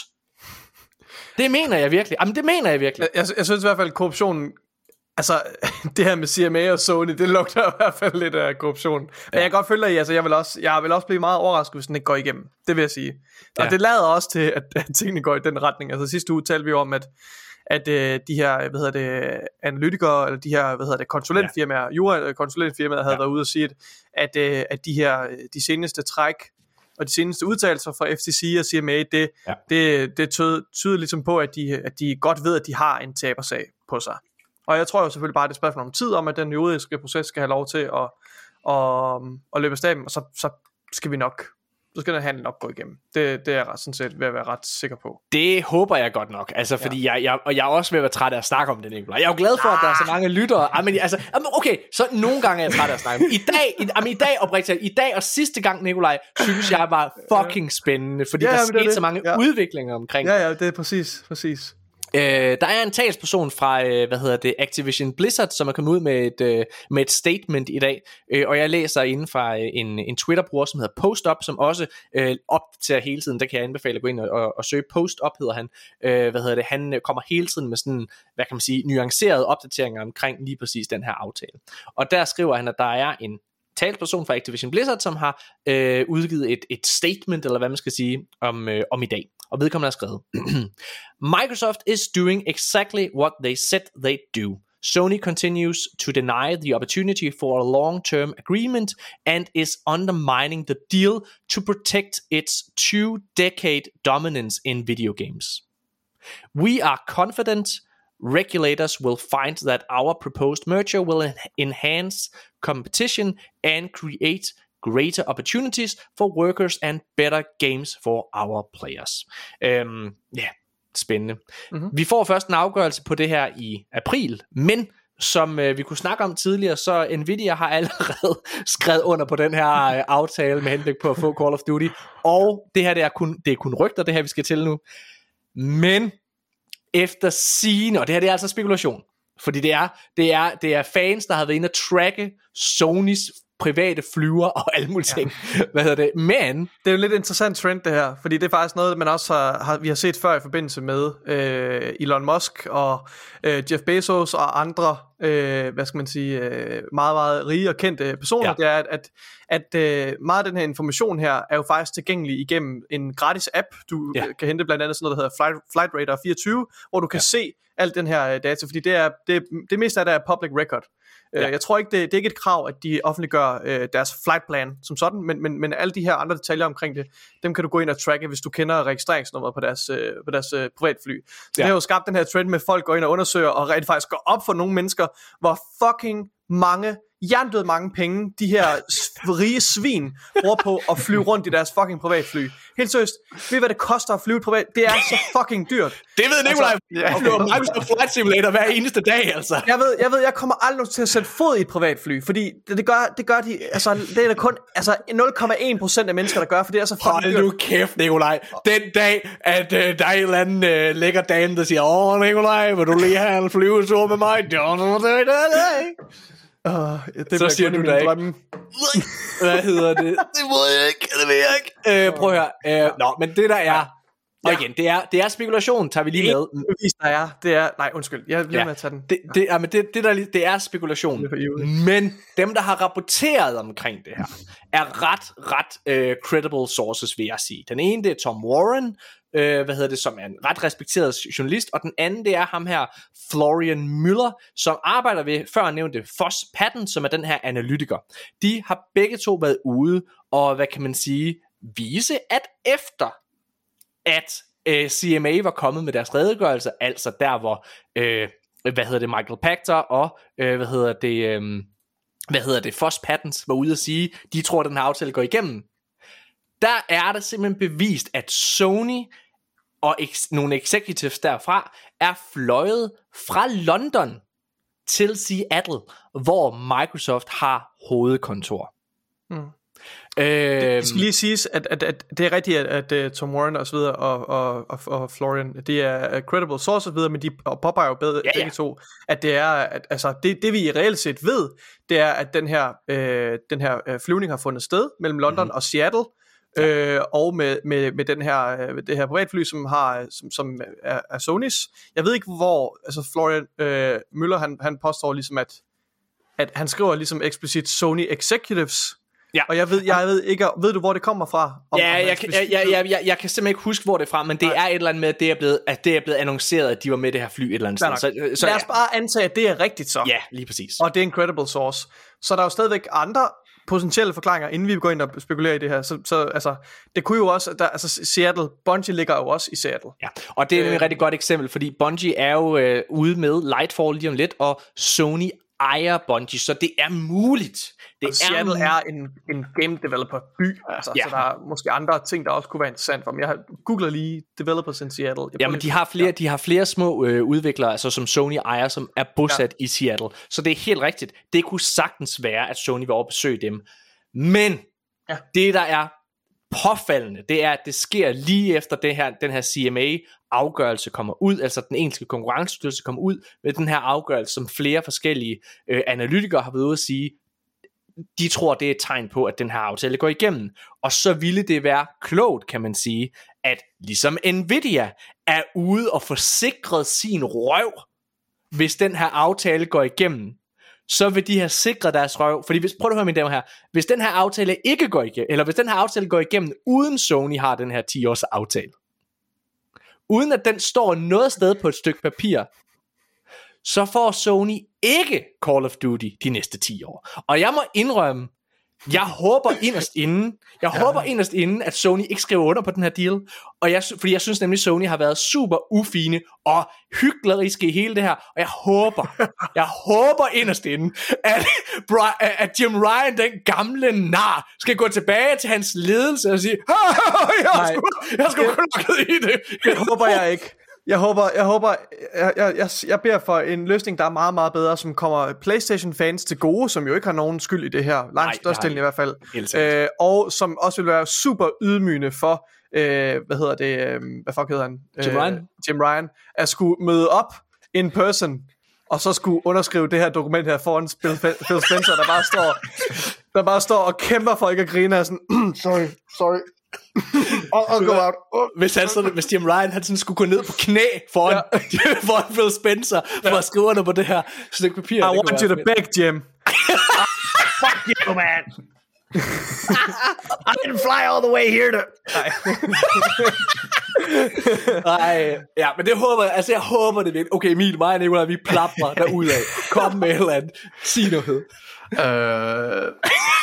Det mener jeg virkelig. Jamen det mener jeg virkelig. Jeg, jeg, jeg synes i hvert fald, at korruptionen, altså det her med C M A og Sony, det lugter i hvert fald lidt af korruption. Ja. Jeg kan godt følge dig i, altså jeg vil, også, jeg vil også blive meget overrasket, hvis den ikke går igennem. Det vil jeg sige. Og ja. Det lader også til, at, at tingene går i den retning. Altså sidste uge talte vi om, at at øh, de her, hvad hedder det, analytikere, eller de her, hvad hedder det, konsulentfirmaer, ja. jura-konsulentfirmaer havde ja. været ude og sige, at, øh, at de her, de seneste træk, og de seneste udtalelser fra F T C og C M A, det, ja. det, det tyder, tyder ligesom på, at de, at de godt ved, at de har en tabersag på sig. Og jeg tror jo selvfølgelig bare, at det er et spørgsmål om tid, om at den juridiske proces skal have lov til at, at, at løbe af staben, og så, så skal vi nok... så skal den handel nok gå igennem. Det, det er jeg sådan set ved at være ret sikker på. Det håber jeg godt nok. Altså, fordi ja. jeg, jeg, og jeg er også ved at være træt af at snakke om det, Nicolaj. Jeg er jo glad for, ah. at der er så mange lyttere. Jamen, altså, okay, så nogle gange er jeg træt af at snakke om det. I dag, i, jamen, i dag oprigtigt, i dag og sidste gang, Nicolaj, synes jeg var fucking spændende, fordi ja, der skete så mange ja. udviklinger omkring. Ja, ja, det er præcis, præcis. Øh, der er en talsperson fra øh, hvad hedder det, Activision Blizzard, som er kommet ud med et, øh, med et statement i dag, øh, og jeg læser inden fra øh, en, en Twitter-bruger, som hedder PostUp, som også øh, opdaterer hele tiden. Der kan jeg anbefale at gå ind og, og, og søge PostUp, hedder han. Øh, hvad hedder det? Han kommer hele tiden med sådan, hvad kan man sige, nuancerede opdateringer omkring lige præcis den her aftale. Og der skriver han, at der er en talsperson fra Activision Blizzard, som har øh, udgivet et, et statement, eller hvad man skal sige, om, øh, om i dag. Og vedkommende har skrevet, Microsoft is doing exactly what they said they'd do. Sony continues to deny the opportunity for a long-term agreement and is undermining the deal to protect its two-decade dominance in video games. We are confident regulators will find that our proposed merger will enhance competition and create greater opportunities for workers and better games for our players. Øhm, ja, spændende. Mm-hmm. Vi får først en afgørelse på det her i april, men som øh, vi kunne snakke om tidligere, så Nvidia har allerede skrevet under på den her øh, aftale med henblik på at få Call of Duty, og det her det er kun, det er kun rygter, det her vi skal til nu. Men efter sigende, og det her det er altså spekulation, fordi det er, det er, det er fans, der har været inde og tracke Sonys private flyver og alle mulige ting. Ja. Hvad hedder det? Men det er jo en lidt interessant trend det her, fordi det er faktisk noget, man også har, har vi har set før i forbindelse med øh, Elon Musk og øh, Jeff Bezos og andre, øh, hvad skal man sige, øh, meget meget rige og kendte personer. Ja. Det er at at, at øh, meget af den her information her er jo faktisk tilgængelig igennem en gratis app. Du ja. kan hente blandt andet sådan noget, der hedder Flight, Flight Radar fireogtyve, hvor du kan ja. se alt den her data, fordi det er det, det meste af det er public record. Ja. Jeg tror ikke, det, det er ikke et krav, at de offentliggør øh, deres flight plan som sådan, men, men, men alle de her andre detaljer omkring det, dem kan du gå ind og tracke, hvis du kender registreringsnummeret på deres, øh, på deres øh, privatfly. Så ja. det har jo skabt den her trend med, folk går ind og undersøger, og rent faktisk går op for nogle mennesker, hvor fucking mange, jerndøde mange penge, de her rige svin bruger på at flyve rundt i deres fucking privatfly. Helt seriøst, ved I hvad det koster at flyve et privat? Det er så fucking dyrt. Det ved Nikolaj, jeg flyver Microsoft Flight Simulator hver eneste dag, altså. Jeg ved, jeg ved, jeg kommer aldrig til at sætte fod i et privatfly, fordi det, det gør, det gør de, altså det er der kun, altså nul komma en procent af mennesker, der gør, for det er så fucking dyrt. Hold nu kæft, Nikolaj. Den dag, at uh, der er en eller anden uh, lækker dame, der siger, åh Nikolaj, vil du lige have en flyvetur med mig? Uh, det så siger du da ikke. Hvad hedder det? Det må jeg ikke, det vil jeg ikke. Øh, prøv at høre. Øh, nå, men det der er, Og igen, det er, det er spekulation, tager vi lige med. Det bevis, der er, det er... Nej, undskyld, jeg bliver ja, med at tage den. Det, det, ja, men det, det, der, det er spekulation. Det er men dem, der har rapporteret omkring det her, er ret, ret uh, credible sources, vil jeg sige. Den ene, det er Tom Warren, øh, hvad hedder det, som er en ret respekteret journalist, og den anden, det er ham her, Florian Müller, som arbejder ved, før nævnte Foss Patton, som er den her analytiker. De har begge to været ude, og hvad kan man sige, vise, at efter at øh, C M A var kommet med deres redegørelse, altså der, hvor, øh, hvad hedder det, Michael Pachter og, øh, hvad hedder det, øh, hvad hedder det, Foss Pattons var ude at sige, de tror, at den her aftale går igennem. Der er det simpelthen bevist, at Sony og ex- nogle executives derfra er fløjet fra London til Seattle, hvor Microsoft har hovedkontor. Mm. Øh, det skal lige siges, at, at, at det er rigtigt, at, at Tom Warren og så videre og, og, og, og Florian, det er credible source og så videre, men de påpeger jo bedre, ja, ja. begge to, at det er, at, altså det, det vi reelt set ved, det er, at den her, øh, den her øh, flyvning har fundet sted mellem London mm-hmm. og Seattle, ja. øh, og med, med, med den her, øh, det her privatfly, som, har, som, som er, er Sonys. Jeg ved ikke, hvor, altså Florian øh, Müller, han, han påstår ligesom, at, at han skriver ligesom eksplicit Sony Executives. Ja. Og jeg ved, jeg ved ikke, ved du hvor det kommer fra? Om, ja, om jeg, jeg, jeg, jeg, jeg, jeg kan simpelthen ikke huske hvor det er fra, men det Nej. er et eller andet med at det er blevet, at det er blevet annonceret, at de var med det her fly et eller andet sted. Så, så lad os bare antage, at det er rigtigt så. Ja, lige præcis. Og det er en credible source. Så der er jo stadigvæk andre potentielle forklaringer, inden vi går ind og spekulerer i det her. Så, så altså, det kunne jo også, der, altså Seattle, Bungie ligger jo også i Seattle. Ja, og det er øh, et rigtig godt eksempel, fordi Bungie er jo øh, ude med Lightfall lige om lidt, og Sony ejer Bungie, så det er muligt. Det og Seattle er, er en, en game developer by, altså, ja. Så der er måske andre ting, der også kunne være interessant for mig. Jeg har googlet lige developers in Seattle. Ja, men de har flere, ja. de har flere små øh, udviklere, altså som Sony ejer, som er bosat ja. i Seattle. Så det er helt rigtigt. Det kunne sagtens være, at Sony vil overbesøge dem. Men ja. det, der er påfaldende, det er, at det sker lige efter det her, den her C M A-afgørelse kommer ud, altså den engelske konkurrencestyrelse kommer ud med den her afgørelse, som flere forskellige øh, analytikere har været ude at sige, de tror, det er et tegn på, at den her aftale går igennem. Og så ville det være klogt, kan man sige, at ligesom Nvidia er ude og forsikret sin røv, hvis den her aftale går igennem, så vil de have sikret deres røv. Fordi hvis, prøv at høre mine damer her, hvis den her aftale ikke går igennem, eller hvis den her aftale går igennem, uden Sony har den her ti års aftale, uden at den står noget sted på et stykke papir, så får Sony ikke Call of Duty de næste ti år. Og jeg må indrømme, jeg håber inderst inden, jeg ja. håber inderst inden, at Sony ikke skriver under på den her deal, og jeg, fordi jeg synes nemlig, at Sony har været super ufine og hykleriske i hele det her, og jeg håber, jeg håber inderst inden, at, at Jim Ryan, den gamle nar, skal gå tilbage til hans ledelse og sige, jeg har sgu, jeg har sgu klokket i det. Det håber jeg ikke. Jeg håber, jeg håber, jeg, jeg, jeg beder for en løsning, der er meget, meget bedre, som kommer PlayStation-fans til gode, som jo ikke har nogen skyld i det her, langt størstedelen i hvert fald, øh, og som også vil være super ydmygende for, øh, hvad hedder det, øh, hvad fuck hedder han? Jim Ryan. Øh, Jim Ryan, at skulle møde op in person, og så skulle underskrive det her dokument her foran Phil Spencer, der bare står, der bare står og kæmper for ikke at grine af sådan, sorry, sorry. og, og go out. Hvis, han sådan, hvis Jim Ryan han sådan skulle gå ned på knæ foran, ja. foran Phil Spencer for at skrive under på det her stykke papir. I want you to beg, Jim. Fuck you, man. I didn't fly all the way here to... Nej, ja, men det håber jeg, altså jeg håber det virkelig. Okay, Emil, mig og Nicolaj, vi plapper derudad. Kom med et eller andet. Sig noget. Øh...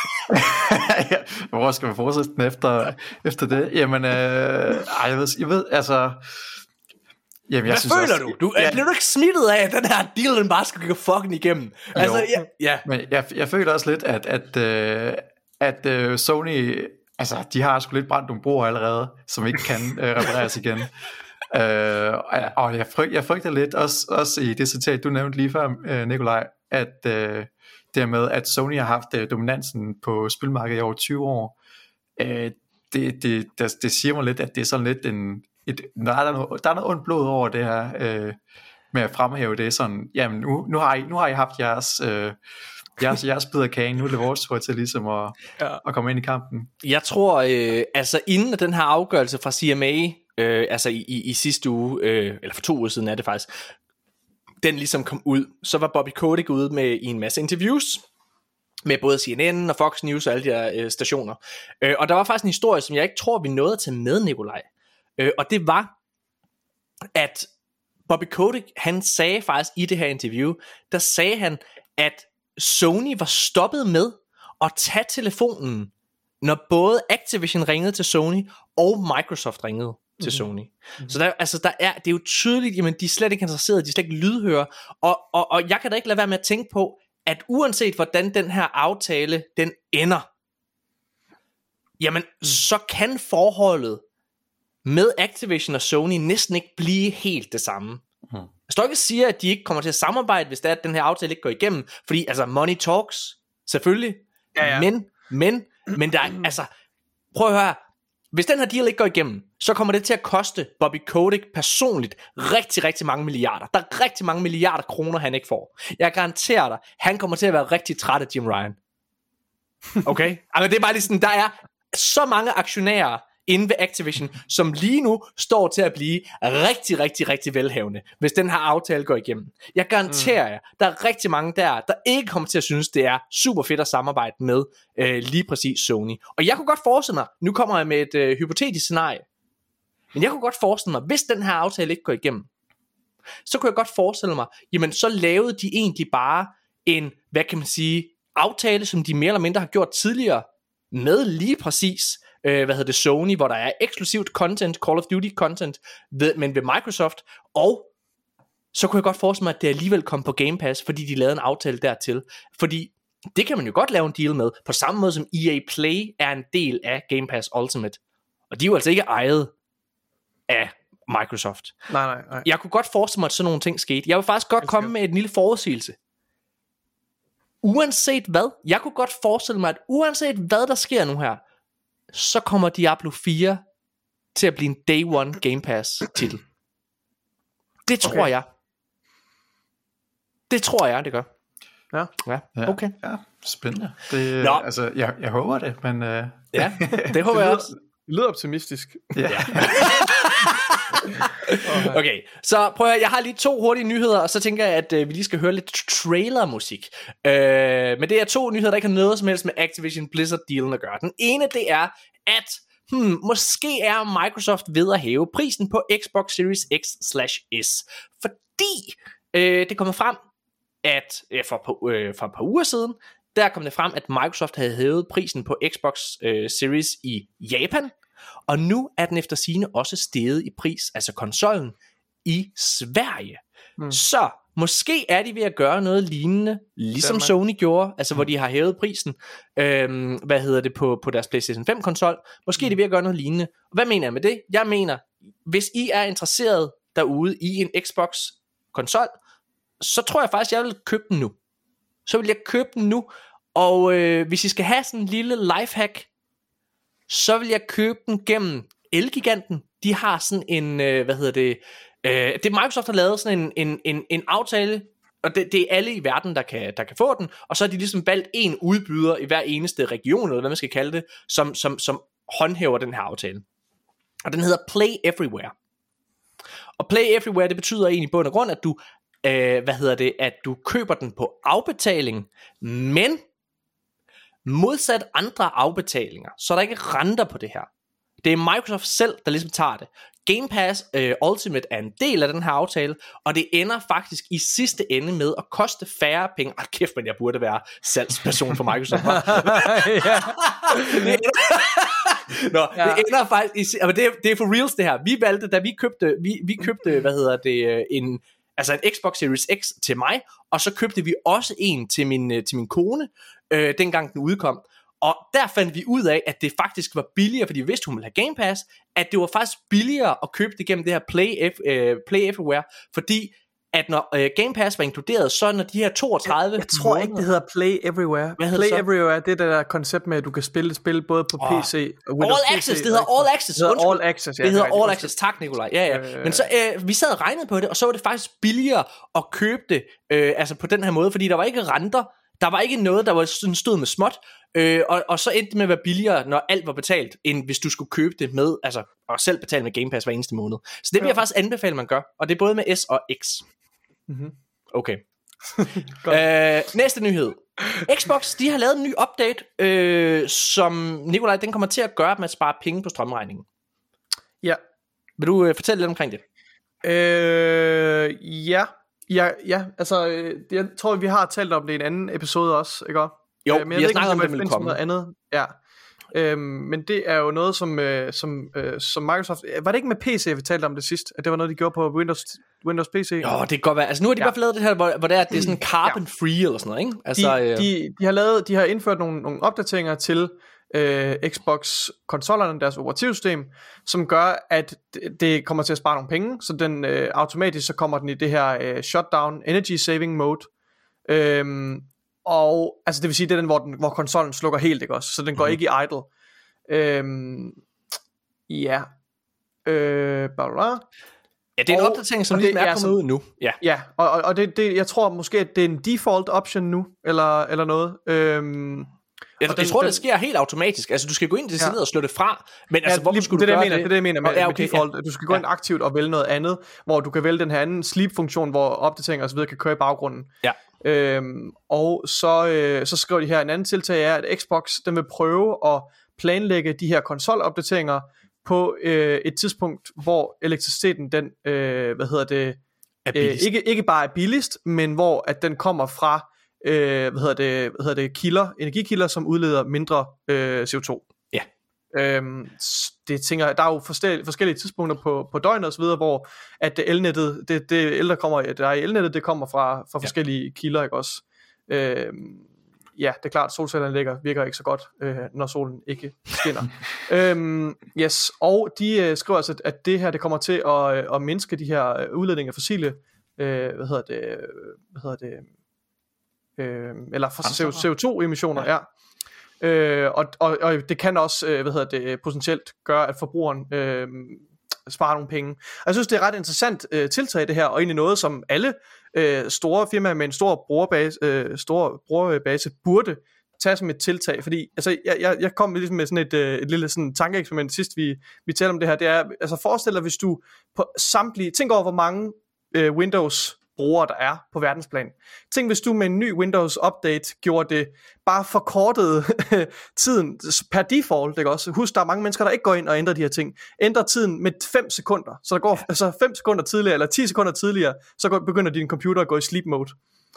Hvor skal man fortsætte den efter, efter det? Jamen, øh, ej, jeg ved, jeg ved, altså... Jamen, jeg Hvad synes føler også, du? Du ja. Bliver du ikke smittet af, at den her deal, den bare skal gå fucking igennem? Altså, ja, ja. Men jeg, jeg føler også lidt, at, at, øh, at øh, Sony, altså, de har sgu lidt brændt nogle broer allerede, som ikke kan øh, repareres igen. øh, og jeg, fryg, jeg frygter lidt, også, også i det citat, du nævnte lige før, øh, Nikolaj, at... Øh, dermed, at Sony har haft uh, dominansen på spilmarkedet i over tyve år, uh, det, det, det, det siger mig lidt, at det er sådan lidt en, et, der, er noget, der er noget ondt blod over det her, uh, med at fremhæve det sådan, jamen nu, nu, har, I, nu har I haft jeres, uh, jeres, jeres bid af kagen, nu er det vores tur til ligesom at, ja. at komme ind i kampen. Jeg tror, øh, altså inden den her afgørelse fra C M A øh, altså i, i, i sidste uge, øh, eller for to uger siden er det faktisk, den ligesom kom ud, så var Bobby Kotick ude med i en masse interviews, med både C N N og Fox News og alle de her øh, stationer. Øh, og der var faktisk en historie, som jeg ikke tror, vi nåede at tage med, Nikolaj. Øh, og det var, at Bobby Kotick, han sagde faktisk i det her interview, der sagde han, at Sony var stoppet med at tage telefonen, når både Activision ringede til Sony, og Microsoft ringede til mm-hmm. Sony. Mm-hmm. Så der, altså, der er, det er jo tydeligt, jamen de er slet ikke interesserede, de er slet ikke lydhøre, og, og, og jeg kan da ikke lade være med at tænke på, at uanset hvordan den her aftale, den ender, jamen mm. så kan forholdet med Activision og Sony næsten ikke blive helt det samme. Mm. Jeg står ikke og siger, at de ikke kommer til at samarbejde, hvis det er, at den her aftale ikke går igennem, fordi altså money talks, selvfølgelig, ja, ja. men, men, men der er, altså, prøv at høre, hvis den her deal ikke går igennem, så kommer det til at koste Bobby Kotick personligt rigtig, rigtig mange milliarder. Der er rigtig mange milliarder kroner, han ikke får. Jeg garanterer dig, han kommer til at være rigtig træt af Jim Ryan. Okay? Altså, det er bare lige sådan, der er så mange aktionærer inde ved Activision, som lige nu står til at blive rigtig, rigtig, rigtig velhavende, hvis den her aftale går igennem. Jeg garanterer mm. jer, der er rigtig mange der, der ikke kommer til at synes, det er super fedt at samarbejde med øh, lige præcis Sony. Og jeg kunne godt forestille mig, nu kommer jeg med et øh, hypotetisk scenarie, men jeg kunne godt forestille mig, hvis den her aftale ikke går igennem, så kunne jeg godt forestille mig, jamen så lavede de egentlig bare en, hvad kan man sige, aftale, som de mere eller mindre har gjort tidligere, med lige præcis Øh, hvad hedder det, Sony, hvor der er eksklusivt content, Call of Duty content, ved, men ved Microsoft, og så kunne jeg godt forestille mig, at det alligevel kom på Game Pass, fordi de lavede en aftale dertil, fordi det kan man jo godt lave en deal med, på samme måde som E A Play er en del af Game Pass Ultimate, og de er jo altså ikke ejet af Microsoft. Nej, nej, nej. Jeg kunne godt forestille mig, at sådan nogle ting skete. Jeg vil faktisk godt komme med en lille forudsigelse. Uanset hvad, jeg kunne godt forestille mig, at uanset hvad der sker nu her, så kommer Diablo fire til at blive en Day One Game Pass titel. Det tror okay. jeg. Det tror jeg, det gør. Ja. Ja, okay. Ja, spændende. Det, Nå. Altså, jeg, jeg håber det, men... Uh... Ja, det håber jeg også. Det lyder optimistisk. Ja. Okay, så prøv at høre, jeg har lige to hurtige nyheder, og så tænker jeg, at øh, vi lige skal høre lidt trailermusik. Øh, men det er to nyheder, der ikke har noget som helst med Activision Blizzard-dealen at gøre. Den ene, det er, at hmm, måske er Microsoft ved at hæve prisen på Xbox Series X slash S. Fordi øh, det kommer frem, at øh, for, øh, for et par uger siden, der kom det frem, at Microsoft havde hævet prisen på Xbox øh, Series i Japan. Og nu er den efter sigende også steget i pris, altså konsollen, i Sverige. Mm. Så måske er de ved at gøre noget lignende, ligesom Sony gjorde, altså mm. hvor de har hævet prisen, øhm, hvad hedder det, på, på deres PlayStation fem konsol. Måske mm. er de ved at gøre noget lignende. Hvad mener jeg med det? Jeg mener, hvis I er interesseret derude i en Xbox konsol, så tror jeg faktisk, jeg vil købe den nu. Så vil jeg købe den nu, og øh, hvis I skal have sådan en lille lifehack, så vil jeg købe den gennem Elgiganten. De har sådan en, øh, hvad hedder det, øh, det Microsoft har lavet sådan en, en, en, en aftale, og det, det er alle i verden, der kan, der kan få den, og så har de ligesom valgt en udbyder i hver eneste region, eller hvad man skal kalde det, som, som, som håndhæver den her aftale. Og den hedder Play Everywhere. Og Play Everywhere, det betyder egentlig på en grund, at du, øh, hvad hedder det, at du køber den på afbetaling, men modsat andre afbetalinger, så er der ikke renter på det her. Det er Microsoft selv, der ligesom tager det. Game Pass uh, Ultimate er en del af den her aftale, og det ender faktisk i sidste ende med at koste færre penge. Ej kæft, men jeg burde være salgsperson for Microsoft. det, ender... Nå, ja. det ender faktisk i... det, er, det er for reals det her. Vi valgte, da vi købte, vi, vi købte, hvad hedder det, en... altså en Xbox Series X til mig, og så købte vi også en til min, til min kone, øh, dengang den udkom. Og der fandt vi ud af, at det faktisk var billigere, fordi vi vidste, hun ville have Game Pass, at det var faktisk billigere at købe det gennem det her Play, F, øh, Play Everywhere, fordi at når øh, Game Pass var inkluderet, så når de her toogtredive Jeg, jeg tror måneder, ikke, det hedder Play Everywhere. Play Everywhere, det er det der koncept med, at du kan spille spil både på oh. P C og Windows. All Access, det hedder All Access. Det hedder All Access, ja. Det hedder All Access, tak Nikolaj. Ja, ja. Men så, øh, vi sad og regnede på det, og så var det faktisk billigere at købe det, øh, altså på den her måde, fordi der var ikke renter, der var ikke noget, der var sådan stod med småt, øh, og, og så endte det med at være billigere, når alt var betalt, end hvis du skulle købe det med, altså og selv betale med Game Pass hver eneste måned. Så det vil jeg faktisk anbefale, man gør, og det er både med S og X. Mm-hmm. Okay. øh, næste nyhed. Xbox, de har lavet en ny update, øh, som Nikolaj, den kommer til at gøre, at man sparer penge på strømregningen. Ja. Vil du øh, fortælle lidt omkring det? Øh, ja. Ja, ja, altså, øh, jeg tror, vi har talt om det i en anden episode også, ikke? Jo, øh, men vi har snakket om, det det ville komme. Noget andet. Ja. Øhm, men det er jo noget, som, øh, som, øh, som Microsoft... Var det ikke med P C, vi talte om det sidst? At det var noget, de gjorde på Windows, Windows P C? Jo, det kan godt være. Altså nu har de ja. bare lavet det her, hvor, hvor det er, at det er sådan carbon-free eller sådan noget, ikke? Altså, de, øh... de, de, har lavet, de har indført nogle, nogle opdateringer til øh, Xbox-konsollerne, deres operativsystem, som gør, at det kommer til at spare nogle penge, så den øh, automatisk så kommer den i det her øh, shutdown energy saving mode. Øhm, og altså det vil sige, det er den, hvor, den, hvor konsollen slukker helt, ikke også? Så den går mm. ikke i idle. Øhm, ja. Øh, bla bla. Ja, det er en og, opdatering, som lige er kommet ud nu. Ja, ja og, og det, det, jeg tror måske, at det er en default option nu, eller, eller noget. Øhm, jeg, jeg den, tror, den, det sker helt automatisk. Altså, du skal gå ind til siden ja. og slå det fra. Men ja, altså, hvorfor lige, skulle det, du gøre mener, det? Det er det, jeg mener med, ja, okay, med default. Ja. Du skal gå ind ja. aktivt og vælge noget andet, hvor du kan vælge den her anden sleep-funktion, hvor opdateringer og så videre kan køre i baggrunden. Ja. Øhm, og så, øh, så skriver de her, en anden tiltag er, at Xbox, den vil prøve at planlægge de her konsolopdateringer på øh, et tidspunkt, hvor elektriciteten, den, øh, hvad hedder det, øh, ikke, ikke bare er billigst, men hvor at den kommer fra, øh, hvad hedder det, hvad hedder det, kilder, energikilder, som udleder mindre øh, C O to. Ja. Øhm, det tænker der er jo forskellige, forskellige tidspunkter på, på døgnet og så videre, hvor at det elnettet, det, det el, der kommer, der er i elnettet, det kommer fra, fra forskellige ja. kilder, ikke også? Øhm, ja, det er klart, solcelleanlægger virker ikke så godt, øh, når solen ikke skinner. øhm, yes, og de øh, skriver altså, at det her, det kommer til at, øh, at mindske de her udledninger af fossile, øh, hvad hedder det, hvad hedder det, øh, eller C O to emissioner, ja. ja. Øh, og, og, og det kan også, øh, hvad hedder det, potentielt gøre, at forbrugeren øh, sparer nogle penge. Og jeg synes, det er ret interessant øh, tiltag det her, og egentlig noget, som alle øh, store firmaer med en stor brugerbase, øh, stor brugerbase burde tage som et tiltag, fordi altså, jeg, jeg, jeg kom ligesom med sådan et, øh, et lille sådan tankeeksperiment sidst vi, vi talte om det her, det er, altså forestil dig, hvis du på samtlige, tænk over hvor mange øh, Windows brugere der er på verdensplan. Tænk hvis du med en ny Windows update gjorde det bare forkortede tiden per default, ikke også? Husk, der er mange mennesker, der ikke går ind og ændrer de her ting. Ændrer tiden med fem sekunder. Så der går altså fem sekunder tidligere, eller ti sekunder tidligere, så går, begynder din computer at gå i sleep mode.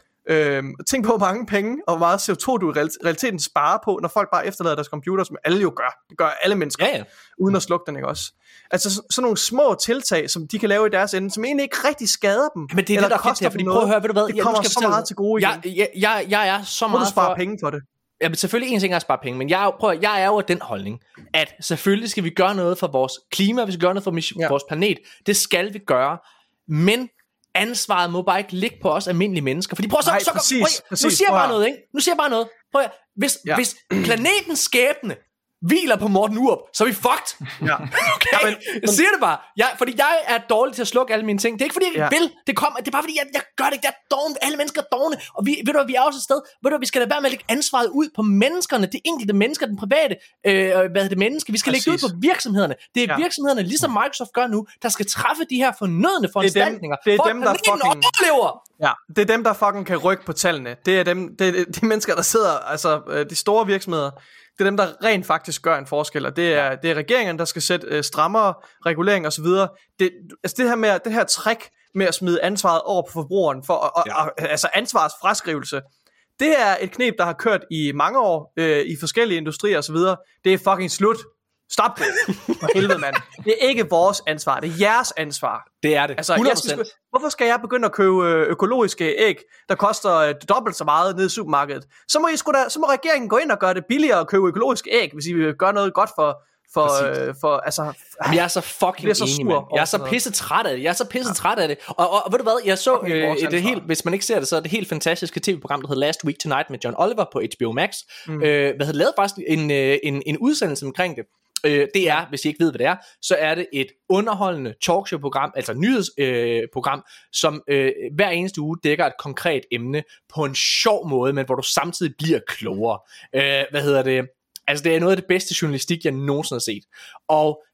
Øhm, tænk på, hvor mange penge og hvor meget C O to du i realiteten sparer på, når folk bare efterlader deres computer, som alle jo gør. Det gør alle mennesker, ja, ja. uden at slukke den, ikke også? Altså så, sådan nogle små tiltag, som de kan lave i deres ende, som egentlig ikke rigtig skader dem. Men det er det, der koster dem, fordi prøv at høre, ved du hvad? Det kommer så meget til gode igen. Jeg, jeg, jeg, jeg er så Må meget du spare for... penge for det? Ja, men selvfølgelig en ting er at spare penge, men jeg er, prøv, jeg er jo af den holdning, at selvfølgelig skal vi gøre noget for vores klima, vi skal gøre noget for ja. vores planet. Det skal vi gøre, men ansvaret må bare ikke ligge på os almindelige mennesker. Fordi prøv så, Nej, så præcis, prøv, præcis, nu siger jeg bare prøv. noget, ikke? Nu siger jeg bare noget. Prøv, hvis, ja. hvis planetens skæbne hviler på Morten Urup, så er vi fucked. Ja. Okay, ja, men, jeg siger det bare. Jeg, fordi jeg er dårlig til at slukke alle mine ting. Det er ikke fordi jeg ja. vil. Det kommer. Det er bare fordi jeg, jeg gør det ikke. Det er dårligt. Alle mennesker er dårlige. Og vi, ved du, vi er også et sted. Ved du, vi skal lade være med at lægge ansvaret ud på menneskerne, det enkelte mennesker, den private. Øh, hvad er det menneske? Vi skal Præcis. lægge det ud på virksomhederne. Det er ja. virksomhederne, ligesom Microsoft gør nu, der skal træffe de her fornødne foranstaltninger. Det er dem, det er dem der fucking overlever. Ja, det er dem der fucking kan rykke på tallene. Det er dem. Det er de mennesker der sidder, altså de store virksomheder. Det er dem, der rent faktisk gør en forskel, og det er, det er regeringen, der skal sætte øh, strammere regulering og så videre. Det, altså det her med det her trick med at smide ansvaret over på forbrugeren for og, ja. og, altså ansvarets fraskrivelse. Det er et kneb, der har kørt i mange år øh, i forskellige industrier og så videre. Det er fucking slut. Stop det. For helvede, mand. Det er ikke vores ansvar, det er jeres ansvar. Det er det. Altså, jeg skal, hvorfor skal jeg begynde at købe økologiske æg, der koster dobbelt så meget nede i supermarkedet? Så må, I sgu da, så må regeringen gå ind og gøre det billigere at købe økologiske æg, hvis I vil gøre noget godt for... For, øh, for, altså, Jamen, jeg er så fucking så enig, mand. Jeg er så pisse træt af det. Jeg er så pisse ja. træt af det. Og, og, og ved du hvad, jeg så øh, det helt, hvis man ikke ser det, så er det helt fantastiske tv-program, der hedder Last Week Tonight med John Oliver på H B O Max. Mm. Øh, hvad havde lavet faktisk en, en, en udsendelse omkring det. Øh, det er, hvis I ikke ved, hvad det er, så er det et underholdende talkshow-program, altså nyhedsprogram, øh, som øh, hver eneste uge dækker et konkret emne på en sjov måde, men hvor du samtidig bliver klogere. Øh, hvad hedder det? Altså det er noget af det bedste journalistik, jeg nogensinde har set. Og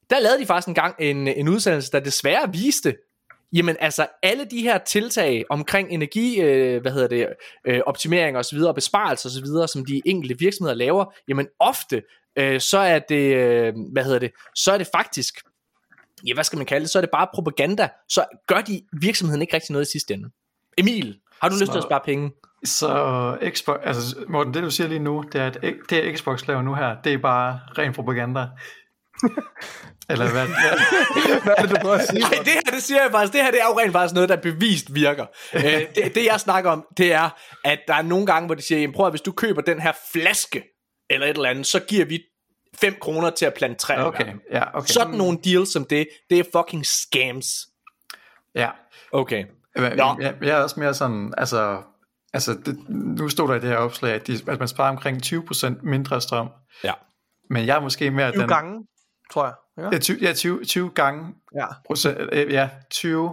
der lavede de faktisk engang en, en udsendelse, der desværre viste, jamen altså alle de her tiltag omkring energi, øh, hvad hedder det, øh, optimering og så videre, og besparelser og så videre, som de enkelte virksomheder laver, jamen ofte, øh, så er det, øh, hvad hedder det, så er det faktisk, ja, hvad skal man kalde det, så er det bare propaganda, så gør de virksomheden ikke rigtig noget i sidste ende. Emil, har du så, lyst til at spare penge? Så Xbox, altså Morten, det du siger lige nu, det er, at det Xbox laver nu her, det er bare ren propaganda. Eller hvad, hvad, hvad er det, du prøver at sige? Nej, det her, det siger jeg faktisk, det her det er jo rent faktisk noget, der bevist virker. øh, det, det jeg snakker om, det er, at der er nogle gange, hvor de siger, jamen prøv at, hvis du køber den her flaske, eller et eller andet, så giver vi fem kroner til at plante træer. Okay, ja, okay. Sådan nogle deals som det, det er fucking scams. Ja. Okay. Jeg, jeg, jeg er også mere sådan, altså, altså det, nu stod der i det her opslag, at, de, at man sparer omkring tyve procent mindre strøm. Ja. Men jeg er måske mere tyve den... gange, tror jeg. Ja, ja, tyve, ja, tyve, tyve gange ja. procent, ja, tyve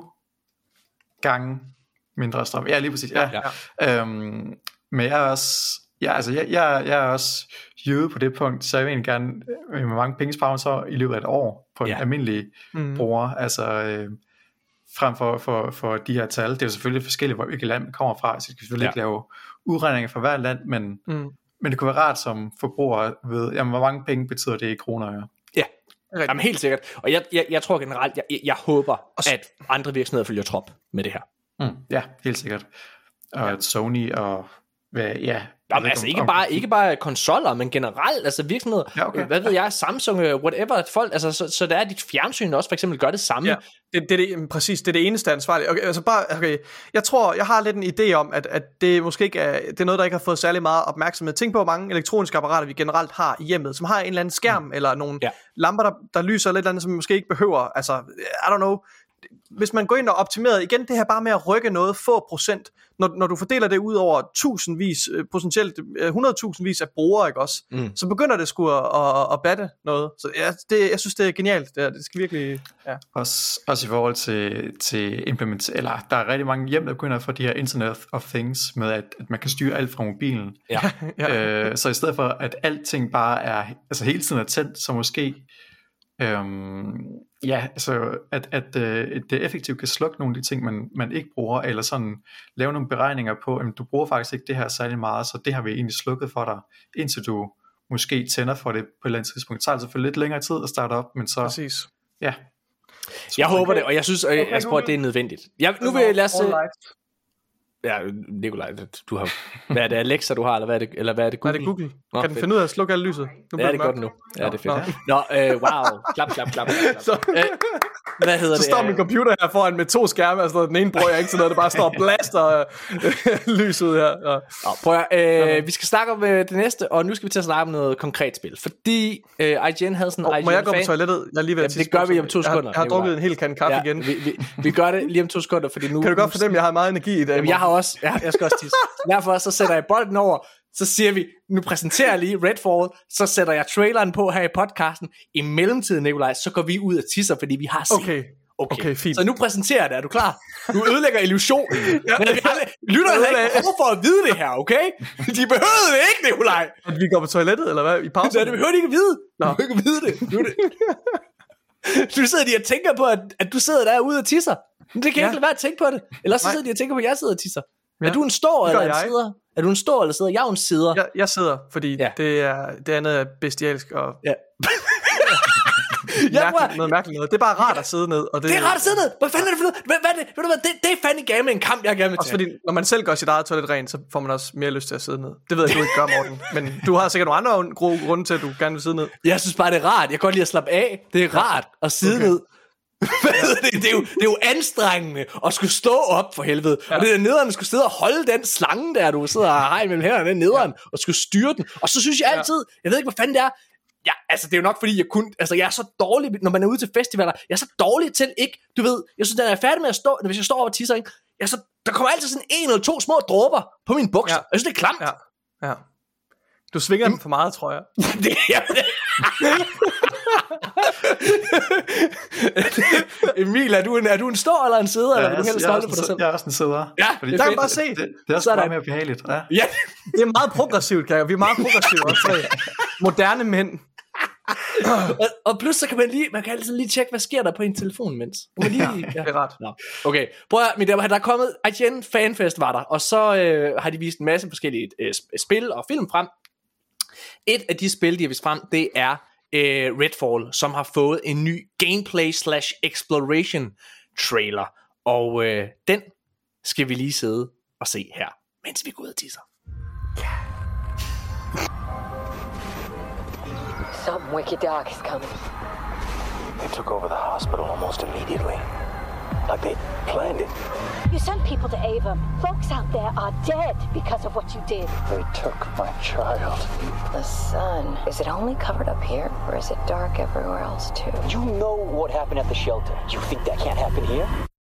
gange mindre strøm. Ja, lige præcis. Ja. Ja. Øhm, men jeg er også, ja, altså, jeg, jeg, jeg er også jøde på det punkt, så jeg vil egentlig gerne, hvor mange penge sparer man så i løbet af et år på en ja. almindelig mm. bruger, altså øh, frem for, for, for de her tal. Det er jo selvfølgelig forskelligt, hvor hvilket land man kommer fra, så det kan selvfølgelig ja. ikke lave udregninger for hver land, men, mm. men det kunne være rart som forbruger at vide, jamen, hvor mange penge betyder det i kroner? Ja. Ja. Jamen helt sikkert. Og jeg, jeg, jeg tror generelt, jeg, jeg håber, at andre virksomheder følger trop med det her. Mm, ja, helt sikkert. Og ja. Sony og hvad, ja. Jamen, altså ikke bare, ikke bare konsoller, men generelt, altså virksomheder, ja, okay. hvad ved jeg, Samsung, whatever, folk, altså så, så der er dit fjernsyn også for eksempel gør det samme. Ja, det, det, det, præcis, det er det eneste ansvarlige. Okay, altså bare, okay, jeg tror, jeg har lidt en idé om, at, at det måske ikke er, det er noget, der ikke har fået særlig meget opmærksomhed. Tænk på, hvor mange elektroniske apparater vi generelt har i hjemmet, som har en eller anden skærm, mm. eller nogle ja. lamper, der, der lyser lidt andet, som vi måske ikke behøver, altså, I don't know. Hvis man går ind og optimerer, igen det her bare med at rykke noget få procent, når, når du fordeler det ud over tusindvis, potentielt hundredtusindvis af brugere, ikke også, mm. så begynder det sgu at, at, at batte noget. Så ja, det, jeg synes det er genialt, det, det skal virkelig, ja. Også, også i forhold til, til implement, eller der er rigtig mange hjem, der begynder at få de her Internet of Things, med at, at man kan styre alt fra mobilen. Ja. ja. Øh, så i stedet for at alting bare er, altså hele tiden er tændt, så måske Øhm, ja, altså at, at, at det effektivt kan slukke nogle af de ting, man, man ikke bruger, eller sådan lave nogle beregninger på, at du bruger faktisk ikke det her særlig meget, så det har vi egentlig slukket for dig, indtil du måske tænder for det på et eller andet tidspunkt. Det tager altså for lidt længere tid at starte op, men så... Præcis. Ja. Så jeg håber det, og jeg synes, jeg, jeg tror, at det er nødvendigt. Jeg, nu vil jeg lade se... Ja, Nikolaj, du har... Hvad er det, Alexa, du har, eller hvad er det, eller hvad er det Google? Hvad er det Google? Nå, kan den finde ud af at slukke alle lyset? Nu ja, det er godt nu. Ja, det er fedt. Nå, Nå øh, wow. Klap, klap, klap. klap. Så, øh, hvad hedder så det? står min computer her foran med to skærme, altså den ene bruger jeg ikke til noget, det bare står og blaster lyset her. Ja. Nå, prøv at, øh, vi skal snakke om øh, det næste, og nu skal vi til at snakke om noget konkret spil, fordi øh, I G N havde sådan en oh, I G N-fan. Må jeg gå på toilettet? Jeg er lige ved at ja, det gør vi om to sekunder. Jeg har, jeg har drukket en hel kande kaffe ja, igen. Vi, vi, vi gør det lige om to sekunder, fordi nu... Kan du godt fornemme, jeg har meget energi i dag? Jamen, jeg har også, ja, jeg skal også tisse. Derfor så sætter jeg bolden over, så siger vi, nu præsenterer jeg lige Redfall, så sætter jeg traileren på her i podcasten. I mellemtiden, Nikolaj, så går vi ud og tisser, fordi vi har set. Okay. Okay. okay, fint. Så nu præsenterer jeg det, er du klar? Du ødelægger illusionen. Ja. Men lytterne har ikke brug for at vide det her, okay? De behøvede det ikke, Nikolaj. At vi går på toilettet, eller hvad? I pausen? Ja, det behøver de ikke at vide. Du behøver ikke at vide det. Du, det. Du sidder lige og tænker på, at, at du sidder derude og tisser. Men det kan ja. ikke lade være at tænke på det. Ellers så sidder de og tænker på, at jeg sidder og tisser. Ja. Er du en stor eller en sidder? Er du en stor eller sidder? Jeg er en sidder. Jeg, jeg sidder, fordi ja. det er det andet er bestialsk og ja. mærkeligt, ja, noget mærkeligt noget. Det er bare rart at sidde ned. Og det, det er rart at sidde ned. Hvad fanden er det for noget? Hvad, hvad er det? Ved du hvad? Det, det er fandme game en kamp, jeg gerne vil også til. Fordi når man selv gør sit eget toilet rent, så får man også mere lyst til at sidde ned. Det ved jeg, du ikke gør, Morten. Men du har sikkert nogle andre gode grunde til, at du gerne vil sidde ned. Jeg synes bare, det er rart. Jeg kan godt lide at slappe af. Det er rart at sidde okay. ned. det, det, er jo, det er jo anstrengende at skulle stå op for helvede. Ja. Og det der nederen skulle sidde og holde den slange der, du sidder og har imellem hænderne, den nederen, ja. og skulle styre den. Og så synes jeg altid, jeg ved ikke, hvad fanden det er. Ja, altså det er jo nok fordi, jeg kun, altså jeg er så dårlig, når man er ude til festivaler, jeg er så dårlig til ikke, du ved, jeg synes, da jeg er færdig med at stå, hvis jeg står over og tisser, ikke, jeg så, der kommer altid sådan en eller to små dråber på min bukser. Ja. Jeg synes, det er klamt. Ja, ja. Du svinger dem for meget, tror jeg. det er Emil, er du en, er du en stor eller en sidder, ja, eller er du helt stolt på dig selv? Jeg er også en sidder. Ja, fordi der kan man bare se. Det, det er også Sådan. Meget mere behageligt. Ja. ja. Det er meget progressivt, kan jeg. Vi er meget progressive også. Moderne mænd. og, og plus så kan man lige, man kan altid lige tjekke, hvad sker der på en telefon imens. Man lige, ja, det er ret. Nå. Okay, prøv at, mine damer, der er kommet, I G N Fanfest var der, og så øh, har de vist en masse forskellige øh, spil og film frem. Et af de spil, de har vist frem, det er øh, Redfall, som har fået en ny gameplay slash exploration trailer. Og øh, den skal vi lige sidde og se her, mens vi går ud og tisser. Some wicked dog is coming. They took over the hospital almost immediately. Like they planned it. You sent people to Ava. Folks out there are dead because of what you did. They took my child. The sun. Is it only covered up here, or is it dark everywhere else too? You know what happened at the shelter. You think that can't happen here?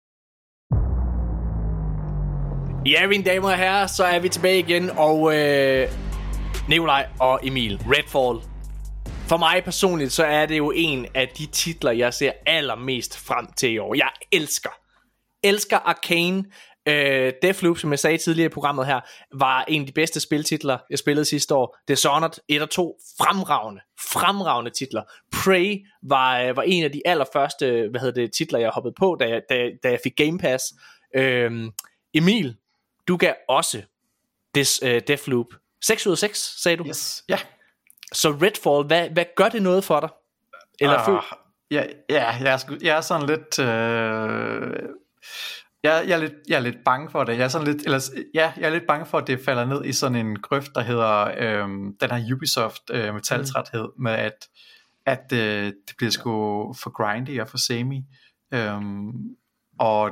Ja, mine damer og herrer, så er vi tilbage igen, og øh, Nikolaj og Emil, Redfall. For mig personligt, så er det jo en af de titler, jeg ser allermest frem til i år. Jeg elsker, elsker Arcane. Øh, Deathloop, som jeg sagde tidligere i programmet her, var en af de bedste spiltitler, jeg spillede sidste år. Dishonored et og to, fremragende, fremragende titler. Prey var, var en af de allerførste, hvad hedder det, titler, jeg hoppede på, da jeg, da, da jeg fik Game Pass. Øh, Emil, du gav også this, uh, Deathloop seks ud af seks, sagde du? Yes, ja. Så Redfall, hvad, hvad gør det noget for dig? Eller uh, for... ja, ja, jeg er, sgu, jeg er sådan lidt... Øh, jeg, jeg, er lidt jeg er lidt bange for det. Jeg er sådan lidt, eller, ja, jeg er lidt bange for, at det falder ned i sådan en grøft, der hedder øh, den her Ubisoft øh, metaltræthed, mm. med at, at øh, det bliver sgu for grindy og for semi. Øhm, og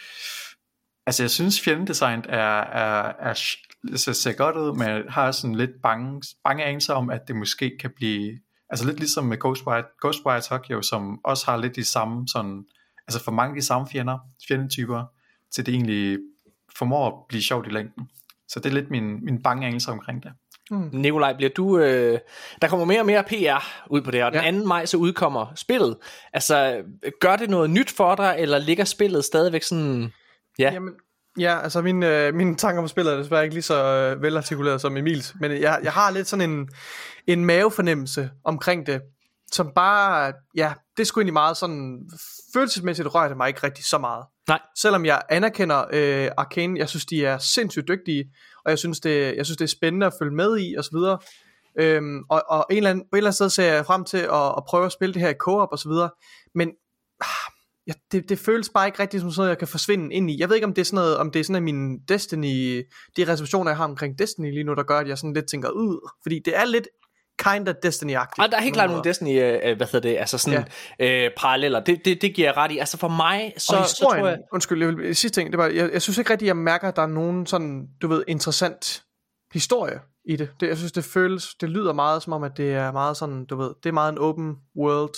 altså jeg synes fjenddesignet er, er, er, ser, ser godt ud, men jeg har sådan lidt bange, bange anelser om, at det måske kan blive, altså lidt ligesom med Ghostwire, Ghostwire Tokyo, som også har lidt de samme sådan, altså for mange de samme fjender, fjendetyper, til det egentlig formår at blive sjovt i længden. Så det er lidt min, min bange anelse omkring det. Mm. Nikolaj, bliver du øh, der kommer mere og mere P R ud på det, og den ja. anden maj så udkommer spillet. Altså, gør det noget nyt for dig, eller ligger spillet stadigvæk sådan, ja? Jamen, ja, altså min, øh, mine tanker om spillet er desværre ikke lige så øh, velartikuleret som Emils, men jeg, jeg har lidt sådan en, en mavefornemmelse omkring det, som bare, ja, det er sgu egentlig meget sådan, følelsesmæssigt rører det mig ikke rigtig så meget. Nej. Selvom jeg anerkender øh, Arcane, jeg synes de er sindssygt dygtige, og jeg synes det, jeg synes det er spændende at følge med i og så videre. Øhm, og, og en eller anden, på et eller andet sted ser jeg frem til at, at prøve at spille det her i co-op og så videre. Men ah, ja, det, det føles bare ikke rigtig som sådan noget jeg kan forsvinde ind i. Jeg ved ikke om det er sådan noget, om det er sådan at min Destiny, de reservationer jeg har omkring Destiny lige nu, der gør at jeg sådan lidt tænker ud, fordi det er lidt kind of Destiny-agtigt. Og der er helt klart nogle Destiny, øh, hvad hedder det, altså sådan ja. øh, paralleller. Det, det, det giver jeg ret i. Altså for mig, så, og historien, så tror jeg... Undskyld, jeg vil, sidste ting, det var, jeg, jeg synes ikke rigtig, jeg mærker, at der er nogen sådan, du ved, interessant historie i det. det. Jeg synes, det føles, det lyder meget som om, at det er meget sådan, du ved, det er meget en open world.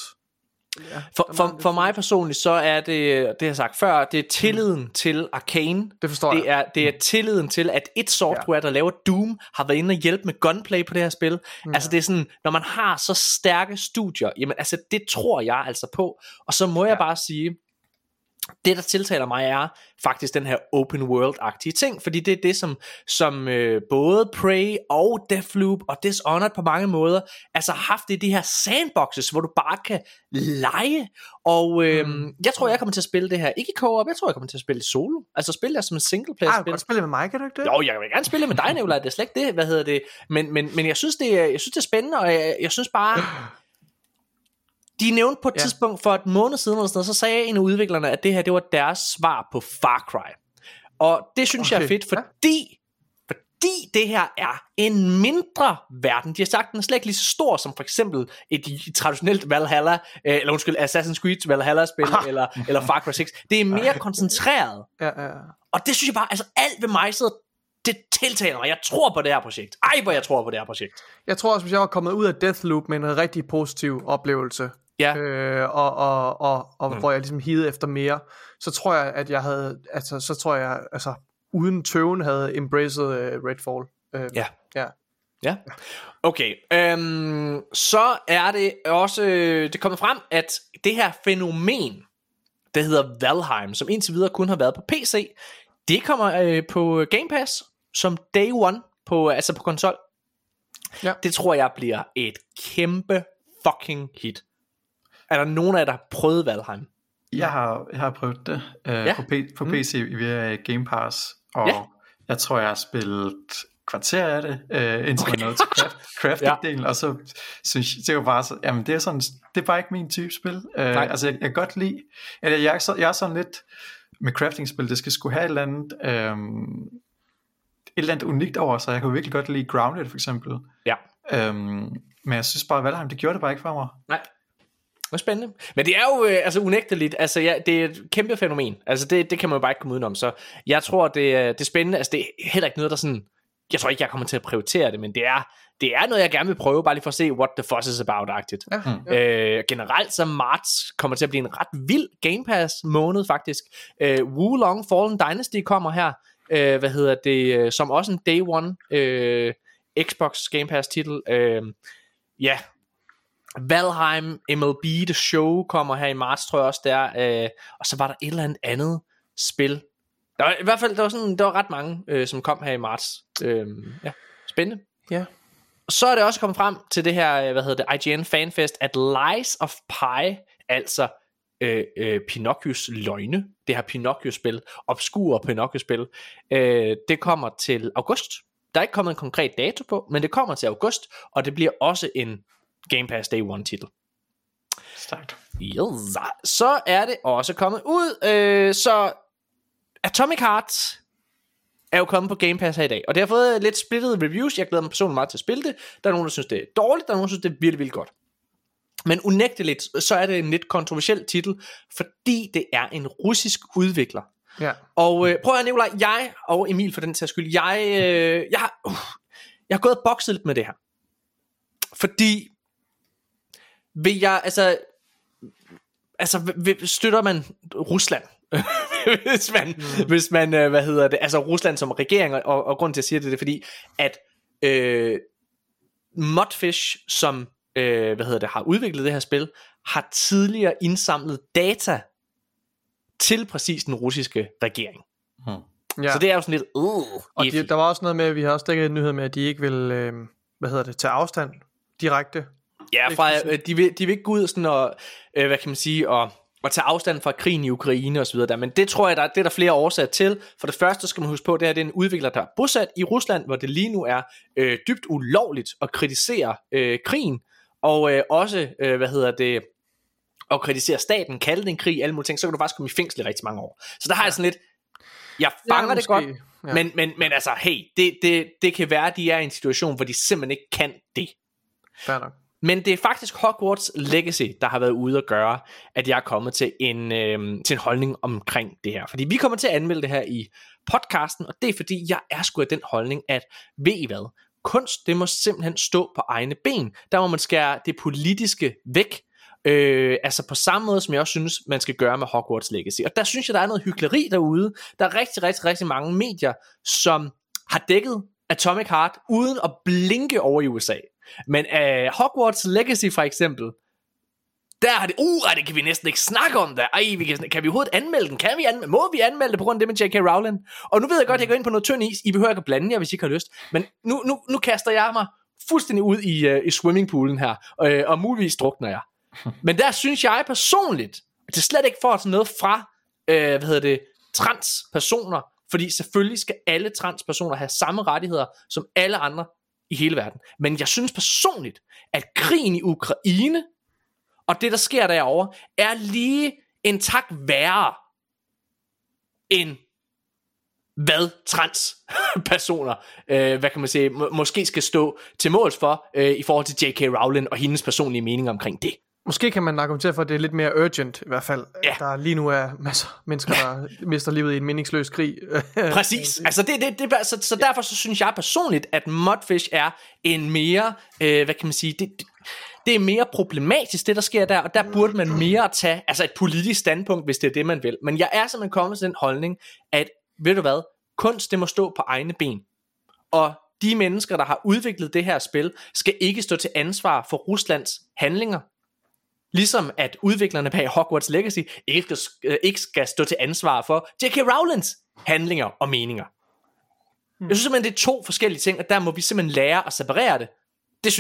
Ja, for, for, for mig personligt, så er det, det har jeg sagt før, det er tilliden mm. til Arcane. Det forstår det jeg. Er, det er tilliden til, at et software, ja. der laver Doom, har været inde og hjælpe med gunplay på det her spil. Ja. Altså det er sådan, når man har så stærke studier, jamen altså det tror jeg altså på. Og så må ja. jeg bare sige, det der tiltaler mig er faktisk den her open world-agtige ting, fordi det er det som, som øh, både Prey og Deathloop og Dishonored på mange måder altså har haft det i de her sandboxes, hvor du bare kan lege. Og øh, mm. jeg tror jeg kommer til at spille det her ikke i co-op, jeg tror jeg kommer til at spille solo, altså spille det som en single player spil. Ah, du kan spille med mig, kan du ikke det? Jo, jeg vil gerne spille med dig, Nicolaj, det er slet ikke det, hvad hedder det, men, men, men jeg synes det er, jeg synes det er spændende, og jeg, jeg synes bare de nævnte på et ja. tidspunkt for et måned siden eller sådan noget, så sagde en af udviklerne, at det her det var deres svar på Far Cry. Og det synes okay. jeg er fedt, fordi, ja. fordi det her er en mindre verden. De har sagt, den er slet ikke lige så stor som for eksempel et, et traditionelt Valhalla, øh, eller undskyld, Assassin's Creed Valhalla-spil, eller, eller Far Cry seks. Det er mere koncentreret. Ja, ja. Og det synes jeg bare, altså alt ved mig sidder, det tiltaler mig. Jeg tror på det her projekt. Ej, hvor jeg tror på det her projekt. Jeg tror også, hvis jeg var kommet ud af Deathloop med en rigtig positiv oplevelse, ja. øh, og, og, og, og mm. hvor jeg ligesom hidede efter mere, så tror jeg, at jeg havde, altså, så tror jeg, altså, uden tøven havde embraced uh, Redfall. Uh, ja. Ja. Ja. Okay. Øhm, så er det også, det er kommet frem, at det her fænomen, der hedder Valheim, som indtil videre kun har været på P C, det kommer øh, på Game Pass som day one på, altså på konsol. Ja. Det tror jeg bliver et kæmpe fucking hit. Er der nogen af jer, der har prøvet Valheim? Jeg har, jeg har prøvet det uh, ja. på, P- på P C mm. via Game Pass, og ja. jeg tror, jeg har spillet kvarter af det, uh, indtil okay. man nåede til craft, crafting-delen, ja. og så synes jeg, det var bare så, jamen det er sådan, det er bare ikke min type spil. Uh, altså jeg, jeg kan godt lide, eller jeg, jeg, jeg er sådan lidt med crafting-spil, det skal sgu have et eller andet, um, et eller andet unikt over sig. Jeg kan virkelig godt lide Grounded for eksempel. Ja. Um, men jeg synes bare, Valheim, det gjorde det bare ikke for mig. Nej. Det er spændende. Men det er jo øh, altså unægteligt. Altså ja, det er et kæmpe fænomen. Altså det, det kan man jo bare ikke komme udenom. Så jeg tror det er, det er spændende. Altså det er heller ikke noget der sådan. Jeg tror ikke jeg kommer til at prioritere det, men det er det er noget jeg gerne vil prøve bare lige for at se what the fuss is about-agtigt. Ja, ja. Øh, generelt så marts kommer til at blive en ret vild Game Pass måned faktisk. Øh, Wulong Fallen Dynasty kommer her. Øh, hvad hedder det? Som også en day one øh, Xbox Game Pass titel. Øh, ja. Valheim, M L B The Show kommer her i marts, tror jeg også der, øh, og så var der et eller andet andet spil. Der var, i hvert fald der var sådan, der var ret mange, øh, som kom her i marts. Øh, ja, spændende. Ja. Og så er det også kommet frem til det her, hvad hedder det, I G N Fanfest, at Lies of Pi, altså øh, øh, Pinocchios løgne, det her Pinocchio-spil, obskure Pinocchio-spil, øh, det kommer til august. Der er ikke kommet en konkret dato på, men det kommer til august, og det bliver også en Game Pass Day One titel. Stærkt. Yes. Så er det også kommet ud. Øh, så Atomic Heart er jo kommet på Game Pass her i dag, og det har fået lidt splittet reviews. Jeg glæder mig personligt meget til at spille det. Der er nogen der synes det er dårligt, der er nogen der synes det er virkelig vildt godt. Men unægteligt så er det en lidt kontroversiel titel, fordi det er en russisk udvikler. Ja. Og øh, prøv at Nikolaj, jeg og Emil for den sags skyld, jeg øh, jeg har uh, jeg har gået og bokset lidt med det her. Fordi vil jeg, altså, altså vil, støtter man Rusland, hvis man, mm. hvis man, hvad hedder det, altså Rusland som regering, og, og grund til at sige det, det er fordi, at øh, Mudfish, som, øh, hvad hedder det, har udviklet det her spil, har tidligere indsamlet data til præcis den russiske regering. Hmm. Ja. Så det er jo sådan lidt, uh, og de, der var også noget med, at vi har også dækket en nyhed med, at de ikke vil, øh, hvad hedder det, tage afstand direkte. Ja, fra, øh, de, vil, de vil ikke gå ud sådan og, øh, hvad kan man sige, og, og tage afstand fra krigen i Ukraine og så videre der. Men det tror jeg, der, det er der flere årsager til. For det første skal man huske på, det her det er en udvikler, der er bosat i Rusland, hvor det lige nu er øh, dybt ulovligt at kritisere øh, krigen, og øh, også, øh, hvad hedder det, at kritisere staten, kalde det en krig, alle mulige ting, så kan du faktisk komme i fængsel i rigtig mange år. Så der har jeg sådan lidt, jeg fanger ja, det godt, ja. men, men, men altså, hey, det, det, det kan være, at de er i en situation, hvor de simpelthen ikke kan det. Fair nok. Men det er faktisk Hogwarts Legacy, der har været ude at gøre, at jeg er kommet til en, øh, til en holdning omkring det her. Fordi vi kommer til at anmelde det her i podcasten, og det er fordi, jeg er sgu af den holdning, at ved I hvad? Kunst, det må simpelthen stå på egne ben. Der må man skære det politiske væk. Øh, altså på samme måde, som jeg også synes, man skal gøre med Hogwarts Legacy. Og der synes jeg, der er noget hykleri derude. Der er rigtig, rigtig, rigtig mange medier, som har dækket Atomic Heart uden at blinke over i U S A. Men uh, Hogwarts Legacy for eksempel, der har det, uh, det kan vi næsten ikke snakke om der. Ej, vi kan, kan vi overhovedet anmelde den? Kan vi anmelde, må vi anmelde det på grund af det med J K Rowling? Og nu ved jeg godt, at jeg går ind på noget tynd is. I behøver ikke at blande jer, hvis I ikke har lyst. Men nu, nu, nu kaster jeg mig fuldstændig ud i, uh, i swimmingpoolen her, uh, og muligvis drukner jeg. Men der synes jeg personligt, at det slet ikke får noget fra, uh, hvad hedder det, transpersoner. Fordi selvfølgelig skal alle transpersoner have samme rettigheder som alle andre i hele verden. Men jeg synes personligt, at krigen i Ukraine og det der sker derovre er lige en tak værre end hvad transpersoner, øh, hvad kan man sige, må, måske skal stå til måls for øh, i forhold til J K Rowling og hendes personlige mening omkring det. Måske kan man argumentere for, at det er lidt mere urgent i hvert fald. Ja. Der lige nu er masser af mennesker, der mister livet i en meningsløs krig. Præcis. Altså det, det, det, så, så derfor så synes jeg personligt, at Mudfish er en mere, øh, hvad kan man sige, det, det er mere problematisk, det der sker der, og der burde man mere tage, altså et politisk standpunkt, hvis det er det, man vil. Men jeg er simpelthen kommet til den holdning, at, ved du hvad, kunst, det må stå på egne ben. Og de mennesker, der har udviklet det her spil, skal ikke stå til ansvar for Ruslands handlinger. Ligesom at udviklerne bag Hogwarts Legacy ikke skal, ikke skal stå til ansvar for J K Rowlings handlinger og meninger. Hmm. Jeg synes simpelthen, det er to forskellige ting, og der må vi simpelthen lære at separere det. Det synes jeg.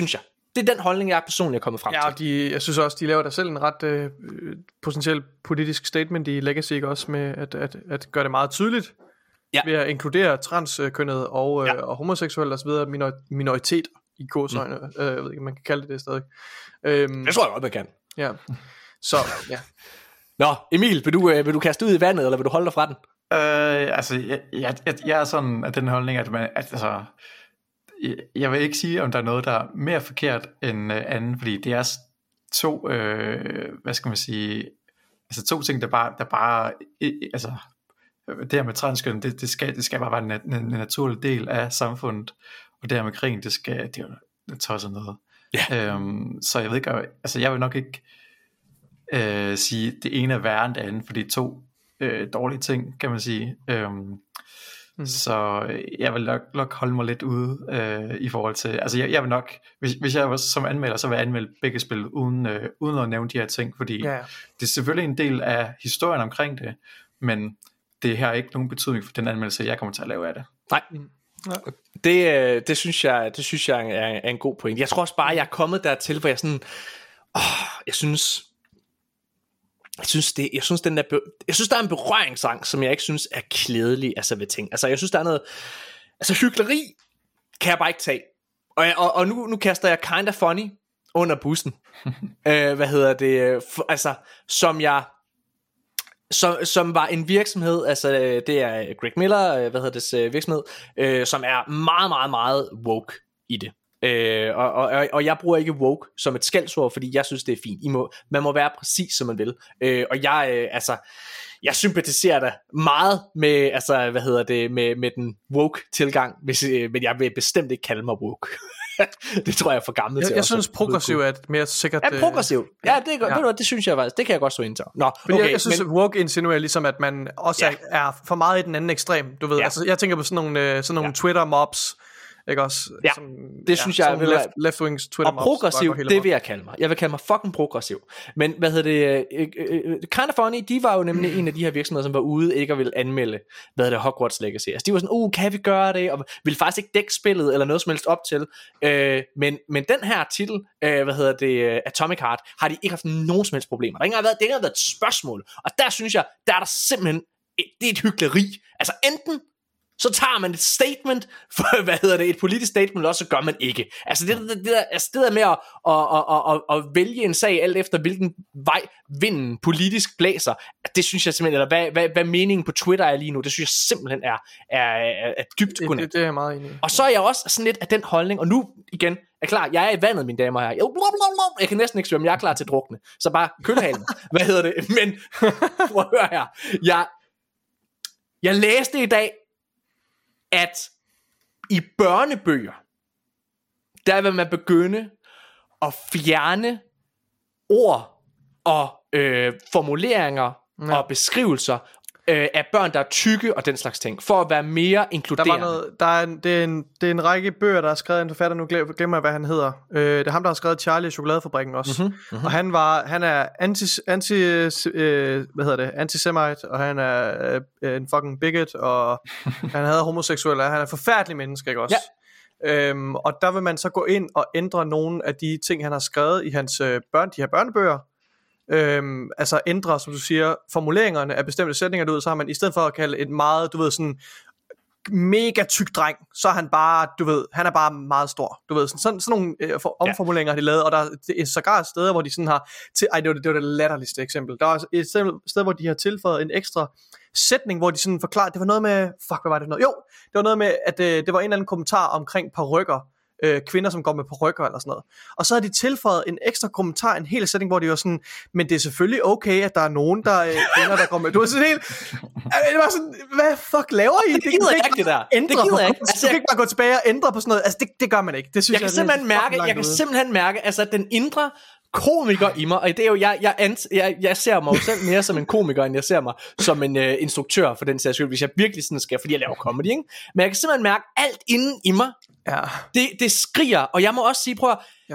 Det er den holdning, jeg personligt er kommet frem Ja, til. de, jeg synes også, de laver der selv en ret øh, potentiel politisk statement i Legacy, ikke? Også med at, at, at gøre det meget tydeligt, Ja. ved at inkludere transkønnet og, Ja. øh, og homoseksuelle osv. Minor, minoritet i gåsøjne. Mm. Øh, jeg ved ikke, man kan kalde det det stadig. Øhm, Det tror jeg godt, man kan. ja. Så, ja. Nå, Emil, vil du, øh, vil du kaste ud i vandet, eller vil du holde dig fra den? Øh, altså, jeg, jeg, jeg, jeg er sådan af den holdning, at man, at, altså, jeg, jeg vil ikke sige, om der er noget, der er mere forkert end øh, anden, fordi det er to, øh, hvad skal man sige, altså to ting, der bare, der bare, øh, altså, det her med transkøn, det, det, skal, det skal bare være en, en, en naturlig del af samfundet, og det her med krigen, det skal, det er jo tosset noget. Ja. Øhm, så jeg ved ikke, altså jeg vil nok ikke øh, sige, det ene er værre end det andet, for de to øh, dårlige ting, kan man sige. Øhm, mm. Så jeg vil nok, nok holde mig lidt ude øh, i forhold til, altså jeg, jeg vil nok, hvis, hvis jeg var som anmelder, så vil jeg anmelde begge spil uden, øh, uden at nævne de her ting, fordi Ja. det er selvfølgelig en del af historien omkring det, men det har ikke nogen betydning for den anmeldelse, jeg kommer til at lave af det. Nej. Det, øh, det synes jeg, det synes jeg er, er en god point. Jeg tror også bare, jeg er kommet dertil, hvor jeg sådan, åh, jeg synes, jeg synes det, jeg synes den der, jeg synes der er en berøringsangst, som jeg ikke synes er klædelig, altså ved ting. Altså jeg synes der er noget, altså hykleri kan jeg bare ikke tage. Og, jeg, og, og nu, nu kaster jeg Kinda Funny under bussen. øh, hvad hedder det? For, altså som jeg Som, som var en virksomhed, altså det er Greg Miller, hvad hedder det, virksomhed, øh, som er meget, meget, meget woke i det. Øh, og, og, og jeg bruger ikke woke som et skældsord, fordi jeg synes det er fint. I må, man må være præcis som man vil. Øh, og jeg, øh, altså, jeg sympatiserer da meget med, altså, hvad hedder det, med, med den woke tilgang, hvis, øh, men jeg vil bestemt ikke kalde mig woke. Det tror jeg er for gammel Jeg, til. jeg også synes at- progressiv er et mere sikkert. Ja, progressiv. Ja, det, er, godt. Ja. Ved du hvad, det synes jeg faktisk, det kan jeg godt stå ind til. Nå, Fordi okay, jeg, jeg synes, men, at woke insinuerer ligesom, at man også Ja. er, er for meget i den anden ekstrem. Du ved, Ja. altså, jeg tænker på sådan nogle, øh, sådan nogle Ja. Twitter-mobs, ikke også? Ja, som, det synes jeg, sådan ved du left, hvad, left-wings Twitter-mobs. og progressiv, der går hele det vejen. vil jeg kalde mig. Jeg vil kalde mig fucking progressiv. Men hvad hedder det, øh, øh, øh, Kinda Funny, de var jo nemlig en af de her virksomheder, som var ude ikke at ville anmelde, hvad hedder det, Hogwarts Legacy. Altså de var sådan, uh, kan vi gøre det? Og ville faktisk ikke dække spillet eller noget som helst op til. Øh, men, men den her titel, øh, hvad hedder det, Atomic Heart, har de ikke haft nogen som helst problemer. Der har ikke engang været, det har ikke engang været et spørgsmål. Og der synes jeg, der er der simpelthen, det er et hykleri. Altså enten så tager man et statement for, hvad hedder det, et politisk statement, eller også så gør man ikke. Altså det, det, det, der, altså det der med at, at, at, at, at vælge en sag alt efter hvilken vej vinden politisk blæser, det synes jeg simpelthen, eller hvad, hvad, hvad meningen på Twitter er lige nu, det synes jeg simpelthen er, er, er, er dybt Det, godnat. det, det er jeg meget enig i. Og så er jeg også sådan lidt af den holdning, og nu igen, er klar, jeg er i vandet, mine damer og herrer. Jeg kan næsten ikke svømme, jeg er klar til at drukne. Så bare kølhalen. Hvad hedder det? Men, prøv at høre her. Jeg, jeg læste i dag, at i børnebøger, der vil man begynde at fjerne ord og øh, formuleringer Ja. og beskrivelser øh, af børn, der er tykke og den slags ting, for at være mere Der inkluderende. var noget, der er en, det, er en, det er en række bøger, der er skrevet af en forfatter, nu glem- glemmer jeg, hvad han hedder. Øh, det er ham, der har skrevet Charlie og Chokoladefabrikken også. Mhm, mhm. Og han var, han er anti, anti øh, hvad hedder det, antisemite, og han er øh, en fucking bigot, og han havde homoseksuelle, og han er en forfærdelig menneske, ikke også? Ja. Øhm, og der vil man så gå ind og ændre nogle af de ting, han har skrevet i hans øh, børn, de her børnebøger. Øhm, altså ændre, som du siger, formuleringerne af bestemte sætninger, du ved, så har man i stedet for at kalde et meget, du ved, sådan mega tyk dreng, så er han bare, du ved, han er bare meget stor, du ved, sådan, sådan, sådan nogle øh, for, omformuleringer har de lavet, og der er sågar steder, hvor de sådan har, til, ej, det var det, det var det latterligste eksempel, der er et sted, hvor de har tilføjet en ekstra sætning, hvor de sådan forklarer, det var noget med, fuck, hvad var det noget, jo, det var noget med, at øh, det var en eller anden kommentar omkring parrykker, øh, kvinder, som går med parrykker eller sådan noget. Og så har de tilføjet en ekstra kommentar, en hel sætning, hvor de var sådan, men det er selvfølgelig okay, at der er nogen, der øh, kvinder, der går med. Du var sådan helt, det var sådan, hvad fuck laver I? Det gider jeg ikke, det der. Ændre Det gider på, jeg ikke. Altså, Altså, du kan ikke bare gå tilbage og ændre på sådan noget. Altså, det, det gør man ikke. Det synes jeg jeg, kan simpelthen det er mærke, fucking jeg kan langt ude. simpelthen mærke, altså den indre komiker i mig, og det er jo, jeg, jeg, ans, jeg, jeg ser mig jo selv mere som en komiker, end jeg ser mig som en øh, instruktør for den sags skyld, hvis jeg virkelig sådan skal, fordi jeg laver comedy, ikke? Men jeg kan simpelthen mærke, alt inden i mig, Ja. det, det skriger, og jeg må også sige, prøv at, Ja.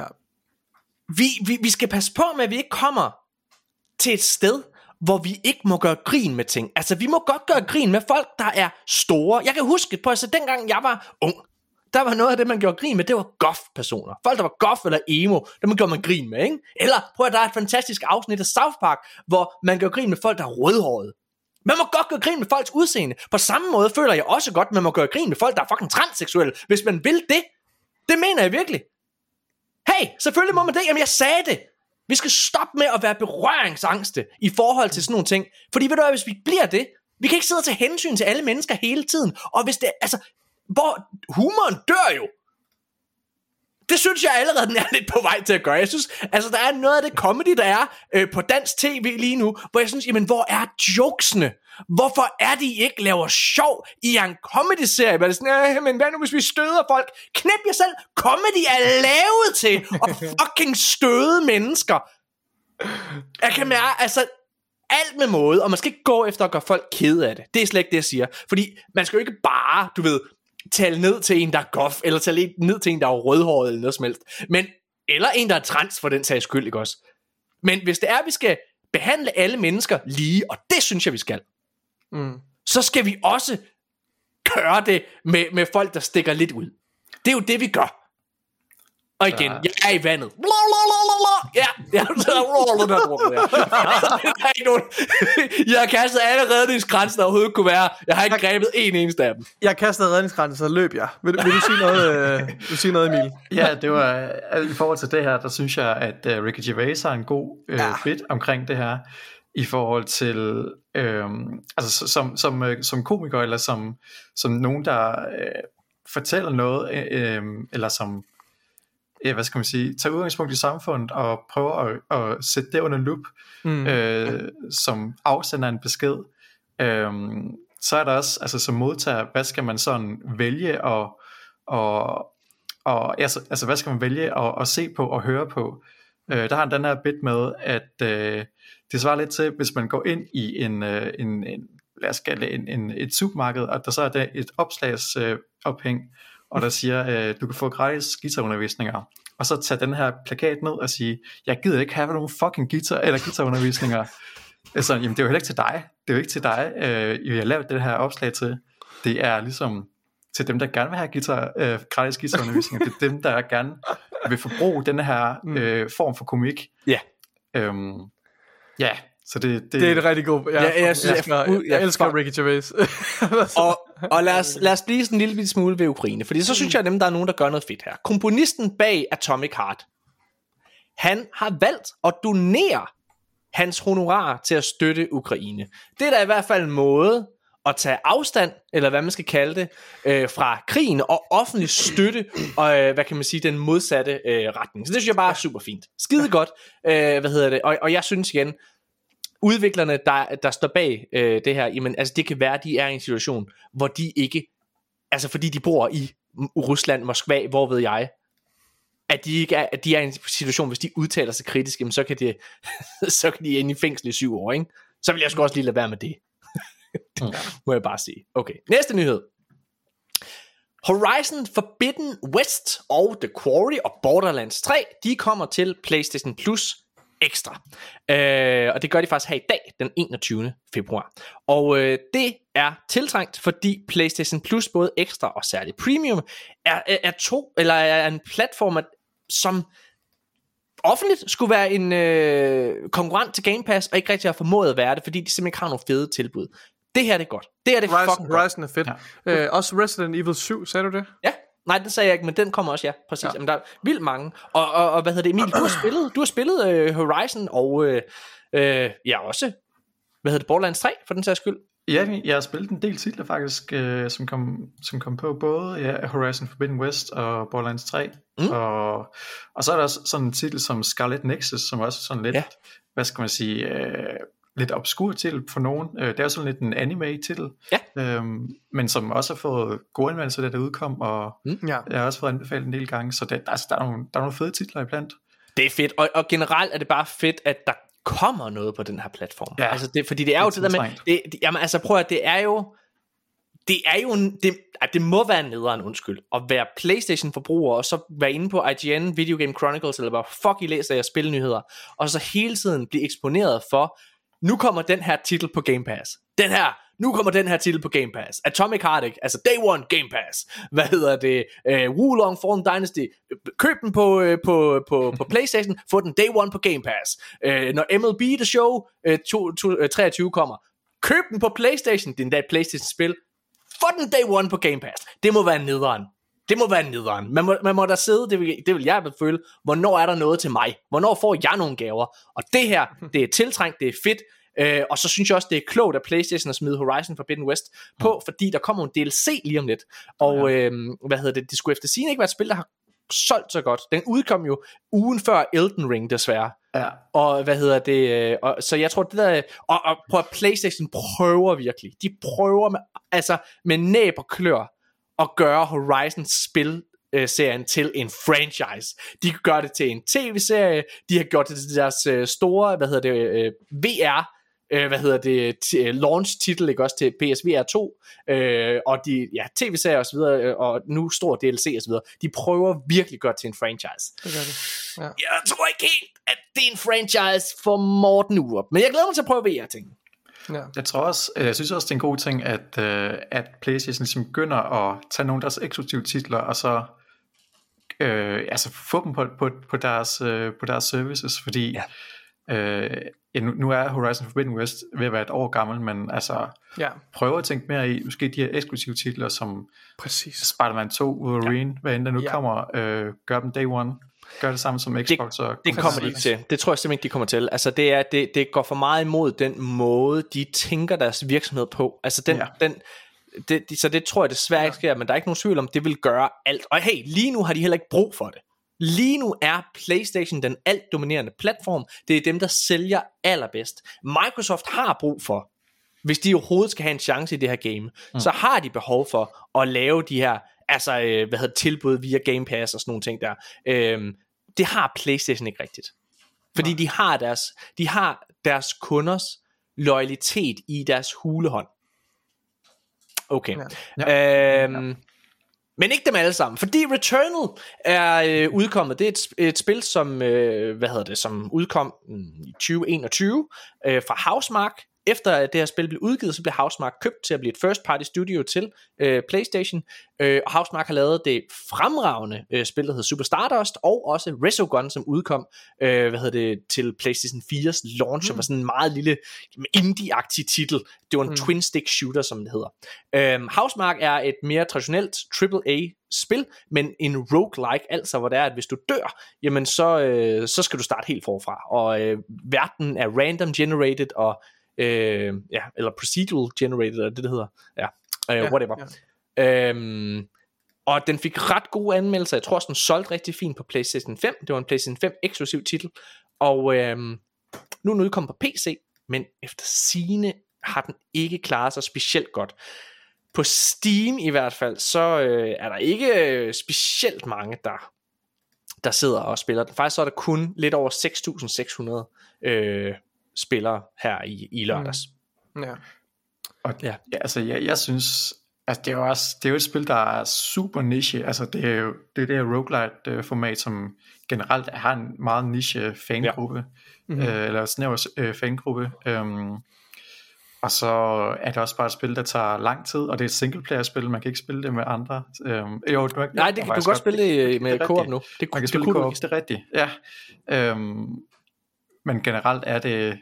vi, vi, vi skal passe på med, at vi ikke kommer til et sted, hvor vi ikke må gøre grin med ting. Altså, vi må godt gøre grin med folk, der er store. Jeg kan huske, på altså dengang jeg var ung, der var noget af det, man gjorde grin med, det var goth-personer. Folk, der var goth eller emo, dem gjorde man grin med, ikke? Eller, prøv at der er et fantastisk afsnit af South Park, hvor man gør grin med folk, der er rødhårede. Man må godt gøre grin med folks udseende. På samme måde føler jeg også godt, at man må gøre grin med folk, der er fucking transseksuelle, hvis man vil det. Det mener jeg virkelig. Hey, selvfølgelig må man det. Jamen, jeg sagde det. Vi skal stoppe med at være berøringsangste i forhold til sådan nogle ting. Fordi ved du hvad, hvis vi bliver det, vi kan ikke sidde og tage hensyn til alle mennesker hele tiden. Og hvis det, altså, hvor humoren dør jo. Det synes jeg allerede, den er lidt på vej til at gøre. Jeg synes, altså der er noget af det comedy, der er øh, på dansk tv lige nu, hvor jeg synes, jamen hvor er jokesene? Hvorfor er de ikke laver sjov i en comedy-serie? Hvor det er sådan, men hvad nu hvis vi støder folk? Knep jer selv. Comedy er lavet til at fucking støde mennesker. Jeg kan mærke, altså alt med måde, og man skal ikke gå efter at gøre folk kede af det. Det er slet ikke det, jeg siger. Fordi man skal jo ikke bare, du ved, tale ned til en, der er goth, eller tale ned til en, der er rødhåret, eller noget som helst. Men, eller en, der er trans, for den sags skyld, ikke også? Men hvis det er, at vi skal behandle alle mennesker lige, og det synes jeg, vi skal, mm. så skal vi også gøre det med, med folk, der stikker lidt ud. Det er jo det, vi gør. Og igen, jeg er i vandet. Ja, jeg har ikke nogen. Jeg har kastet alle redningskranser, der overhovedet kunne være. Jeg har ikke grebet en eneste af dem. Jeg kastede redningskranser, så løb jeg. Vil, vil du sige noget, øh, vil du sige noget, Emil? Ja, det var i forhold til det her, der synes jeg, at uh, Ricky Gervais har en god uh, ja. bit omkring det her, i forhold til, øh, altså som, som, uh, som komiker, eller som, som nogen, der uh, fortæller noget, uh, eller som Ja, hvad skal man sige, tager udgangspunkt i samfundet og prøver at, at sætte det under lup, mm. øh, som afsender en besked. Øhm, så er der også, altså som modtager, hvad skal man sådan vælge og, og, og altså, altså hvad skal man vælge at, at se på og høre på. Øh, der har han den her bit med, at øh, det svarer lidt til, hvis man går ind i en, øh, en, en lad os kalde en, en, et supermarked, og der så er der et opslagsophæng, øh, og der siger, øh, du kan få gratis guitarundervisninger, og så tage den her plakat ned og sige, jeg gider ikke have nogen fucking guitar eller guitarundervisninger. Altså, jamen det er jo heller ikke til dig, det er jo ikke til dig, øh, jeg har lavet det her opslag til. Det er ligesom til dem, der gerne vil have guitar, øh, gratis guitarundervisninger. Det er dem, der gerne vil forbruge den her øh, form for komik. Ja. Yeah. Øhm, ja. Så det, det, det er et rigtig god. Jeg, jeg, jeg, jeg, jeg, elsker, jeg, jeg elsker Ricky Gervais. og og lad, os, lad os blive sådan en lille smule ved Ukraine, fordi så synes jeg, at dem, der er nogen, der gør noget fedt her. Komponisten bag Atomic Heart, han har valgt at donere hans honorar til at støtte Ukraine. Det er da i hvert fald en måde at tage afstand, eller hvad man skal kalde det, øh, fra krigen, og offentligt støtte, og øh, hvad kan man sige, den modsatte øh, retning. Så det synes jeg bare er super fint. Skide godt, øh, hvad hedder det, og, og jeg synes igen, udviklerne, der, der står bag øh, det her, jamen, altså det kan være, at de er i en situation, hvor de ikke, altså fordi de bor i Rusland, Moskva, hvor ved jeg, at de ikke er, at de er i en situation, hvis de udtaler sig kritisk, jamen, så kan de, så kan de ind i fængsel i syv år, ikke? Så vil jeg sgu også lige lade være med det. Det må jeg bare sige. Okay, næste nyhed. Horizon Forbidden West og The Quarry og Borderlands tre, de kommer til PlayStation Plus Ekstra. Øh, og det gør de faktisk her i dag, den enogtyvende februar. Og øh, det er tiltrængt, fordi PlayStation Plus, både Ekstra og særligt Premium, er, er, er to eller er en platform, som offentligt skulle være en øh, konkurrent til Game Pass, og ikke rigtig har formået at være det, fordi de simpelthen ikke har nogle fede tilbud. Det her det er godt. Det er det Horizon, fucking Horizon er fedt. Ja. Øh, også Resident Evil syv, sagde du det? Ja. Nej, den sagde jeg ikke, men den kommer også, ja, præcis. Ja. Jamen, der er vildt mange. Og, og, og hvad hedder det, Emil, du har spillet, du har spillet øh, Horizon, og øh, øh, ja, også, hvad hedder det, Borderlands tre, for den sags skyld. Ja, jeg har spillet en del titler faktisk, øh, som, kom, som kom på både ja, Horizon Forbidden West og Borderlands tre. Mm. Og, og så er der også sådan en titel som Scarlet Nexus, som også er sådan lidt, ja. hvad skal man sige... Øh, lidt obskur titel for nogen. Det er sådan lidt en anime-titel, ja. øhm, men som også har fået gode anmeldelser, da det udkom, og mm. jeg har også fået anbefalet en del gange, så det, altså, der, er nogle, der er nogle fede titler iblandt. Det er fedt, og, og generelt er det bare fedt, at der kommer noget på den her platform. Ja, altså det, fordi det er jo det, det der med, det, det, jamen altså prøv at det er jo, det er jo, en, det, det må være nederen, undskyld, at være PlayStation-forbruger, og så være inde på I G N, Video Game Chronicles, eller bare fuck I læser jeg spilnyheder, og så hele tiden blive eksponeret for, nu kommer den her titel på Game Pass. Den her nu kommer den her titel på Game Pass. Atomic Heart, ikke? Altså Day One Game Pass. Hvad hedder det? Uh, Wulong Fallen Dynasty. Køb den på, uh, på, på, på PlayStation. Få den Day One på Game Pass. Uh, når M L B The Show uh, to, to, uh, treogtyve kommer, køb den på PlayStation. Det er endda et PlayStation-spil. Få den Day One på Game Pass. Det må være nederen. Det må være nederen. Man må, man må da sidde, det vil, det vil jeg føle, hvornår er der noget til mig? Hvornår får jeg nogle gaver? Og det her, det er tiltrængt, det er fedt. Øh, og så synes jeg også, det er klogt af PlayStation at smide Horizon Forbidden West på, fordi der kommer en D L C lige om lidt. Og øh, hvad hedder det? Det skulle efter sigende ikke være et spil, der har solgt så godt. Den udkom jo ugen før Elden Ring, desværre. Ja. Og hvad hedder det? Øh, og, så jeg tror, det der... Og, og prøv at PlayStation prøver virkelig. De prøver med, altså, med næb og klør at gøre Horizon spil serien til en franchise. De kan gøre det til en tv-serie. De har gjort det til deres øh, store, hvad hedder det, øh, V R, øh, hvad hedder det, t- launch-titel, ikke også til P S V R to, øh, og de, ja, tv-serier og så videre, øh, og nu stor D L C og så videre. De prøver virkelig godt til en franchise. Det gør det. Ja. Jeg tror ikke helt, at det er en franchise for Morten Urup, men jeg glæder mig til at prøve V R-ting. Ja. Jeg tror også, jeg synes også, det er en god ting, at, at PlayStation ligesom begynder at tage nogle af deres eksklusive titler, og så Øh, altså få dem på, på, på, deres, øh, på deres services, fordi ja. øh, ja, nu, nu er Horizon Forbidden West ved at være et år gammel, men altså ja. prøver at tænke mere i måske de her eksklusive titler som Præcis. Spider-Man to, Wolverine, ja. hvad end der nu ja. kommer, øh, gør dem Day One, gør det samme som Xbox. Det, og det kommer de ikke til. Det tror jeg simpelthen ikke de kommer til. Altså det er det, det går for meget imod den måde de tænker deres virksomhed på. Altså den, ja. den Det, de, så det tror jeg desværre ikke sker, men der er ikke nogen tvivl om, det vil gøre alt. Og hey, lige nu har de heller ikke brug for det. Lige nu er PlayStation den alt dominerende platform. Det er dem, der sælger allerbedst. Microsoft har brug for, hvis de overhovedet skal have en chance i det her game, mm. så har de behov for at lave de her, altså øh, hvad hedder tilbud via Game Pass og sådan nogle ting der. Øhm, det har PlayStation ikke rigtigt. Fordi ja. de har deres, de har deres kunders loyalitet i deres hulehånd. Okay. Ja. Ja. Øhm, ja. Men ikke dem alle sammen, fordi Returnal er øh, udkommet. Det er et, et spil, som øh, hvad hedder det, som udkom i tyve enogtyve øh, fra Housemarque. Efter at det her spil blev udgivet, så blev Housemarque købt til at blive et first party studio til øh, PlayStation. Øh, og Housemarque har lavet det fremragende øh, spil, der hedder Super Stardust, og også Resogun, som udkom øh, hvad hedder det, til PlayStation fires launch, mm. var sådan en meget lille indie-agtig titel. Det var en mm. twin stick shooter, som det hedder. Øh, Housemarque er et mere traditionelt triple A spil, men en roguelike, altså hvor det er, at hvis du dør, jamen så, øh, så skal du starte helt forfra. Og øh, verden er random generated, og Øh, ja, eller procedural generated, er det det hedder, ja, øh, ja whatever. Ja. Øhm, og den fik ret gode anmeldelser. Jeg tror også den solgte rigtig fint på PlayStation fem. Det var en PlayStation fem eksklusiv titel. Og øhm, nu er den udkommet på P C, men efter sigende har den ikke klaret sig specielt godt. På Steam i hvert fald, så øh, er der ikke øh, specielt mange der der sidder og spiller den. Faktisk så er der kun lidt over seks tusind seks hundrede øh, spillere her i, i lørdags. Mm. Ja. Og ja, ja altså jeg, jeg synes, altså det er jo også, det er jo et spil, der er super niche. Altså det er jo det er det her roguelite format, som generelt har en meget niche fangruppe, ja. mm-hmm. øh, eller snæver øh, fangruppe. Um, og så er det også bare et spil, der tager lang tid, og det er et singleplayer spil, man kan ikke spille det med andre. Um, jo, du, Nej, det, du kan godt spille det med co-op nu. Det, man kan spille co-op, det er rigtigt. Ja. Um, men generelt er det,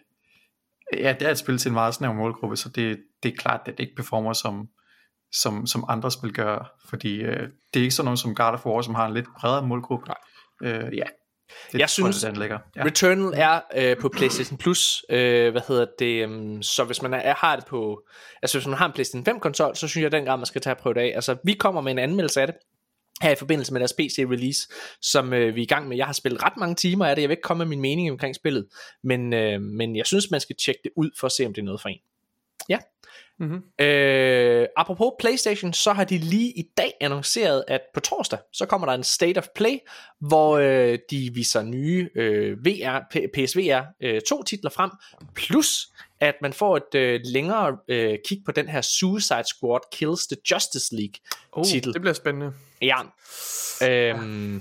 ja, det er et spil til en meget snæver målgruppe, så det, det er klart, at det ikke performer som, som, som andre spil gør, fordi øh, det er ikke sådan noget som God of War, som har en lidt bredere målgruppe. Øh, ja. Det, jeg synes det, ja. Returnal er øh, på PlayStation Plus, øh, hvad hedder det, um, så hvis man er, har det på, altså hvis man har en PlayStation fem konsol, så synes jeg dengang man skal tage at prøve det af. Altså vi kommer med en anmeldelse af det her i forbindelse med deres P C release, som øh, vi er i gang med. Jeg har spillet ret mange timer af det. Jeg vil ikke komme med min mening omkring spillet, men, øh, men jeg synes man skal tjekke det ud for at se om det er noget for en. Ja. Mm-hmm. Øh, apropos PlayStation, så har de lige i dag annonceret, at på torsdag så kommer der en State of Play, hvor øh, de viser nye øh, V R, P S V R øh, to titler frem, plus at man får et øh, længere øh, kig på den her Suicide Squad Kills the Justice League titel. Oh, det bliver spændende. Ja. Øhm,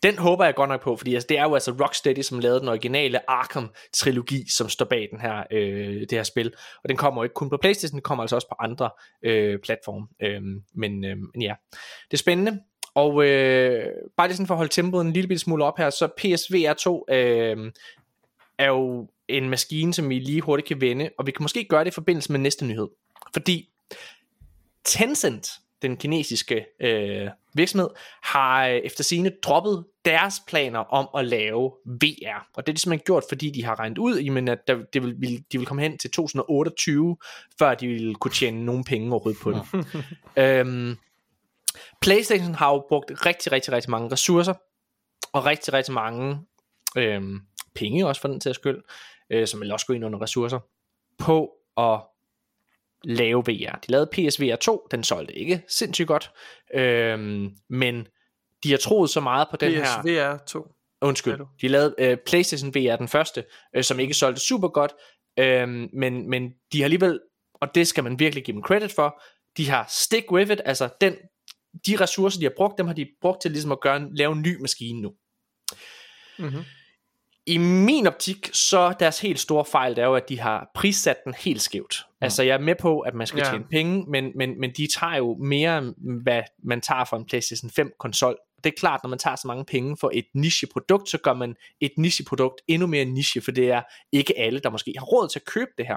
den håber jeg godt nok på, fordi altså, det er jo altså Rocksteady, som lavede den originale Arkham-trilogi, som står bag den her, øh, det her spil, og den kommer jo ikke kun på PlayStation, den kommer altså også på andre øh, platforme, øh, men, øh, men ja, det er spændende. Og øh, bare lige sådan for at holde tempoet en lille bitte smule op her, så P S V R to øh, er jo en maskine, som vi lige hurtigt kan vende, og vi kan måske gøre det i forbindelse med næste nyhed. Fordi Tencent, den kinesiske øh, virksomhed, har efter sigende droppet deres planer om at lave V R. Og det er de simpelthen gjort, fordi de har regnet ud, men at der, det vil, de vil komme hen til to tusind og otteogtyve, før de vil kunne tjene nogle penge overhovedet på det. øhm, PlayStation har jo brugt rigtig, rigtig, rigtig mange ressourcer, og rigtig, rigtig mange øhm, penge også for den til skyld, øh, som vil også gå ind under ressourcer, på at lave V R. De lavede P S V R to, den solgte ikke sindssygt godt, øhm, men de har troet så meget på den her... P S V R to. Undskyld, de lavede øh, PlayStation V R, den første, øh, som ikke solgte super godt, øh, men, men de har alligevel, og det skal man virkelig give dem credit for, de har stick with it, altså den, de ressourcer, de har brugt, dem har de brugt til ligesom at gøre en, lave en ny maskine nu. Mm-hmm. I min optik, så deres helt store fejl, det er jo, at de har prissat den helt skævt. Mm. Altså jeg er med på, at man skal yeah. tjene penge, men, men, men de tager jo mere, hvad man tager for en PlayStation fem konsol. Det er klart, når man tager så mange penge for et nicheprodukt, så gør man et nicheprodukt endnu mere niche, for det er ikke alle, der måske har råd til at købe det her.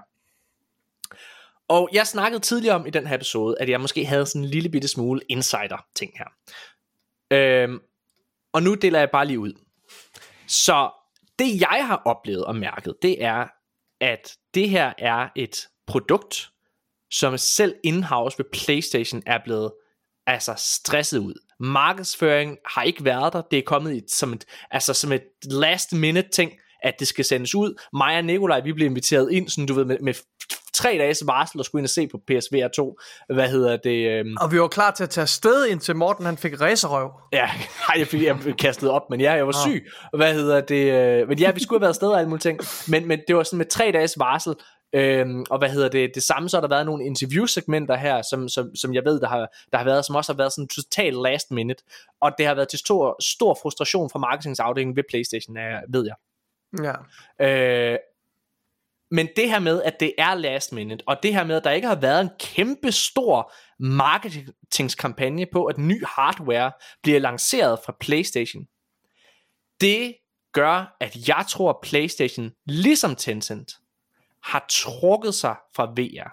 Og jeg snakkede tidligere om i den her episode, at jeg måske havde sådan en lille bitte smule insider-ting her. Øhm, og nu deler jeg bare lige ud. Så det jeg har oplevet og mærket, det er, at det her er et produkt, som selv in-house ved PlayStation er blevet altså stresset ud. Markedsføring har ikke været der. Det er kommet i, som et, altså som et last minute ting, at det skal sendes ud. Mig og Nikolaj, vi blev inviteret ind, sådan du ved, med, med tre dages varsel og skulle ind og se på P S V R to. Hvad hedder det? Øhm... Og vi var klar til at tage afsted, indtil Morten han fik racerøv. Ja, jeg fik jeg kastet op, men ja, jeg var syg. Hvad hedder det? Men ja, vi skulle have været afsted og alle mulige ting. Men, men det var sådan med tre dages varsel. Øhm, og hvad hedder det? Det samme, så har der været nogle interviewsegmenter her, som, som, som jeg ved, der har, der har været, som også har været sådan total last minute. Og det har været til stor, stor frustration fra marketingsafdelingen ved PlayStation, ved jeg. Ja. Øh, men det her med, at det er last minute, og det her med, at der ikke har været en kæmpe stor marketingskampagne på, at ny hardware bliver lanceret fra PlayStation, det gør, at jeg tror, at PlayStation, ligesom Tencent, har trukket sig fra V R.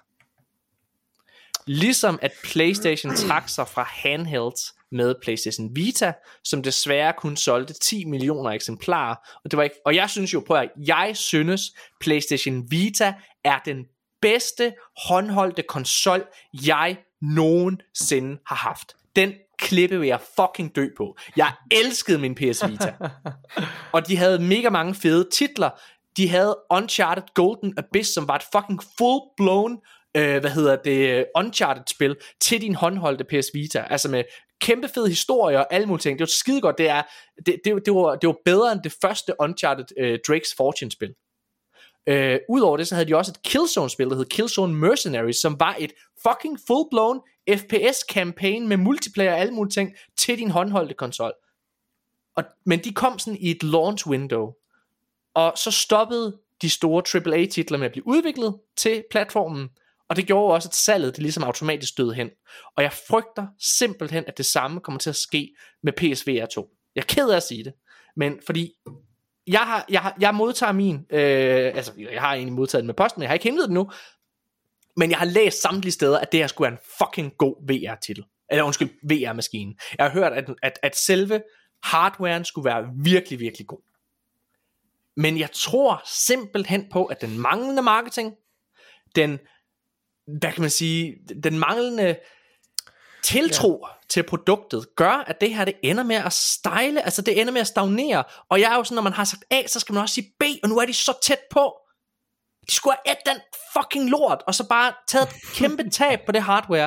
Ligesom at PlayStation trak sig fra handhelds med PlayStation Vita, som desværre kun solgte ti millioner eksemplarer. Og, det var ikke, og jeg synes jo på, at jeg synes, PlayStation Vita er den bedste håndholdte konsol, jeg nogensinde har haft. Den klippe vil jeg fucking dø på. Jeg elskede min P S Vita. Og de havde mega mange fede titler. De havde Uncharted Golden Abyss, som var et fucking full-blown øh, hvad hedder det, Uncharted-spil til din håndholdte P S Vita. Altså med kæmpe fed historie og alle mulige ting. Det var skide godt. Det, er, det, det, det, var, det var bedre end det første Uncharted øh, Drake's Fortune-spil. Øh, Udover det, så havde de også et Killzone-spil, der hed Killzone Mercenaries, som var et fucking full-blown F P S-campaign med multiplayer og alle mulige ting til din håndholdte konsol. Og, men de kom sådan i et launch window. Og så stoppede de store triple A titler med at blive udviklet til platformen. Og det gjorde også, at salget det ligesom automatisk døde hen. Og jeg frygter simpelthen, at det samme kommer til at ske med P S V R to. Jeg er ked af at sige det. Men fordi jeg, har, jeg, har, jeg modtager min, øh, altså jeg har egentlig modtaget den med posten, men jeg har ikke hentet den nu. Men jeg har læst samtlige steder, at det her skulle være en fucking god V R-titel. Eller undskyld, V R-maskine. Jeg har hørt, at, at, at selve hardwaren skulle være virkelig, virkelig god. Men jeg tror simpelthen på, at den manglende marketing, den, hvad kan man sige, den manglende tiltro ja. til produktet, gør, at det her, det ender med at stejle, altså det ender med at stagnere, og jeg er jo sådan, når man har sagt A, så skal man også sige B, og nu er de så tæt på. De skulle have et den fucking lort, og så bare taget et kæmpe tab på det hardware.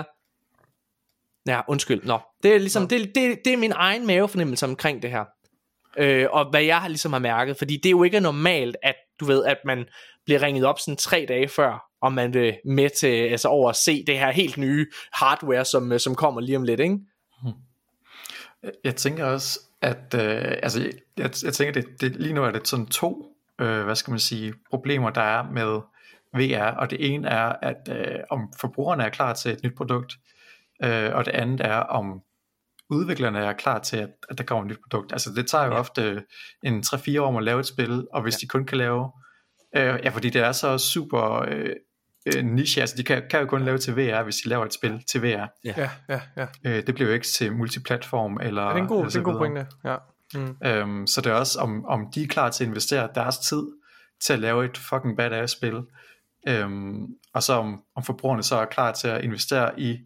Ja, undskyld, nå, det er ligesom, det, det, det er min egen mavefornemmelse omkring det her. Øh, og hvad jeg ligesom har mærket, fordi det er jo ikke normalt, at du ved, at man bliver ringet op sådan tre dage før, og man vil med til, altså over at se det her helt nye hardware, som, som kommer lige om lidt, ikke? Jeg tænker også, at øh, altså, jeg, jeg tænker, det, det, lige nu er det sådan to, øh, hvad skal man sige, problemer, der er med V R, og det ene er, at øh, om forbrugerne er klar til et nyt produkt, øh, og det andet er, om udviklerne er klar til, at, at der kommer et nyt produkt. Altså det tager jo ja. ofte en tre fire år om at lave et spil, og hvis ja. de kun kan lave, øh, ja, fordi det er så super øh, øh, niche, altså de kan, kan jo kun lave til V R, hvis de laver et spil til V R. Ja, ja, ja. ja. Øh, det bliver jo ikke til multiplatform, eller... Ja, det er en god, eller det er en god pointe, ja. Mm. Øhm, så det er også, om, om de er klar til at investere deres tid, til at lave et fucking badass spil, øhm, og så om, om forbrugerne så er klar til at investere i...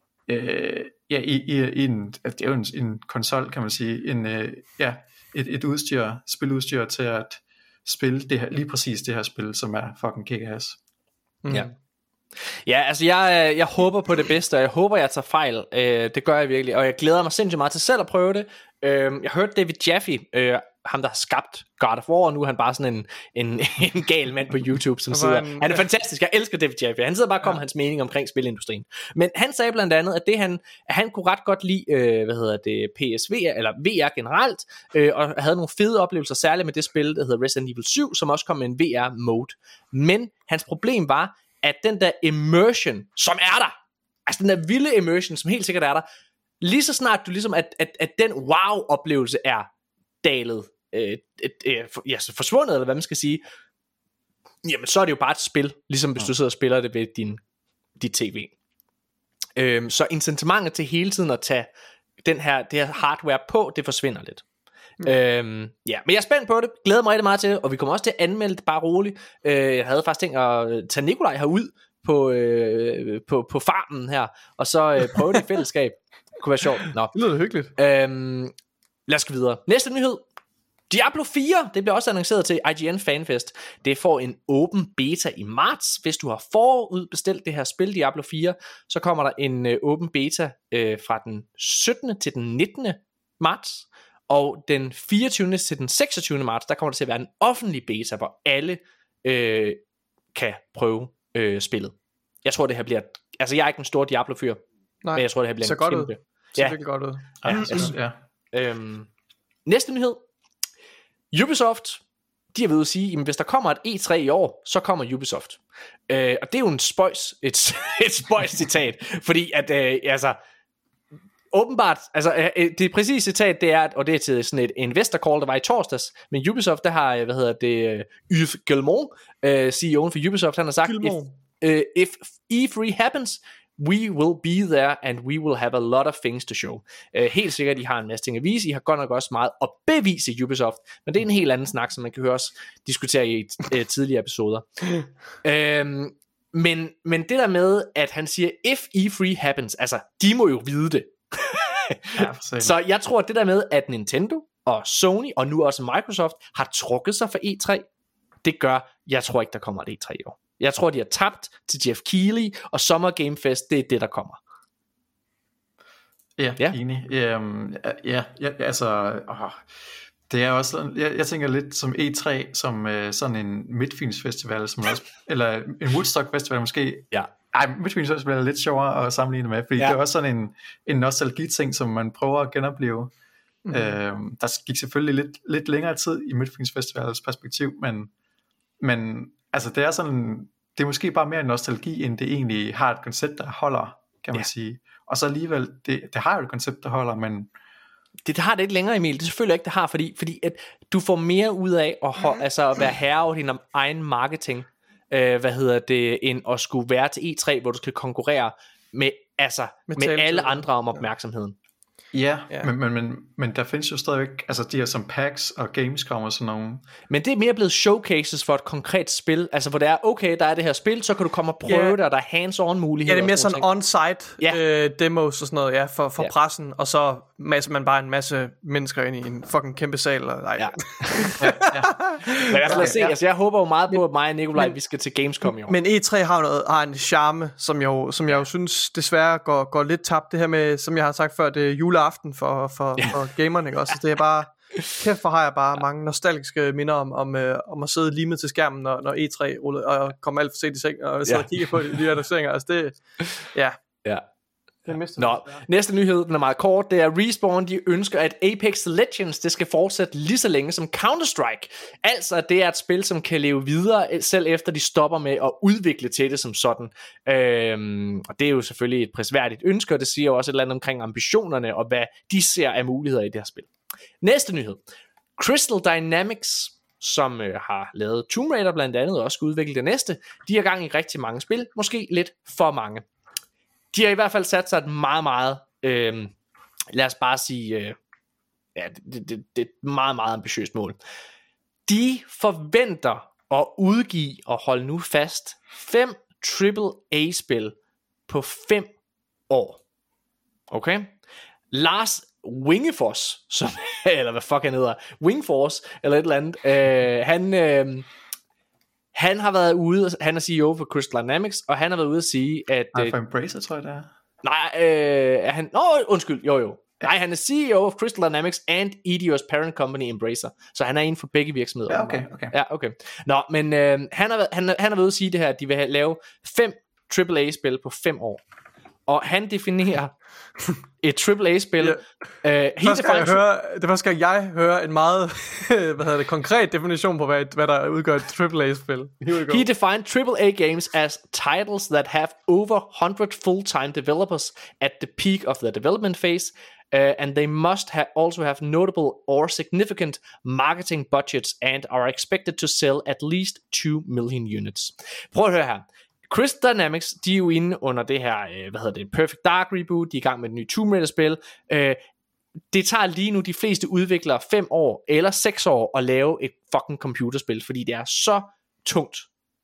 Øh, Ja, i, i, i en, det er jo en, en konsol, kan man sige, en, øh, ja, et, et udstyr, spiludstyr til at spille det her, lige præcis det her spil, som er fucking kick-ass. Mm. Ja. Ja, altså jeg, jeg håber på det bedste, og jeg håber jeg tager fejl, øh, det gør jeg virkelig, og jeg glæder mig sindssygt meget til selv at prøve det. øh, Jeg hørte David Jaffe, øh, ham der har skabt God of War, og nu er han bare sådan en, en, en gal mand på YouTube, som sidder, en, han er fantastisk, jeg elsker David Jaffe, han sidder bare og kommer ja. hans mening omkring spilindustrien. Men han sagde blandt andet, at det han, at han kunne ret godt lide, øh, hvad hedder det, P S V R, eller V R generelt, øh, og havde nogle fede oplevelser, særligt med det spil, der hedder Resident Evil syv, som også kom med en V R mode. Men hans problem var, at den der immersion, som er der, altså den der vilde immersion, som helt sikkert er der, lige så snart du ligesom, at, at, at den wow-oplevelse er dalet, øh, et, øh, for, ja, så forsvundet, eller hvad man skal sige, jamen så er det jo bare et spil, ligesom hvis du sidder og spiller det ved din, dit tv. Øhm, så incitamentet til hele tiden at tage den her, det her hardware på, det forsvinder lidt. Mm. Øhm, ja, men jeg er spændt på det, glæder mig rigtig meget til det, og vi kommer også til at anmelde det bare roligt. øh, Jeg havde faktisk tænkt at tage Nikolaj herud på, øh, på, på farmen her, og så øh, prøve det i fællesskab. Det kunne være sjovt. Nå. Det lyder hyggeligt. øhm, Lad os gå videre. Næste nyhed: Diablo fire, det bliver også annonceret til I G N Fanfest. Det får en åben beta i marts. Hvis du har forudbestilt det her spil, Diablo fire, så kommer der en øh, åben beta øh, fra den syttende til den nittende marts. Og den fireogtyvende til den seksogtyvende marts, der kommer der til at være en offentlig beta, hvor alle øh, kan prøve øh, spillet. Jeg tror det her bliver, altså jeg er ikke en stor Diablo-fyr, men jeg tror det her bliver så en godt kæmpe. Ud. Så virkelig godt ud. Ja, ja, jeg, ja. Øhm, næste nyhed: Ubisoft, de er ved at sige, at hvis der kommer et E tre i år, så kommer Ubisoft. øh, Og det er jo en spøjs, et, et spøjs citat, fordi at øh, altså åbenbart, altså det præcise citat, det er, og det er til sådan et investor call, der var i torsdags, men Ubisoft, der har, hvad hedder det, Yves Guillemot, C E O'en for Ubisoft, han har sagt, if, uh, if E tre happens, we will be there, and we will have a lot of things to show. Uh, helt sikkert, I har en masse ting at vise, I har godt nok også meget at bevise i Ubisoft, men det er en helt anden snak, som man kan høre os diskutere i uh, tidligere episoder. uh, men, men det der med, at han siger, if E tre happens, altså, de må jo vide det. Ja, så jeg tror at det der med at Nintendo og Sony og nu også Microsoft har trukket sig for E tre, det gør, jeg tror ikke der kommer et E tre i år. Jeg tror de har tabt til Jeff Keighley, og Summer Game Fest, det er det der kommer. Ja, ja. Enig. Um, ja, ja, altså åh, det er også, jeg, jeg tænker lidt som E tre, som uh, sådan en Midtfyns Festival, som også, eller en Woodstock Festival måske. Ja. Ej, Midtfyns Festival er lidt sjovere at sammenligne med, fordi ja. det er også sådan en, en nostalgi-ting, som man prøver at genopleve. Mm-hmm. Øhm, der gik selvfølgelig lidt, lidt længere tid i Midtfyns Festivals perspektiv, men, men altså det er sådan, det er måske bare mere nostalgi, end det egentlig har et koncept, der holder, kan man ja. sige. Og så alligevel, det, det har jo et koncept, der holder, men det, det har det ikke længere, Emil. Det er selvfølgelig ikke, det har, fordi, fordi at du får mere ud af at, mm-hmm. altså, at være herre over din egen marketing. Uh, hvad hedder det, end at skulle være til E tre, hvor du skal konkurrere med, altså, med, med alle andre om opmærksomheden. Ja, ja. Men, men, men, men der findes jo stadigvæk, altså de her som PAX og Gamescom og sådan nogle. Men det er mere blevet showcases for et konkret spil, altså hvor det er, okay, der er det her spil, så kan du komme og prøve yeah. det, og der er hands-on muligheder. Ja, det er mere sådan on-site ja. øh, demos og sådan noget, ja, for, for ja. pressen, og så masser man bare en masse mennesker ind i en fucking kæmpe sal. Og, nej. Ja. ja, ja. Men lad os se, ja. altså jeg håber jo meget på, at mig og Nikolaj, men, vi skal til Gamescom i år. Men E tre har, noget, har en charme, som jeg jo, som jeg jo synes desværre går, går lidt tabt. Det her med, som jeg har sagt før, det er juleaften for, for, ja. for gamerne, ikke også? Det er bare, kæft for har jeg bare mange nostalgiske minder om, om, øh, om at sidde limet til skærmen, når, når E tre rullede, og komme alt for sent i seng, og sidde ja. og kigge på de annonceringer. Altså det, ja. Ja. Det mister Nå, næste nyhed, den er meget kort. Det er Respawn, de ønsker, at Apex Legends, det skal fortsætte lige så længe som Counter-Strike. Altså, det er et spil, som kan leve videre, selv efter de stopper med at udvikle til det som sådan. Øhm, og det er jo selvfølgelig et prisværdigt ønske, og det siger jo også et eller andet omkring ambitionerne, og hvad de ser af muligheder i det her spil. Næste nyhed. Crystal Dynamics, som øh, har lavet Tomb Raider blandt andet, og også skal udvikle det næste, de har gang i rigtig mange spil, måske lidt for mange. De har i hvert fald sat sig et meget, meget, øh, lad os bare sige, øh, ja, det, det, det er et meget, meget ambitiøst mål. De forventer at udgive, og hold nu fast, fem triple A-spil på fem år. Okay? Lars Wingefors, som, eller hvad fuck han hedder, Wingforce, eller et eller andet, øh, han... Øh, Han har været ude, han er C E O for Crystal Dynamics, og han har været ude at sige, at... Nej, for Embracer, tror jeg det er. Nej, øh, er han... Nå, undskyld, jo jo. Nej, han er C E O of Crystal Dynamics and Eidos parent company Embracer. Så han er inden for begge virksomheder. Ja, okay, okay. Ja, okay. Nå, men øh, han, har været, han, han har været ude at sige det her, at de vil have, lave fem triple A-spil på fem år. Og han definerer et triple A-spil. Ja. Øh, første gang jeg hører, det første gang jeg hører en meget hvad hedder det, konkret definition på, hvad, hvad der udgør et triple A-spil. He defined triple A games as titles that have over one hundred full-time developers at the peak of their development phase, uh, and they must ha- also have notable or significant marketing budgets and are expected to sell at least two million units. Prøv at høre her. Crystal Dynamics, de er jo inde under det her, hvad hedder det, Perfect Dark reboot, de er i gang med et nyt Tomb Raider-spil. Det tager lige nu de fleste udviklere fem år eller seks år at lave et fucking computerspil, fordi det er så tungt.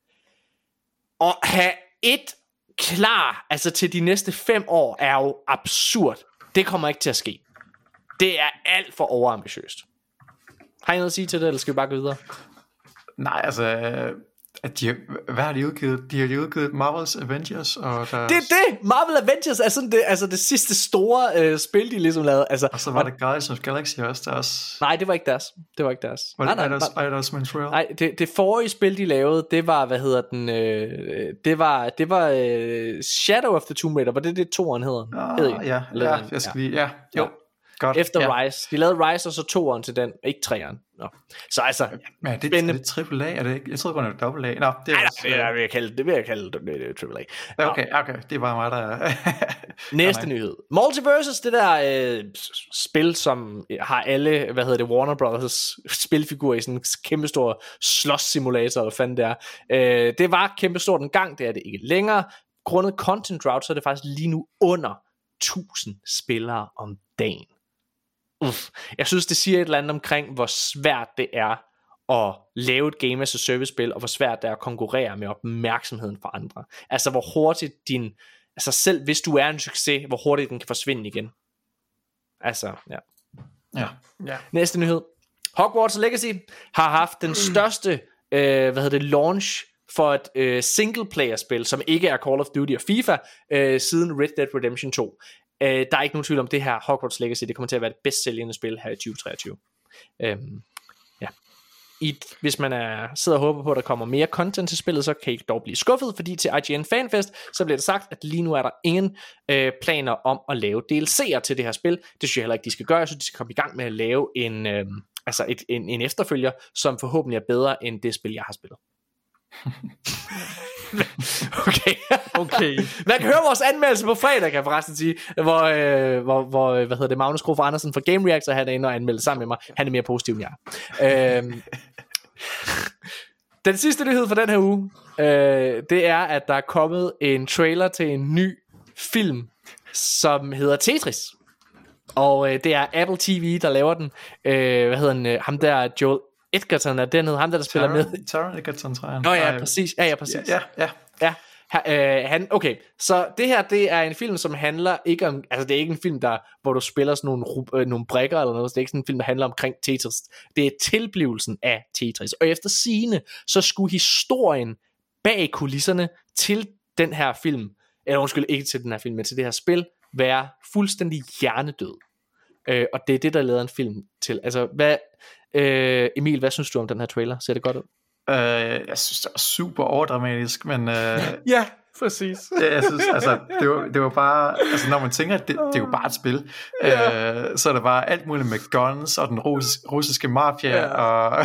At have et klar, altså til de næste fem år, er jo absurd. Det kommer ikke til at ske. Det er alt for overambitiøst. Har I noget at sige til det, eller skal vi bare gå videre? Nej, altså... At de, hvad har de udgivet? De har de udgivet Marvel's Avengers og der... Det er det! Marvel Avengers er sådan det, altså det sidste store øh, spil, de ligesom lavede. Altså, og så var og... det Guardians of Galaxy også, der også... Nej, det var ikke deres. Det var ikke deres. Var nej, det nej, Eidos Montreal? Nej, det, det forrige spil, de lavede, det var, hvad hedder den... Øh, det var, det var øh, Shadow of the Tomb Raider. Var det det, toeren hedder? Ah, Hed ja, ja, ja, jeg skal lige... Ja, jo. Ja. Godt, efter ja. Rise. De lavede Rise og så toeren til den, ikke treeren. Nå. Så altså, men er det, er det triple A? Er det ikke? Jeg troede kun det var dobbelt A. Nå, det er nej, også, nej, det vil jeg kalde det, vil jeg kalde det, det, det triple A. Nå. Okay, okay, det er bare mig der. Næste nyhed. Multiversus, det der øh, spil, som har alle, hvad hedder det, Warner Brothers spilfigurer i sådan en kæmpestor slås simulator, eller fanden det er. Øh, det var kæmpestort en gang, det er det ikke længere. Grundet content drought, så er det faktisk lige nu under tusind spillere om dagen. Uff. Jeg synes det siger et eller andet omkring hvor svært det er at lave et game as a service spil, og hvor svært det er at konkurrere med opmærksomheden for andre. Altså hvor hurtigt din, altså selv hvis du er en succes, hvor hurtigt den kan forsvinde igen. Altså ja. Ja. Ja. Næste nyhed. Hogwarts Legacy har haft den største øh, hvad hedder det launch for et øh, single player spil, som ikke er Call of Duty og FIFA, øh, siden Red Dead Redemption to. Uh, der er ikke nogen tvivl om det her Hogwarts Legacy. Det kommer til at være det bedst sælgende spil her i tyve treogtyve. um, ja. I, Hvis man er, sidder og håber på at der kommer mere content til spillet, så kan I dog blive skuffet, fordi til I G N Fanfest så bliver det sagt at lige nu er der ingen uh, planer om at lave D L C'er til det her spil. Det synes jeg heller ikke de skal gøre. Jeg synes de skal komme i gang med at lave en, uh, altså et, en, en efterfølger, som forhåbentlig er bedre end det spil jeg har spillet. Okay. Okay. Man kan høre vores anmeldelse på fredag, kan jeg forresten sige, hvor, øh, hvor, hvor hvad hedder det, Magnus Krofer Andersen fra Game Reactor, han er inde og anmelde sammen med mig. Han er mere positiv end jeg. øhm, Den sidste nyhed for den her uge, øh, det er, at der er kommet en trailer til en ny film, som hedder Tetris. Og øh, det er Apple T V, der laver den. øh, Hvad hedder den? Øh, ham der, Joel Edgerton er den hed, ham der, der spiller Taron, med. Taron Edgerton, tror jeg. Nå ja, præcis. Ja, ja, præcis. Ja, ja. Ja, ha, øh, han, okay. Så det her, det er en film, som handler ikke om, altså det er ikke en film, der, hvor du spiller sådan nogle, øh, nogle brækker eller noget. Det er ikke sådan en film, der handler omkring Tetris. Det er tilblivelsen af Tetris. Og efter sigende, så skulle historien bag kulisserne til den her film, eller undskyld, ikke til den her film, men til det her spil, være fuldstændig hjernedød. Øh, og det er det, der leder en film til. Altså, hvad, øh, Emil, hvad synes du om den her trailer? Ser det godt ud? Uh, jeg synes det er super overdramatisk, men uh, ja, præcis. Ja, jeg synes, altså, det var, det var bare, altså når man tænker, at det, det er jo bare et spil, ja. øh, så er der bare alt muligt med guns og den russ, russiske mafia, ja. og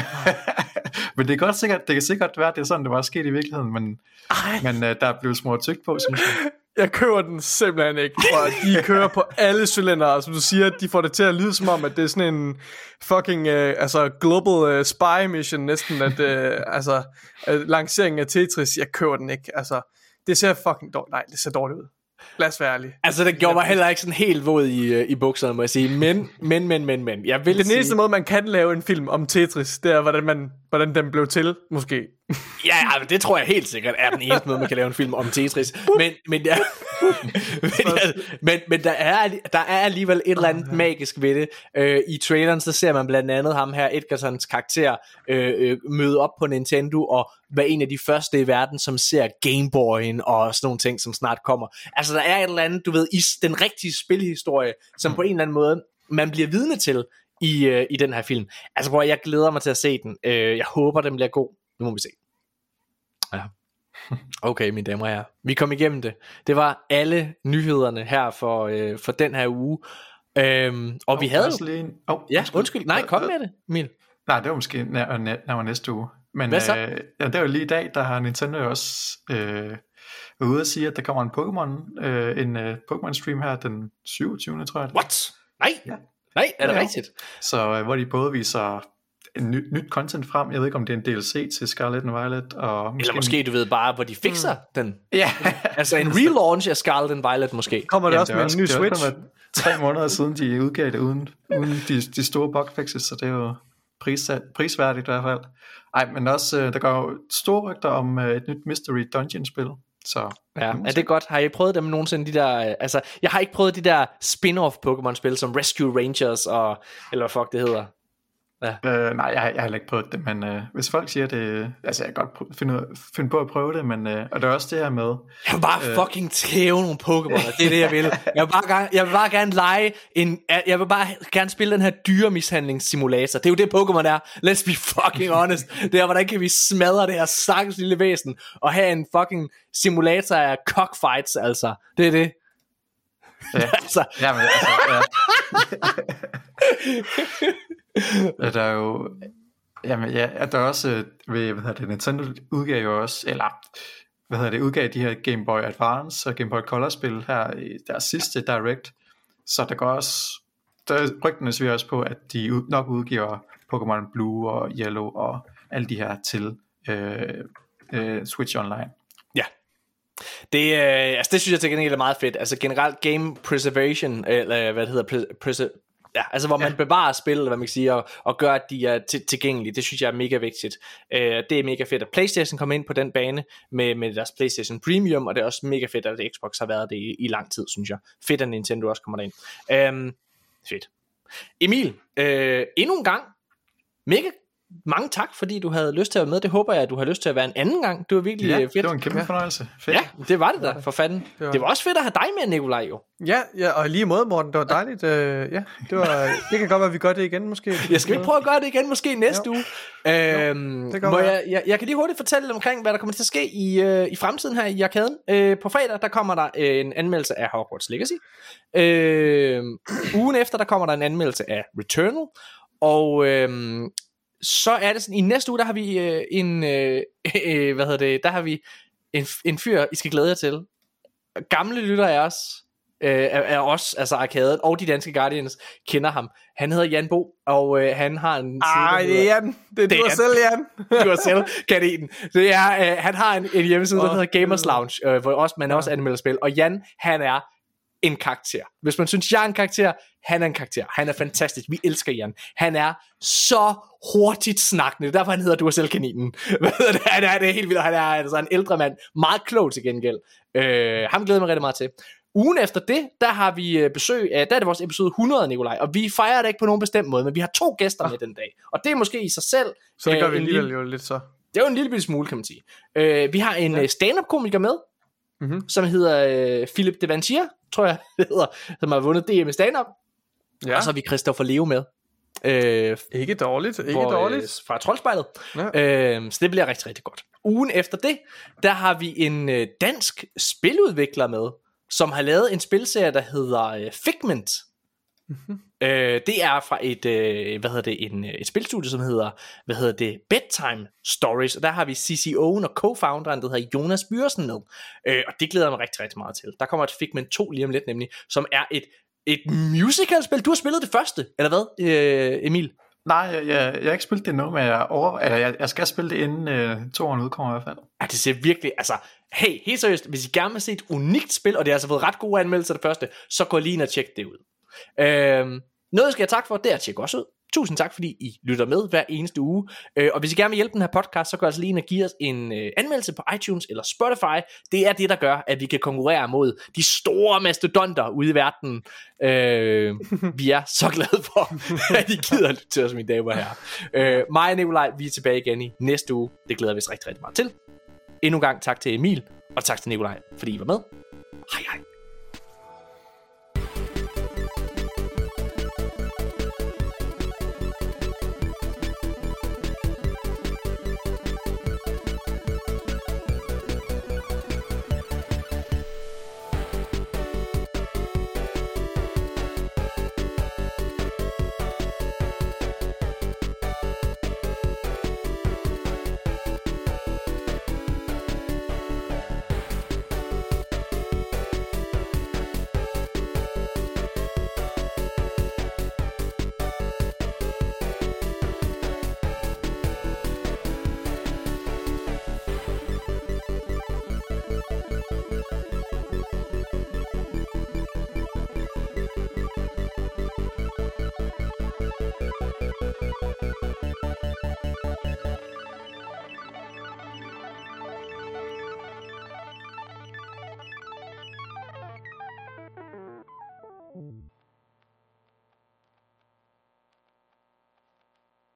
men det kan godt sikkert, det kan sikkert være, at det er sådan, det var sket i virkeligheden, men, men øh, der er blevet små tykt på, synes jeg. Jeg køber den simpelthen ikke, og de kører på alle cylindere, som du siger, de får det til at lyde som om, at det er sådan en fucking, øh, altså global øh, spy mission næsten, at, øh, altså, øh, lanceringen af Tetris, jeg køber den ikke, altså, det ser fucking dårligt, nej, det ser dårligt ud. Lad os være ærlig. Altså det gjorde mig heller ikke sådan helt våd i, i bukserne, må jeg sige. Men, men, men, men, men. Jeg vil Den sige... eneste måde man kan lave en film om Tetris, det er hvordan, man, hvordan den blev til, måske. Ja, altså, det tror jeg helt sikkert er den eneste måde man kan lave en film om Tetris. Men, men, ja, men, ja, men, men der, er, der er alligevel et eller andet magisk ved det. øh, I traileren så ser man blandt andet ham her Edgarsons karakter øh, øh, møde op på Nintendo og være en af de første i verden som ser Gameboyen og sådan nogle ting som snart kommer. Altså der er et eller andet, du ved, i den rigtige spilhistorie, som på en eller anden måde man bliver vidne til i, øh, i den her film. Altså hvor jeg glæder mig til at se den. øh, Jeg håber den bliver god. Nu må vi se. Ja. Okay, mine damer og herrer, vi kom igennem det. Det var alle nyhederne her for, øh, for den her uge. øhm, Og oh, vi havde jo... en... oh, Ja, undskyld, undskyld. Nej, kom med det, Emil. Nej, det var måske nær, nær, nær næste uge. Men hvad så? Øh, ja, det var lige i dag, der har Nintendo også øh, været ude at sige, at der kommer en Pokémon øh, En øh, Pokémon stream her den syvogtyvende tror jeg. What? Nej, ja. Nej, er det ja. rigtigt? Så øh, hvor de både viser en ny, nyt content frem. Jeg ved ikke om det er en D L C til Scarlet and Violet og måske Eller måske en... du ved bare hvor de fikser mm. den. Ja. Altså en relaunch af Scarlet and Violet måske. Kommer det Jamen, også det med også, en ny Switch? Det tre måneder siden de udgav det uden, uden de, de store bugfixes. Så det er jo prissat, prisværdigt i hvert fald. Ej, men også der går jo store rygter om et nyt Mystery Dungeon spil. Så ja, er det godt? Har I prøvet dem nogensinde, de der, altså, jeg har ikke prøvet de der spin-off Pokémon spil som Rescue Rangers og, eller hvad fuck det hedder. Ja. Øh, nej, jeg har, jeg har heller ikke prøvet det, men øh, hvis folk siger det, altså jeg kan godt prøve, finde, finde på at prøve det, men øh, og det er også det her med... Jeg vil bare øh, fucking tæve nogle Pokémon, det er det jeg vil. Jeg vil bare gerne, jeg vil bare gerne lege en, jeg vil bare gerne spille den her dyremishandlingssimulator. Det er jo det Pokémon er. Let's be fucking honest. Det er hvordan kan vi smadre det her stakkels lille væsen og have en fucking simulator af cockfights, altså. Det er det. Ja, altså. Jamen, altså, ja. Der er jo, jamen ja, der er også ved, hvad hedder det, Nintendo udgav jo også, eller hvad hedder det, udgav de her Game Boy Advance og Game Boy Color spil her i deres sidste Direct, så der går også, der rygterne sviger også på, at de nok udgiver Pokémon Blue og Yellow og alle de her til øh, øh, Switch Online. Ja. Det, øh, altså det synes jeg til gengæld er meget fedt. Altså generelt game preservation, eller hvad det hedder, preser, ja, altså hvor man ja. bevarer spil, eller hvad man kan sige, og, og gør, at de er til, tilgængelige. Det synes jeg er mega vigtigt. øh, Det er mega fedt, at PlayStation kommer ind på den bane med, med deres PlayStation Premium, og det er også mega fedt, at Xbox har været det i, i lang tid, synes jeg. Fedt, at Nintendo også kommer derind. øhm, Fedt. Emil, øh, endnu en gang mega mange tak, fordi du havde lyst til at være med. Det håber jeg, at du har lyst til at være en anden gang. Det var virkelig ja, fedt. det var en kæmpe fornøjelse. Fedt. Ja, det var det da, for fanden. Det var, det var også fedt at have dig med, Nikolaj, jo. Ja, ja, og lige måde, Morten, det var dejligt. Øh, ja, det, var, det kan godt være, at vi gør det igen, måske. Jeg skal ikke prøve at gøre det igen, måske næste jo. uge. Øhm, må jeg, jeg, jeg kan lige hurtigt fortælle lidt omkring, hvad der kommer til at ske i, øh, i fremtiden her i arkaden. Øh, på fredag, der kommer der øh, en anmeldelse af Hogwarts Legacy. Øh, ugen efter, der kommer der en anmeldelse af Returnal. Og... Øh, så er det sådan, i næste uge, der har vi øh, en, øh, øh, hvad hedder det, der har vi en, en fyr, I skal glæde jer til. Gamle lytter af os, øh, af os, altså Arkaden, og de danske Guardians, kender ham. Han hedder Jan Bo, og øh, han har en... Ej, det er Jan. Det er du selv, Jan. Du har selv kaninen. Det er, øh, han har en, en hjemmeside, der oh, hedder Gamers Lounge, øh, hvor også, man også anmelder spil. Og Jan, han er en karakter. Hvis man synes, jeg er en karakter, han er en karakter. Han er fantastisk. Vi elsker Jan. Han er så hurtigt snakkende. Det er derfor, han hedder Duracell-kaninen. Han er, det er helt vildt. Han er altså en ældre mand. Meget klog til gengæld. Øh, ham glæder mig rigtig meget til. Ugen efter det, der har vi besøg af, der er det vores episode hundrede, Nikolaj. Og vi fejrer det ikke på nogen bestemt måde, men vi har to gæster med den dag. Og det er måske i sig selv... Så det gør vi alligevel lille, jo lidt så. Det er jo en lille smule, kan man sige. Øh, vi har en ja. stand-up-komiker med, mm-hmm. som hedder øh, Philip Devantier, tror jeg, det hedder, som har vundet D M i stand-up. Ja. Og så har vi Christopher Leo med. Øh, Ikke dårligt, ikke hvor, dårligt. Øh, fra Troldspejlet. Ja. Øh, så det bliver rigtig, rigtig godt. Ugen efter det, der har vi en øh, dansk spiludvikler med, som har lavet en spilserie, der hedder øh, Figment. Mm-hmm. Øh, det er fra et, øh, hvad hedder det, en, et spilstudie, som hedder, hvad hedder det, Bedtime Stories, og der har vi C C O'en og co-founderen, der hedder Jonas Byrsen med, øh, og det glæder jeg mig rigtig, rigtig meget til. Der kommer et Figment to lige om lidt nemlig, som er et, et musicalspil. Du har spillet det første, eller hvad, øh, Emil? Nej, jeg, jeg, jeg har ikke spillet det endnu, men jeg, over, eller jeg, jeg skal spille det inden øh, toeren udkommer i hvert fald. Ja, det ser virkelig, altså, hey, helt seriøst, hvis I gerne vil se et unikt spil, og det har altså fået ret gode anmeldelser det første, så gå lige ind og tjek det ud. Øhm, noget jeg skal have tak for, det er at tjekke også ud. Tusind tak, fordi I lytter med hver eneste uge. Øh, og hvis I gerne vil hjælpe den her podcast, så gør altså lige ind og give os en øh, anmeldelse på iTunes eller Spotify. Det er det, der gør, at vi kan konkurrere mod de store mastodonter ude i verden. Øh, vi er så glade for, at I gider lytte til os, mine damer og herrer. Øh, mig og Nikolaj, vi er tilbage igen i næste uge. Det glæder vi os rigtig, rigtig meget til. Endnu en gang tak til Emil, og tak til Nikolaj, fordi I var med. Hej hej.